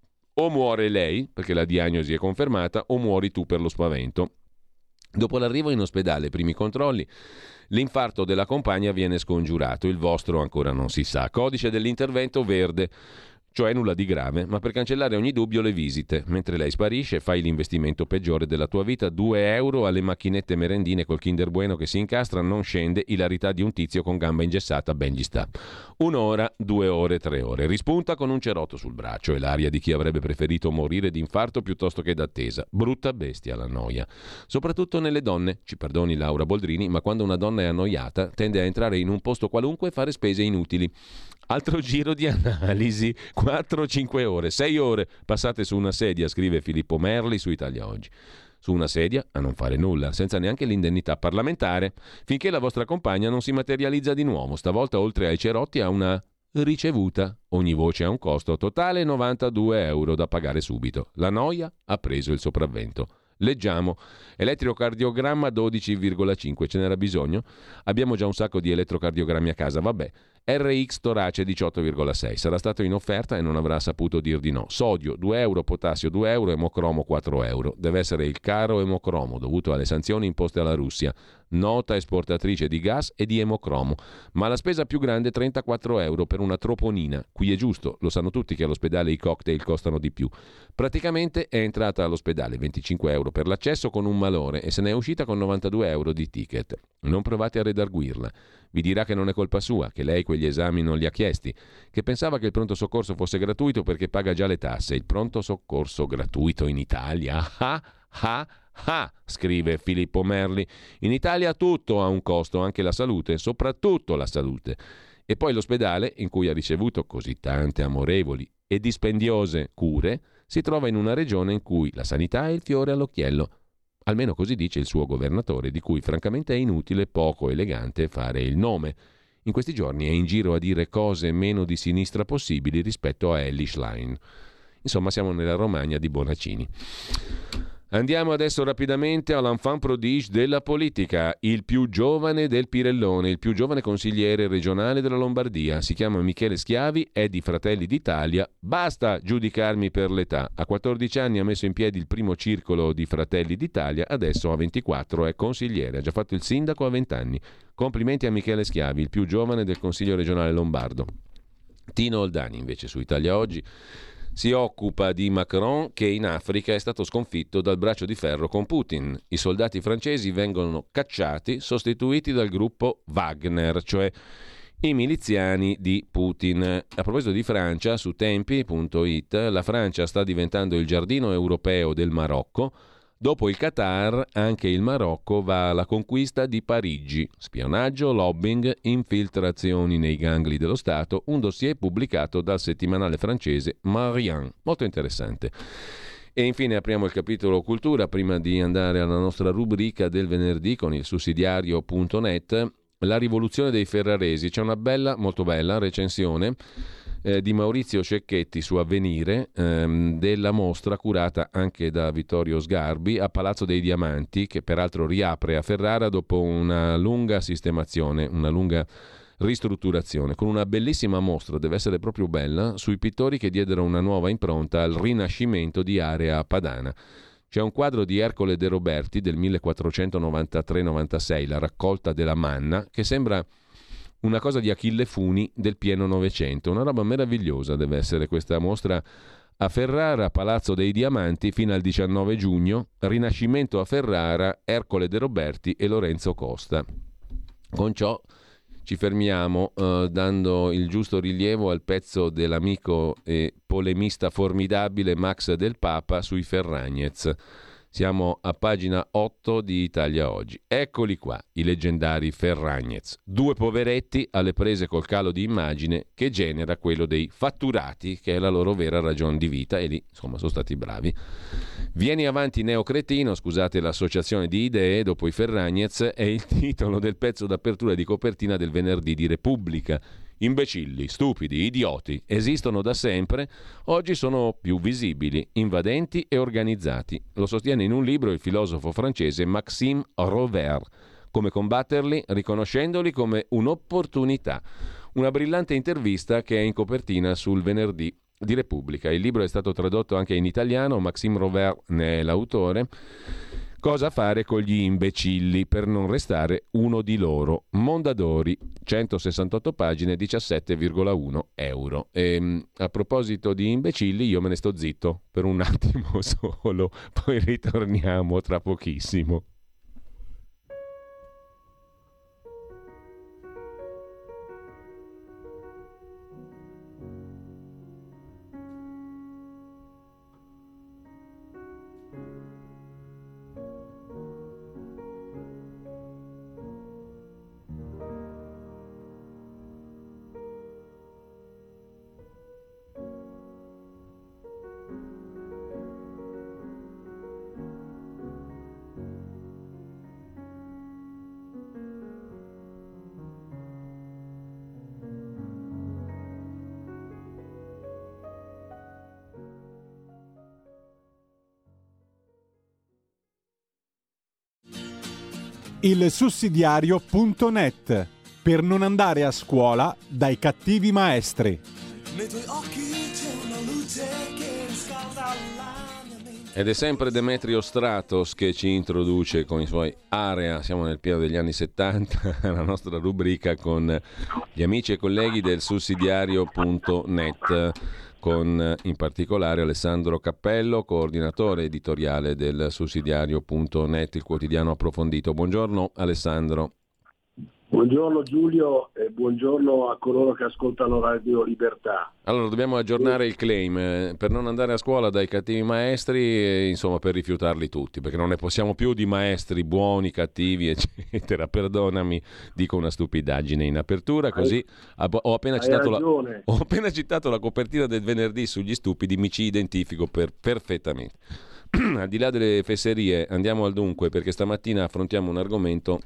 o muore lei, perché la diagnosi è confermata, o muori tu per lo spavento. Dopo l'arrivo in ospedale, primi controlli, l'infarto della compagna viene scongiurato, il vostro ancora non si sa. Codice dell'intervento verde, cioè nulla di grave, ma per cancellare ogni dubbio le visite. Mentre lei sparisce, fai l'investimento peggiore della tua vita, due euro alle macchinette merendine col Kinder Bueno che si incastra, non scende, ilarità di un tizio con gamba ingessata, ben gli sta. Un'ora, due ore, tre ore. Rispunta con un cerotto sul braccio e l'aria di chi avrebbe preferito morire d'infarto piuttosto che d'attesa. Brutta bestia la noia. Soprattutto nelle donne, ci perdoni Laura Boldrini, ma quando una donna è annoiata tende a entrare in un posto qualunque e fare spese inutili. Altro giro di analisi, quattro cinque ore, sei ore passate su una sedia, scrive Filippo Merli su Italia Oggi. Su una sedia a non fare nulla, senza neanche l'indennità parlamentare, finché la vostra compagna non si materializza di nuovo. Stavolta oltre ai cerotti ha una ricevuta. Ogni voce ha un costo totale novantadue euro da pagare subito. La noia ha preso il sopravvento. Leggiamo, elettrocardiogramma dodici virgola cinque, ce n'era bisogno? Abbiamo già un sacco di elettrocardiogrammi a casa, vabbè. R X torace diciotto virgola sei, sarà stato in offerta e non avrà saputo dir di no. Sodio due euro, potassio due euro, emocromo quattro euro. Deve essere il caro emocromo dovuto alle sanzioni imposte alla Russia, nota esportatrice di gas e di emocromo. Ma la spesa più grande trentaquattro euro per una troponina. Qui è giusto, lo sanno tutti che all'ospedale i cocktail costano di più. Praticamente è entrata all'ospedale venticinque euro per l'accesso con un malore e se ne è uscita con novantadue euro di ticket. Non provate a redarguirla. Vi dirà che non è colpa sua, che lei quegli esami non li ha chiesti, che pensava che il pronto soccorso fosse gratuito perché paga già le tasse. Il pronto soccorso gratuito in Italia? Ah, ah, ah, scrive Filippo Merli. In Italia tutto ha un costo, anche la salute, soprattutto la salute. E poi l'ospedale, in cui ha ricevuto così tante amorevoli e dispendiose cure, si trova in una regione in cui la sanità è il fiore all'occhiello. Almeno così dice il suo governatore, di cui francamente è inutile, poco elegante fare il nome. In questi giorni è in giro a dire cose meno di sinistra possibili rispetto a Elly Schlein. Insomma, siamo nella Romagna di Bonaccini. Andiamo adesso rapidamente all'enfant prodige della politica, il più giovane del Pirellone, il più giovane consigliere regionale della Lombardia. Si chiama Michele Schiavi, è di Fratelli d'Italia. Basta giudicarmi per l'età. A quattordici anni ha messo in piedi il primo circolo di Fratelli d'Italia, adesso a ventiquattro è consigliere, ha già fatto il sindaco a venti anni. Complimenti a Michele Schiavi, il più giovane del Consiglio regionale lombardo. Tino Oldani invece su Italia Oggi si occupa di Macron che in Africa è stato sconfitto dal braccio di ferro con Putin. I soldati francesi vengono cacciati, sostituiti dal gruppo Wagner, cioè i miliziani di Putin. A proposito di Francia, su tempi punto it, la Francia sta diventando il giardino europeo del Marocco. Dopo il Qatar, anche il Marocco va alla conquista di Parigi. Spionaggio, lobbying, infiltrazioni nei gangli dello Stato, un dossier pubblicato dal settimanale francese Marianne. Molto interessante. E infine apriamo il capitolo cultura prima di andare alla nostra rubrica del venerdì con il sussidiario punto net. La rivoluzione dei ferraresi. C'è una bella, molto bella recensione Eh, di Maurizio Cecchetti su Avvenire ehm, della mostra curata anche da Vittorio Sgarbi a Palazzo dei Diamanti, che peraltro riapre a Ferrara dopo una lunga sistemazione, una lunga ristrutturazione, con una bellissima mostra, deve essere proprio bella, sui pittori che diedero una nuova impronta al Rinascimento di Area Padana. C'è un quadro di Ercole De Roberti del millequattrocentonovantatré novantasei, La raccolta della manna, che sembra una cosa di Achille Funi del pieno Novecento, una roba meravigliosa deve essere questa mostra A Ferrara, Palazzo dei Diamanti fino al diciannove giugno, Rinascimento a Ferrara, Ercole De Roberti e Lorenzo Costa. Con ciò ci fermiamo eh, dando il giusto rilievo al pezzo dell'amico e polemista formidabile Max Del Papa sui Ferragnez. Siamo a pagina otto di Italia Oggi. Eccoli qua, i leggendari Ferragnez. Due poveretti alle prese col calo di immagine che genera quello dei fatturati, che è la loro vera ragion di vita, e lì, insomma, sono stati bravi. Vieni avanti neocretino, scusate l'associazione di idee, dopo i Ferragnez, è il titolo del pezzo d'apertura di copertina del venerdì di Repubblica. Imbecilli, stupidi, idioti, esistono da sempre, oggi sono più visibili, invadenti e organizzati. Lo sostiene in un libro il filosofo francese Maxime Rovert. Come combatterli? Riconoscendoli come un'opportunità. Una brillante intervista che è in copertina sul venerdì di Repubblica. Il libro è stato tradotto anche in italiano, Maxime Rovert ne è l'autore. Cosa fare con gli imbecilli per non restare uno di loro? Mondadori, centosessantotto pagine, diciassette virgola uno euro. E, a proposito di imbecilli, io me ne sto zitto per un attimo solo, poi ritorniamo tra pochissimo. Il sussidiario punto net, per non andare a scuola dai cattivi maestri. Nei tuoi occhi c'è una luce che riscalda la mia mente. Ed è sempre Demetrio Stratos che ci introduce con i suoi Area, siamo nel pieno degli anni settanta, la nostra rubrica con gli amici e colleghi del sussidiario punto net, con in particolare Alessandro Cappello, coordinatore editoriale del sussidiario punto net, il quotidiano approfondito. Buongiorno Alessandro. Buongiorno Giulio e buongiorno a coloro che ascoltano Radio Libertà. Allora, dobbiamo aggiornare il claim eh, per non andare a scuola dai cattivi maestri e insomma per rifiutarli tutti, perché non ne possiamo più di maestri buoni, cattivi, eccetera. Perdonami, dico una stupidaggine in apertura, così hai, ho, appena citato la, ho appena citato la copertina del venerdì sugli stupidi, mi ci identifico per, perfettamente. Al di là delle fesserie, andiamo al dunque, perché stamattina affrontiamo un argomento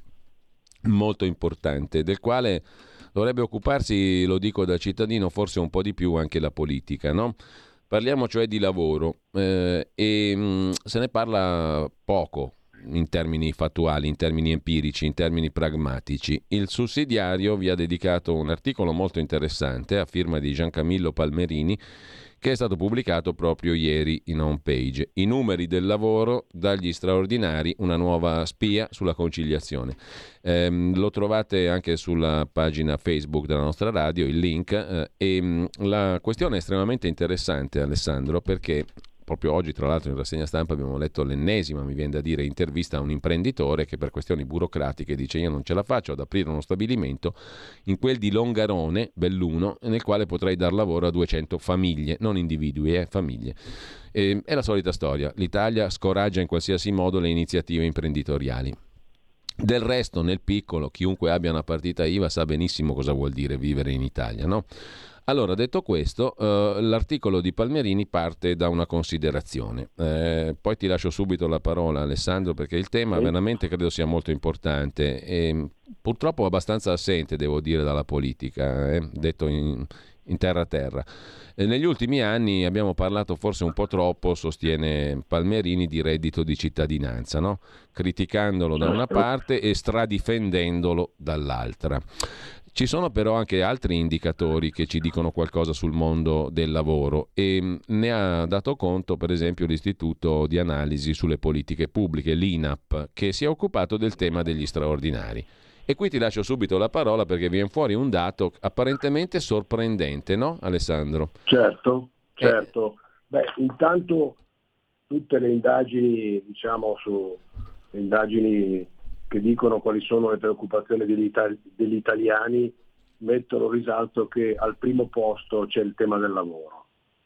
molto importante, del quale dovrebbe occuparsi, lo dico da cittadino, forse un po' di più anche la politica, no? Parliamo cioè di lavoro eh, e mh, se ne parla poco in termini fattuali, in termini empirici, in termini pragmatici. Il sussidiario vi ha dedicato un articolo molto interessante a firma di Giancamillo Palmerini, che è stato pubblicato proprio ieri in home page. I numeri del lavoro, dagli straordinari, una nuova spia sulla conciliazione. Eh, lo trovate anche sulla pagina Facebook della nostra radio, il link, eh, e mh, la questione è estremamente interessante, Alessandro, perché proprio oggi, tra l'altro, in rassegna stampa abbiamo letto l'ennesima, mi viene da dire, intervista a un imprenditore che per questioni burocratiche dice: io non ce la faccio ad aprire uno stabilimento in quel di Longarone, Belluno, nel quale potrei dar lavoro a duecento famiglie, non individui, eh, famiglie. E, è la solita storia, l'Italia scoraggia in qualsiasi modo le iniziative imprenditoriali. Del resto, nel piccolo, chiunque abbia una partita I V A sa benissimo cosa vuol dire vivere in Italia, no? Allora, detto questo, eh, l'articolo di Palmerini parte da una considerazione. Eh, poi ti lascio subito la parola, Alessandro, perché il tema veramente credo sia molto importante e purtroppo abbastanza assente, devo dire, dalla politica, eh, detto in, in terra terra. Eh, negli ultimi anni abbiamo parlato forse un po' troppo, sostiene Palmerini, di reddito di cittadinanza, no? Criticandolo da una parte e stradifendendolo dall'altra. Ci sono però anche altri indicatori che ci dicono qualcosa sul mondo del lavoro e ne ha dato conto per esempio l'Istituto di Analisi sulle Politiche Pubbliche, l'I N A P, che si è occupato del tema degli straordinari. E qui ti lascio subito la parola perché viene fuori un dato apparentemente sorprendente, no Alessandro? Certo, certo. Beh, intanto tutte le indagini, diciamo, su le indagini che dicono quali sono le preoccupazioni degli, itali- degli italiani mettono in risalto che al primo posto c'è il tema del lavoro.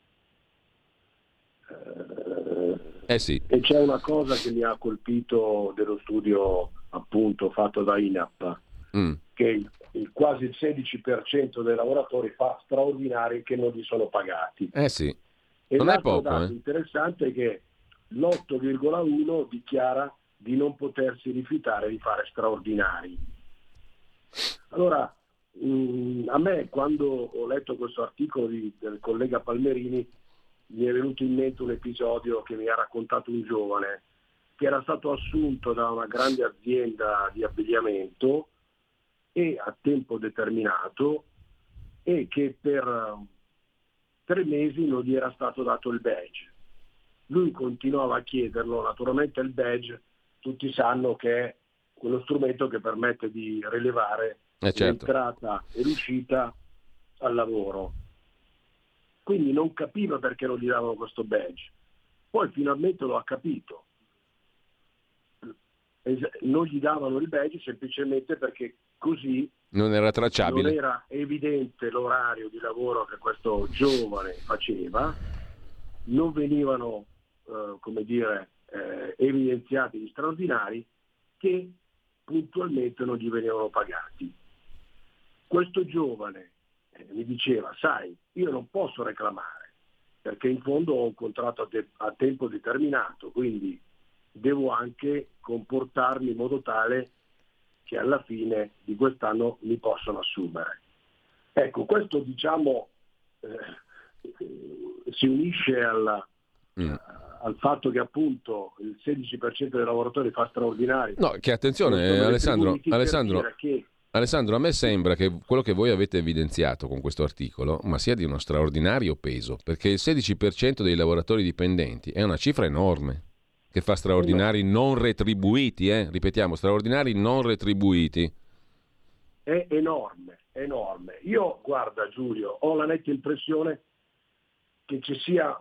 Eh, eh sì. E c'è una cosa che mi ha colpito dello studio appunto fatto da I N A P, mm. che il, il quasi il sedici per cento dei lavoratori fa straordinari che non gli sono pagati. Eh sì. E non l'altro è poco, dato eh. interessante è che l'otto virgola uno dichiara di non potersi rifiutare di fare straordinari. Allora, mh, a me quando ho letto questo articolo di, del collega Palmerini mi è venuto in mente un episodio che mi ha raccontato un giovane che era stato assunto da una grande azienda di abbigliamento e a tempo determinato e che per tre mesi non gli era stato dato il badge. Lui continuava a chiederlo, naturalmente il badge tutti sanno che è quello strumento che permette di rilevare eh certo. l'entrata e l'uscita al lavoro. Quindi non capiva perché non gli davano questo badge. Poi finalmente lo ha capito. Non gli davano il badge semplicemente perché così non era tracciabile. Non era evidente l'orario di lavoro che questo giovane faceva, non venivano, eh, come dire, eh, evidenziati gli straordinari che puntualmente non gli venivano pagati. Questo giovane eh, mi diceva, sai, io non posso reclamare perché in fondo ho un contratto a, te- a tempo determinato, quindi devo anche comportarmi in modo tale che alla fine di quest'anno mi possono assumere. Ecco, questo diciamo eh, si unisce alla, mm. eh, al fatto che appunto il sedici per cento dei lavoratori fa straordinari. No, che attenzione eh, Alessandro, Alessandro, che... Alessandro, a me sembra che quello che voi avete evidenziato con questo articolo, ma sia di uno straordinario peso, perché il sedici per cento dei lavoratori dipendenti è una cifra enorme. Che fa straordinari non retribuiti, eh? Ripetiamo, straordinari non retribuiti. È enorme, enorme. Io, guarda Giulio, ho la netta impressione che ci sia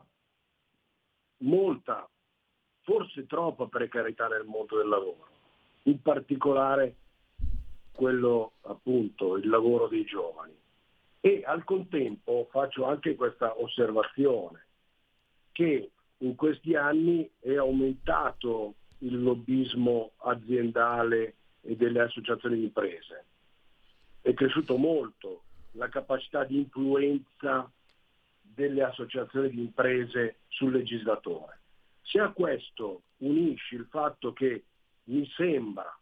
molta, forse troppa precarietà nel mondo del lavoro, in particolare quello appunto, il lavoro dei giovani. E al contempo faccio anche questa osservazione, che in questi anni è aumentato il lobbismo aziendale e delle associazioni di imprese. È cresciuto molto la capacità di influenza delle associazioni di imprese sul legislatore. Se a questo unisci il fatto che mi sembra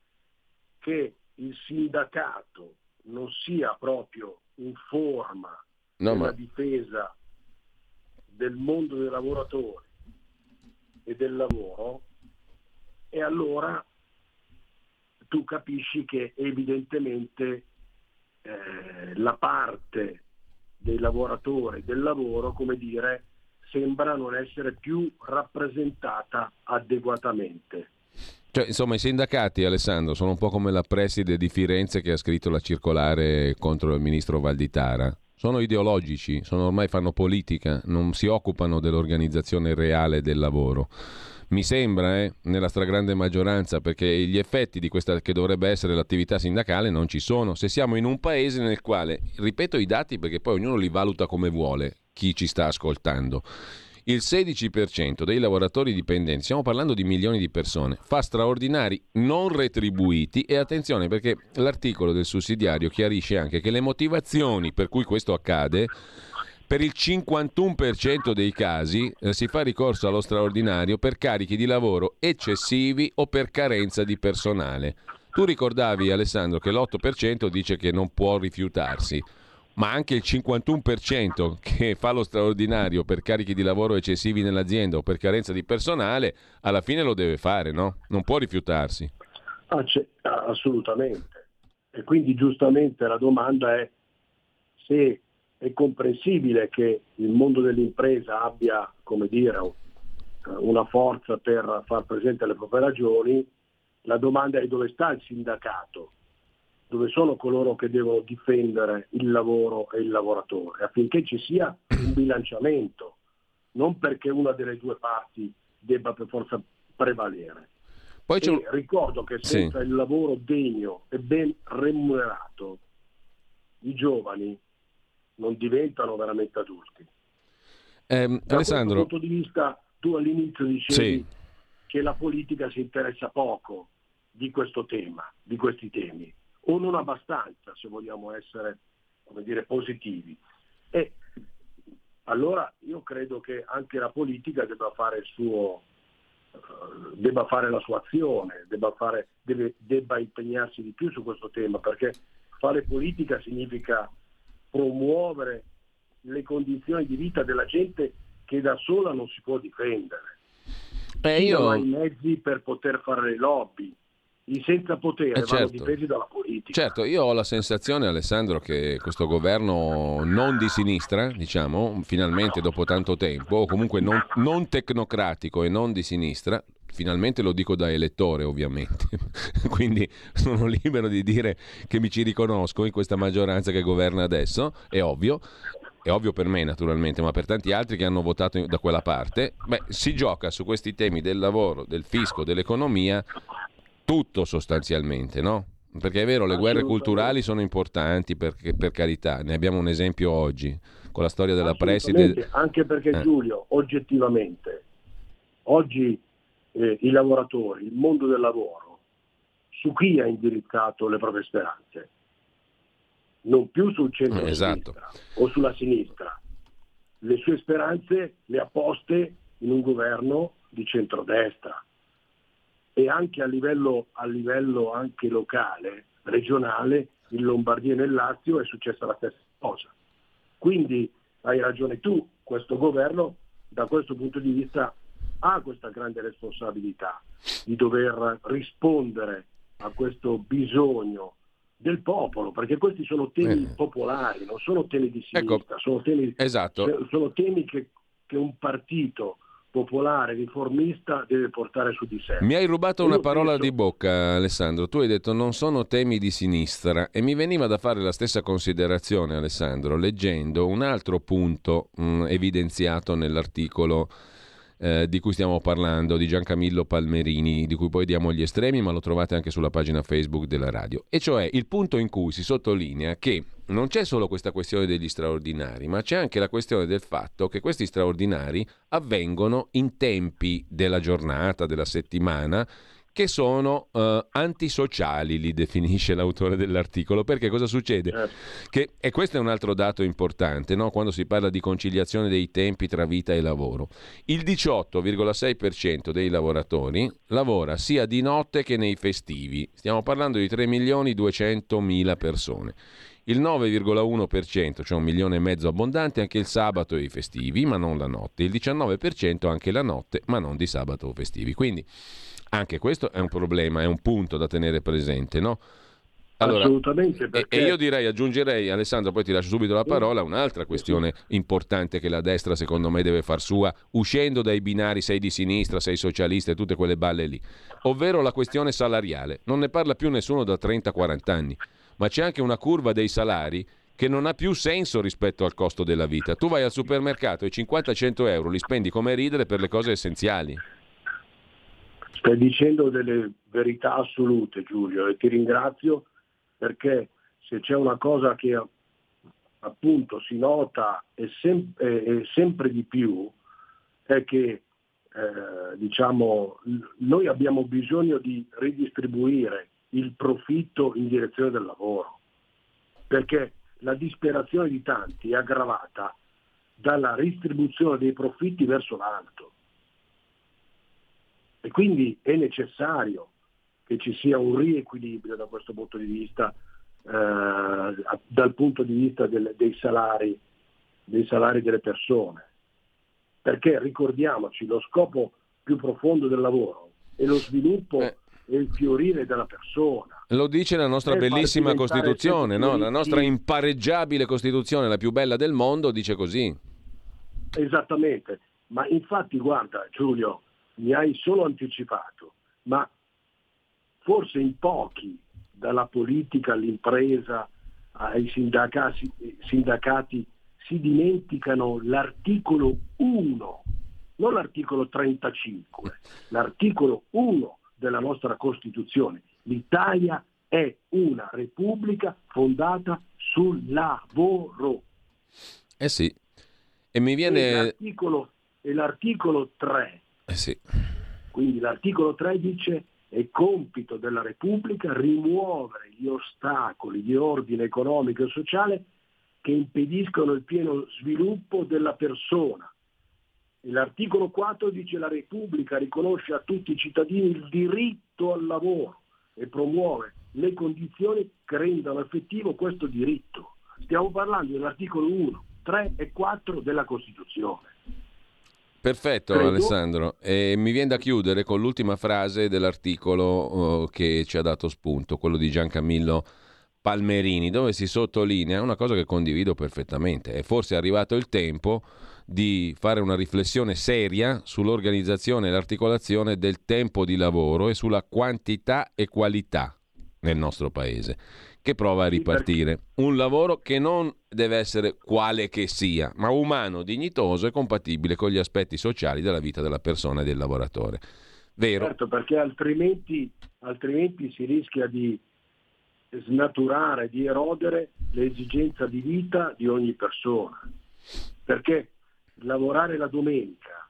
che il sindacato non sia proprio in forma no, nella ma... difesa del mondo dei lavoratori e del lavoro, e allora tu capisci che evidentemente eh, la parte dei lavoratori e del lavoro, come dire, sembra non essere più rappresentata adeguatamente. Cioè, insomma, i sindacati, Alessandro, sono un po' come la preside di Firenze che ha scritto la circolare contro il ministro Valditara. Sono ideologici, sono ormai fanno politica, non si occupano dell'organizzazione reale del lavoro. Mi sembra, eh, nella stragrande maggioranza, perché gli effetti di questa che dovrebbe essere l'attività sindacale non ci sono. Se siamo in un paese nel quale, ripeto i dati perché poi ognuno li valuta come vuole, chi ci sta ascoltando, il sedici per cento dei lavoratori dipendenti, stiamo parlando di milioni di persone, fa straordinari non retribuiti, e attenzione perché l'articolo del sussidiario chiarisce anche che le motivazioni per cui questo accade, per il cinquantuno per cento dei casi eh, si fa ricorso allo straordinario per carichi di lavoro eccessivi o per carenza di personale. Tu ricordavi, Alessandro, che l'otto per cento dice che non può rifiutarsi, ma anche il cinquantuno per cento che fa lo straordinario per carichi di lavoro eccessivi nell'azienda o per carenza di personale, alla fine lo deve fare, no? Non può rifiutarsi. Ah, c'è, assolutamente. E quindi giustamente la domanda è se è comprensibile che il mondo dell'impresa abbia, come dire, una forza per far presente le proprie ragioni. La domanda è dove sta il sindacato? Dove sono coloro che devono difendere il lavoro e il lavoratore, affinché ci sia un bilanciamento. non perché una delle due parti debba per forza prevalere. Poi c'è un... E ricordo che senza sì. il lavoro degno e ben remunerato i giovani non diventano veramente adulti. Eh, da Alessandro, questo punto di vista tu all'inizio dicevi sì. che la politica si interessa poco di questo tema, di questi temi, o non abbastanza, se vogliamo essere, come dire, positivi. E allora io credo che anche la politica debba fare il suo, uh, debba fare la sua azione, debba, fare, deve, debba impegnarsi di più su questo tema, perché fare politica significa promuovere le condizioni di vita della gente che da sola non si può difendere. Eh, io... non ha i mezzi per poter fare le lobby. I senza potere eh, vanno certo. difesi dalla politica. Certo, io ho la sensazione, Alessandro, che questo governo non di sinistra, diciamo, finalmente dopo tanto tempo, o comunque non, non tecnocratico e non di sinistra, finalmente lo dico da elettore ovviamente, quindi sono libero di dire che mi ci riconosco in questa maggioranza che governa adesso, è ovvio. È ovvio per me naturalmente, ma per tanti altri che hanno votato da quella parte, beh, si gioca su questi temi del lavoro, del fisco, dell'economia, tutto sostanzialmente, no? Perché è vero, le guerre culturali sono importanti, per, per carità, ne abbiamo un esempio oggi, con la storia della preside. Anche perché eh. Giulio, oggettivamente, oggi eh, i lavoratori, il mondo del lavoro, su chi ha indirizzato le proprie speranze? Non più sul centro-sinistra esatto. o sulla sinistra. Le sue speranze le ha poste in un governo di centrodestra. E anche a livello, a livello anche locale, regionale, in Lombardia e nel Lazio è successa la stessa cosa. Quindi hai ragione tu, questo governo da questo punto di vista ha questa grande responsabilità di dover rispondere a questo bisogno del popolo, perché questi sono temi eh. popolari, non sono temi di sinistra, ecco, sono temi, esatto. sono temi che, che un partito popolare, riformista deve portare su di sé. Mi hai rubato una Io parola penso... di bocca, Alessandro. Tu hai detto non sono temi di sinistra e mi veniva da fare la stessa considerazione, Alessandro, leggendo un altro punto mh, evidenziato nell'articolo eh, di cui stiamo parlando, di Giancamillo Palmerini, di cui poi diamo gli estremi, ma lo trovate anche sulla pagina Facebook della radio. E cioè il punto in cui si sottolinea che non c'è solo questa questione degli straordinari, ma c'è anche la questione del fatto che questi straordinari avvengono in tempi della giornata, della settimana, che sono uh, antisociali, li definisce l'autore dell'articolo. Perché cosa succede? Eh. Che, e questo è un altro dato importante, no? Quando si parla di conciliazione dei tempi tra vita e lavoro. Il diciotto virgola sei per cento dei lavoratori lavora sia di notte che nei festivi. Stiamo parlando di tre milioni duecentomila persone. Il nove virgola uno per cento, cioè un milione e mezzo abbondante, anche il sabato e i festivi, ma non la notte. Il diciannove per cento anche la notte, ma non di sabato o festivi. Quindi anche questo è un problema, è un punto da tenere presente, no? Allora, assolutamente. Perché... E io direi, aggiungerei, Alessandro, poi ti lascio subito la parola, un'altra questione importante che la destra secondo me deve far sua, uscendo dai binari sei di sinistra, sei socialista e tutte quelle balle lì, ovvero la questione salariale. Non ne parla più nessuno da trenta quaranta anni, ma c'è anche una curva dei salari che non ha più senso rispetto al costo della vita. Tu vai al supermercato e cinquanta cento euro li spendi come ridere per le cose essenziali. Stai dicendo delle verità assolute, Giulio, e ti ringrazio, perché se c'è una cosa che appunto si nota e, sem- e sempre di più è che eh, diciamo noi abbiamo bisogno di ridistribuire il profitto in direzione del lavoro, perché la disperazione di tanti è aggravata dalla distribuzione dei profitti verso l'alto. E quindi è necessario che ci sia un riequilibrio da questo punto di vista, eh, dal punto di vista del, dei salari, dei salari delle persone. Perché ricordiamoci, lo scopo più profondo del lavoro è lo sviluppo eh. e il fiorire della persona. Lo dice la nostra bellissima Costituzione, no? La nostra impareggiabile Costituzione, la più bella del mondo, dice così. Esattamente, ma infatti guarda Giulio, mi hai solo anticipato, ma forse in pochi, dalla politica all'impresa ai sindacati, sindacati si dimenticano l'articolo uno, non l'articolo trentacinque, l'articolo uno della nostra Costituzione. L'Italia è una repubblica fondata sul lavoro. Eh sì, e mi viene... E l'articolo, e l'articolo tre, eh sì. Quindi l'articolo tre dice: è compito della Repubblica rimuovere gli ostacoli di ordine economico e sociale che impediscono il pieno sviluppo della persona. E l'articolo quattro dice: la Repubblica riconosce a tutti i cittadini il diritto al lavoro e promuove le condizioni che rendano effettivo questo diritto. Stiamo parlando dell'articolo uno, tre e quattro della Costituzione. Perfetto. Credo. Alessandro, e mi viene da chiudere con l'ultima frase dell'articolo uh, che ci ha dato spunto, quello di Giancamillo Palmerini, dove si sottolinea una cosa che condivido perfettamente: è forse arrivato il tempo di fare una riflessione seria sull'organizzazione e l'articolazione del tempo di lavoro e sulla quantità e qualità nel nostro paese, che prova a ripartire. Un lavoro che non deve essere quale che sia, ma umano, dignitoso e compatibile con gli aspetti sociali della vita della persona e del lavoratore. Vero? Certo, perché altrimenti, altrimenti si rischia di snaturare, di erodere l'esigenza di vita di ogni persona. Perché lavorare la domenica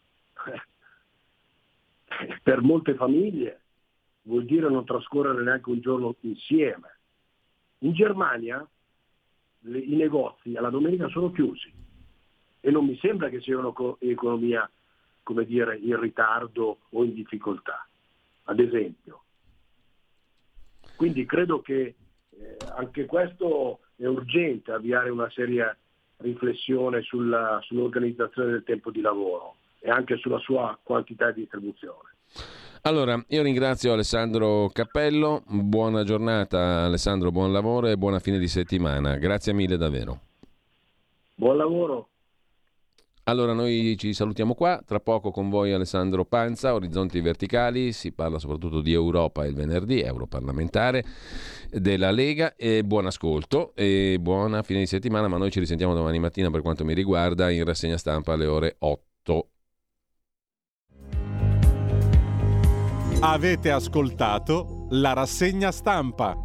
eh, per molte famiglie vuol dire non trascorrere neanche un giorno insieme. In Germania le, i negozi alla domenica sono chiusi e non mi sembra che sia un'economia, come dire, in ritardo o in difficoltà, ad esempio. Quindi credo che eh, anche questo è urgente, avviare una seria riflessione sulla, sull'organizzazione del tempo di lavoro e anche sulla sua quantità e distribuzione. Allora, io ringrazio Alessandro Cappello, buona giornata Alessandro, buon lavoro e buona fine di settimana, grazie mille davvero. Buon lavoro. Allora noi ci salutiamo qua, tra poco con voi Alessandro Panza, Orizzonti Verticali, si parla soprattutto di Europa il venerdì, europarlamentare della Lega, e buon ascolto e buona fine di settimana, ma noi ci risentiamo domani mattina per quanto mi riguarda in rassegna stampa alle ore otto. Avete ascoltato la rassegna stampa.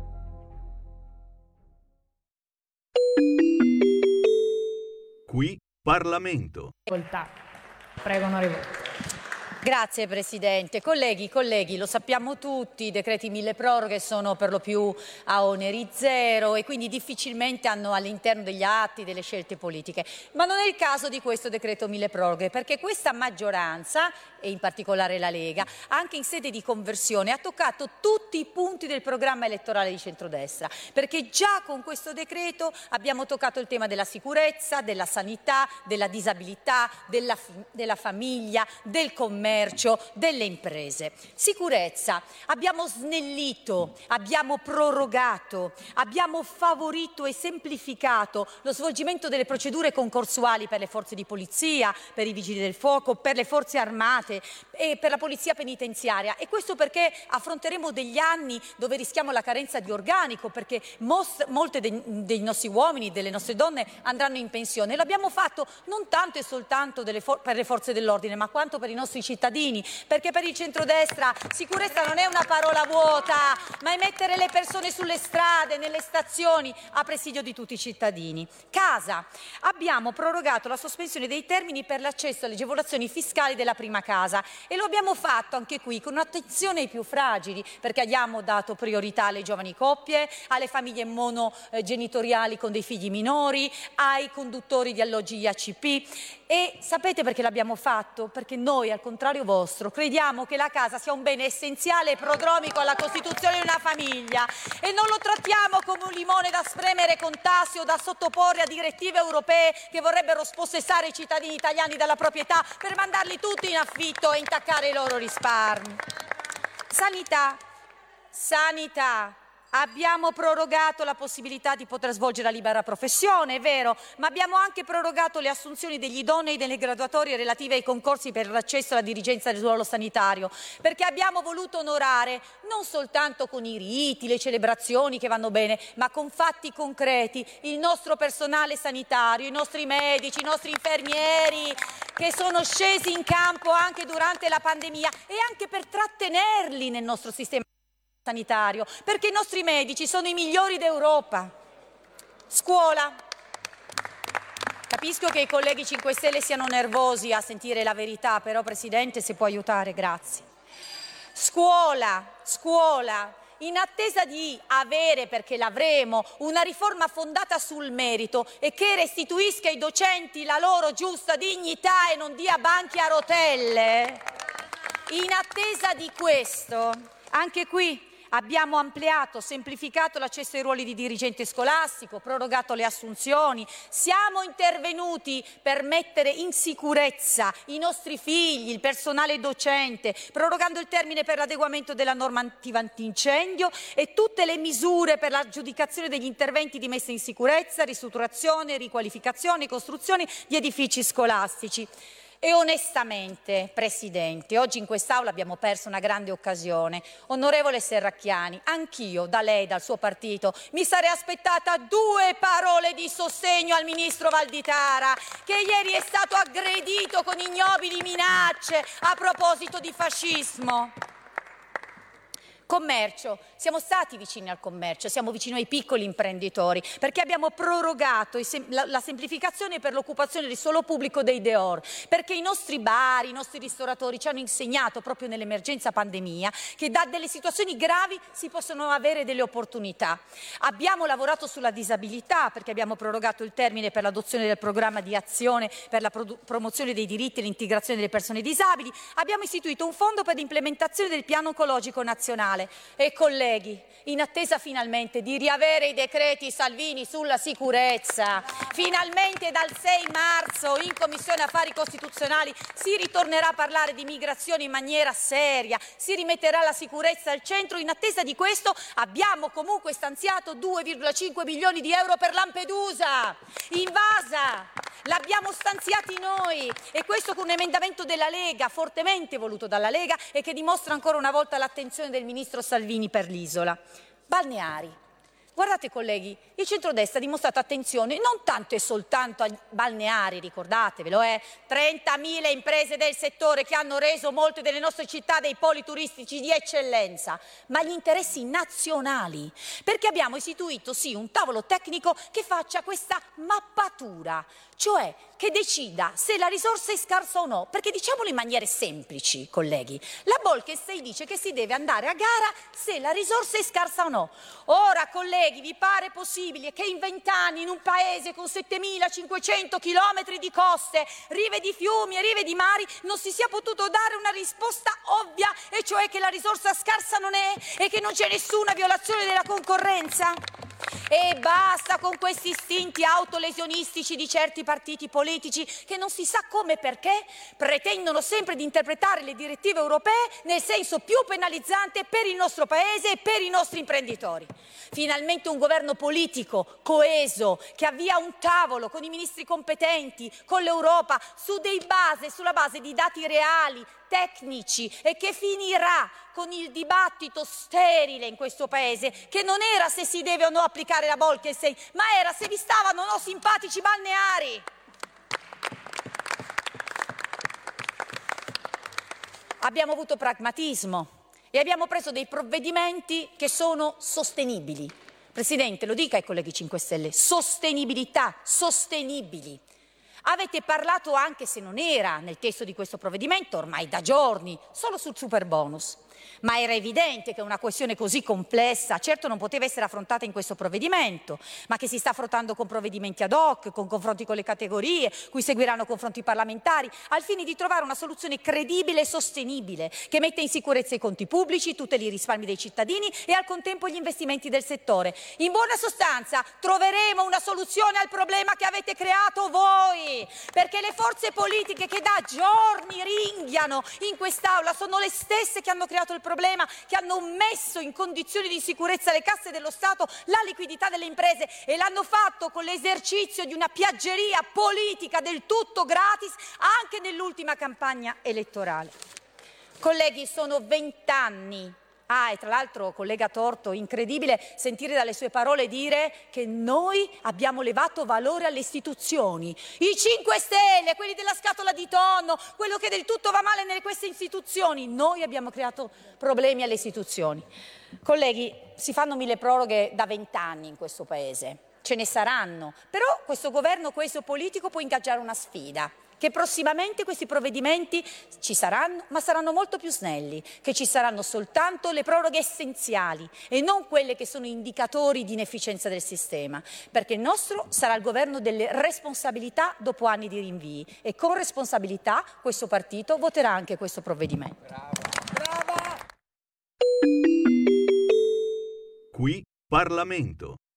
Qui Parlamento. Prego, onorevole. Grazie Presidente. Colleghi, colleghi, lo sappiamo tutti, i decreti mille proroghe sono per lo più a oneri zero e quindi difficilmente hanno all'interno degli atti delle scelte politiche. Ma non è il caso di questo decreto mille proroghe, perché questa maggioranza, e in particolare la Lega, anche in sede di conversione ha toccato tutti i punti del programma elettorale di centrodestra, perché già con questo decreto abbiamo toccato il tema della sicurezza, della sanità, della disabilità, della, della famiglia, del commercio, delle imprese. Sicurezza, abbiamo snellito, abbiamo prorogato, abbiamo favorito e semplificato lo svolgimento delle procedure concorsuali per le forze di polizia, per i vigili del fuoco, per le forze armate e per la polizia penitenziaria, e questo perché affronteremo degli anni dove rischiamo la carenza di organico, perché most, molte dei, dei nostri uomini, delle nostre donne andranno in pensione. Lo abbiamo fatto non tanto e soltanto delle for- per le forze dell'ordine, ma quanto per i nostri cittadini, perché per il centrodestra sicurezza non è una parola vuota, ma è mettere le persone sulle strade, nelle stazioni, a presidio di tutti i cittadini. Casa, abbiamo prorogato la sospensione dei termini per l'accesso alle agevolazioni fiscali della prima casa, e lo abbiamo fatto anche qui con un'attenzione ai più fragili, perché abbiamo dato priorità alle giovani coppie, alle famiglie monogenitoriali con dei figli minori, ai conduttori di alloggi I A C P. E sapete perché l'abbiamo fatto? Perché noi, al contrario vostro, crediamo che la casa sia un bene essenziale e prodromico alla costituzione di una famiglia, e non lo trattiamo come un limone da spremere con tassi o da sottoporre a direttive europee che vorrebbero spossessare i cittadini italiani dalla proprietà per mandarli tutti in affitto e intaccare i loro risparmi. Sanità, sanità. Abbiamo prorogato la possibilità di poter svolgere la libera professione, è vero, ma abbiamo anche prorogato le assunzioni degli idonei delle graduatorie relative ai concorsi per l'accesso alla dirigenza del ruolo sanitario, perché abbiamo voluto onorare non soltanto con i riti, le celebrazioni che vanno bene, ma con fatti concreti il nostro personale sanitario, i nostri medici, i nostri infermieri che sono scesi in campo anche durante la pandemia e anche per trattenerli nel nostro sistema sanitario, perché i nostri medici sono i migliori d'Europa. Scuola. Capisco che i colleghi cinque Stelle siano nervosi a sentire la verità, però Presidente, se può aiutare, grazie. Scuola, scuola. In attesa di avere, perché l'avremo, una riforma fondata sul merito e che restituisca ai docenti la loro giusta dignità e non dia banchi a rotelle, in attesa di questo, anche qui abbiamo ampliato, semplificato l'accesso ai ruoli di dirigente scolastico, prorogato le assunzioni, siamo intervenuti per mettere in sicurezza i nostri figli, il personale docente, prorogando il termine per l'adeguamento della normativa antincendio e tutte le misure per l'aggiudicazione degli interventi di messa in sicurezza, ristrutturazione, riqualificazione e costruzione di edifici scolastici. E onestamente, Presidente, oggi in quest'Aula abbiamo perso una grande occasione. Onorevole Serracchiani, anch'io, da lei, dal suo partito, mi sarei aspettata due parole di sostegno al Ministro Valditara, che ieri è stato aggredito con ignobili minacce a proposito di fascismo. Commercio, siamo stati vicini al commercio, siamo vicini ai piccoli imprenditori, perché abbiamo prorogato la semplificazione per l'occupazione del suolo pubblico dei Deor, perché i nostri bar, i nostri ristoratori ci hanno insegnato proprio nell'emergenza pandemia che da delle situazioni gravi si possono avere delle opportunità. Abbiamo lavorato sulla disabilità, perché abbiamo prorogato il termine per l'adozione del programma di azione per la promozione dei diritti e l'integrazione delle persone disabili, abbiamo istituito un fondo per l'implementazione del piano oncologico nazionale. E colleghi, in attesa finalmente di riavere i decreti Salvini sulla sicurezza, finalmente dal sei marzo in Commissione Affari Costituzionali si ritornerà a parlare di migrazione in maniera seria, si rimetterà la sicurezza al centro. In attesa di questo abbiamo comunque stanziato due virgola cinque milioni di euro per Lampedusa, invasa, l'abbiamo stanziati noi, e questo con un emendamento della Lega, fortemente voluto dalla Lega, e che dimostra ancora una volta l'attenzione del Ministro Salvini per l'isola. Balneari. Guardate colleghi, il centrodestra ha dimostrato attenzione non tanto e soltanto ai balneari, ricordatevelo, eh, trentamila imprese del settore che hanno reso molte delle nostre città dei poli turistici di eccellenza, ma agli interessi nazionali, perché abbiamo istituito sì un tavolo tecnico che faccia questa mappatura, cioè che decida se la risorsa è scarsa o no, perché diciamolo in maniere semplici, colleghi, la Bolkestein dice che si deve andare a gara se la risorsa è scarsa o no. Ora, colleghi, vi pare possibile che in vent'anni in un paese con settemilacinquecento chilometri di coste, rive di fiumi e rive di mari, non si sia potuto dare una risposta ovvia, e cioè che la risorsa scarsa non è e che non c'è nessuna violazione della concorrenza? E basta con questi istinti autolesionistici di certi partiti politici che non si sa come e perché pretendono sempre di interpretare le direttive europee nel senso più penalizzante per il nostro Paese e per i nostri imprenditori. Finalmente un governo politico, coeso, che avvia un tavolo con i ministri competenti, con l'Europa, su dei base, sulla base di dati reali, tecnici, e che finirà con il dibattito sterile in questo Paese, che non era se si deve o no applicare la Bolkestein, ma era se vi stavano o no simpatici balneari. Abbiamo avuto pragmatismo e abbiamo preso dei provvedimenti che sono sostenibili. Presidente, lo dica ai colleghi cinque Stelle, sostenibilità, sostenibili. Avete parlato, anche se non era nel testo di questo provvedimento, ormai da giorni, solo sul superbonus. Ma era evidente che una questione così complessa, certo non poteva essere affrontata in questo provvedimento, ma che si sta affrontando con provvedimenti ad hoc, con confronti con le categorie, cui seguiranno confronti parlamentari, al fine di trovare una soluzione credibile e sostenibile, che metta in sicurezza i conti pubblici, tuteli i risparmi dei cittadini e al contempo gli investimenti del settore. In buona sostanza, troveremo una soluzione al problema che avete creato voi. giorni, perché le forze politiche che da giorni ringhiano in quest'Aula sono le stesse che hanno creato il problema, che hanno messo in condizioni di sicurezza le casse dello Stato, la liquidità delle imprese, e l'hanno fatto con l'esercizio di una piaggeria politica del tutto gratis anche nell'ultima campagna elettorale. Colleghi, sono vent'anni. Ah, e tra l'altro, collega Torto, incredibile sentire dalle sue parole dire che noi abbiamo levato valore alle istituzioni. I cinque Stelle, quelli della scatola di tonno, quello che del tutto va male nelle queste istituzioni. Noi abbiamo creato problemi alle istituzioni. Colleghi, si fanno mille proroghe da vent'anni in questo Paese. Ce ne saranno. Però questo governo coeso politico può ingaggiare una sfida. Che prossimamente questi provvedimenti ci saranno, ma saranno molto più snelli, che ci saranno soltanto le proroghe essenziali e non quelle che sono indicatori di inefficienza del sistema, perché il nostro sarà il governo delle responsabilità dopo anni di rinvii e con responsabilità questo partito voterà anche questo provvedimento. Brava. Brava. Qui Parlamento.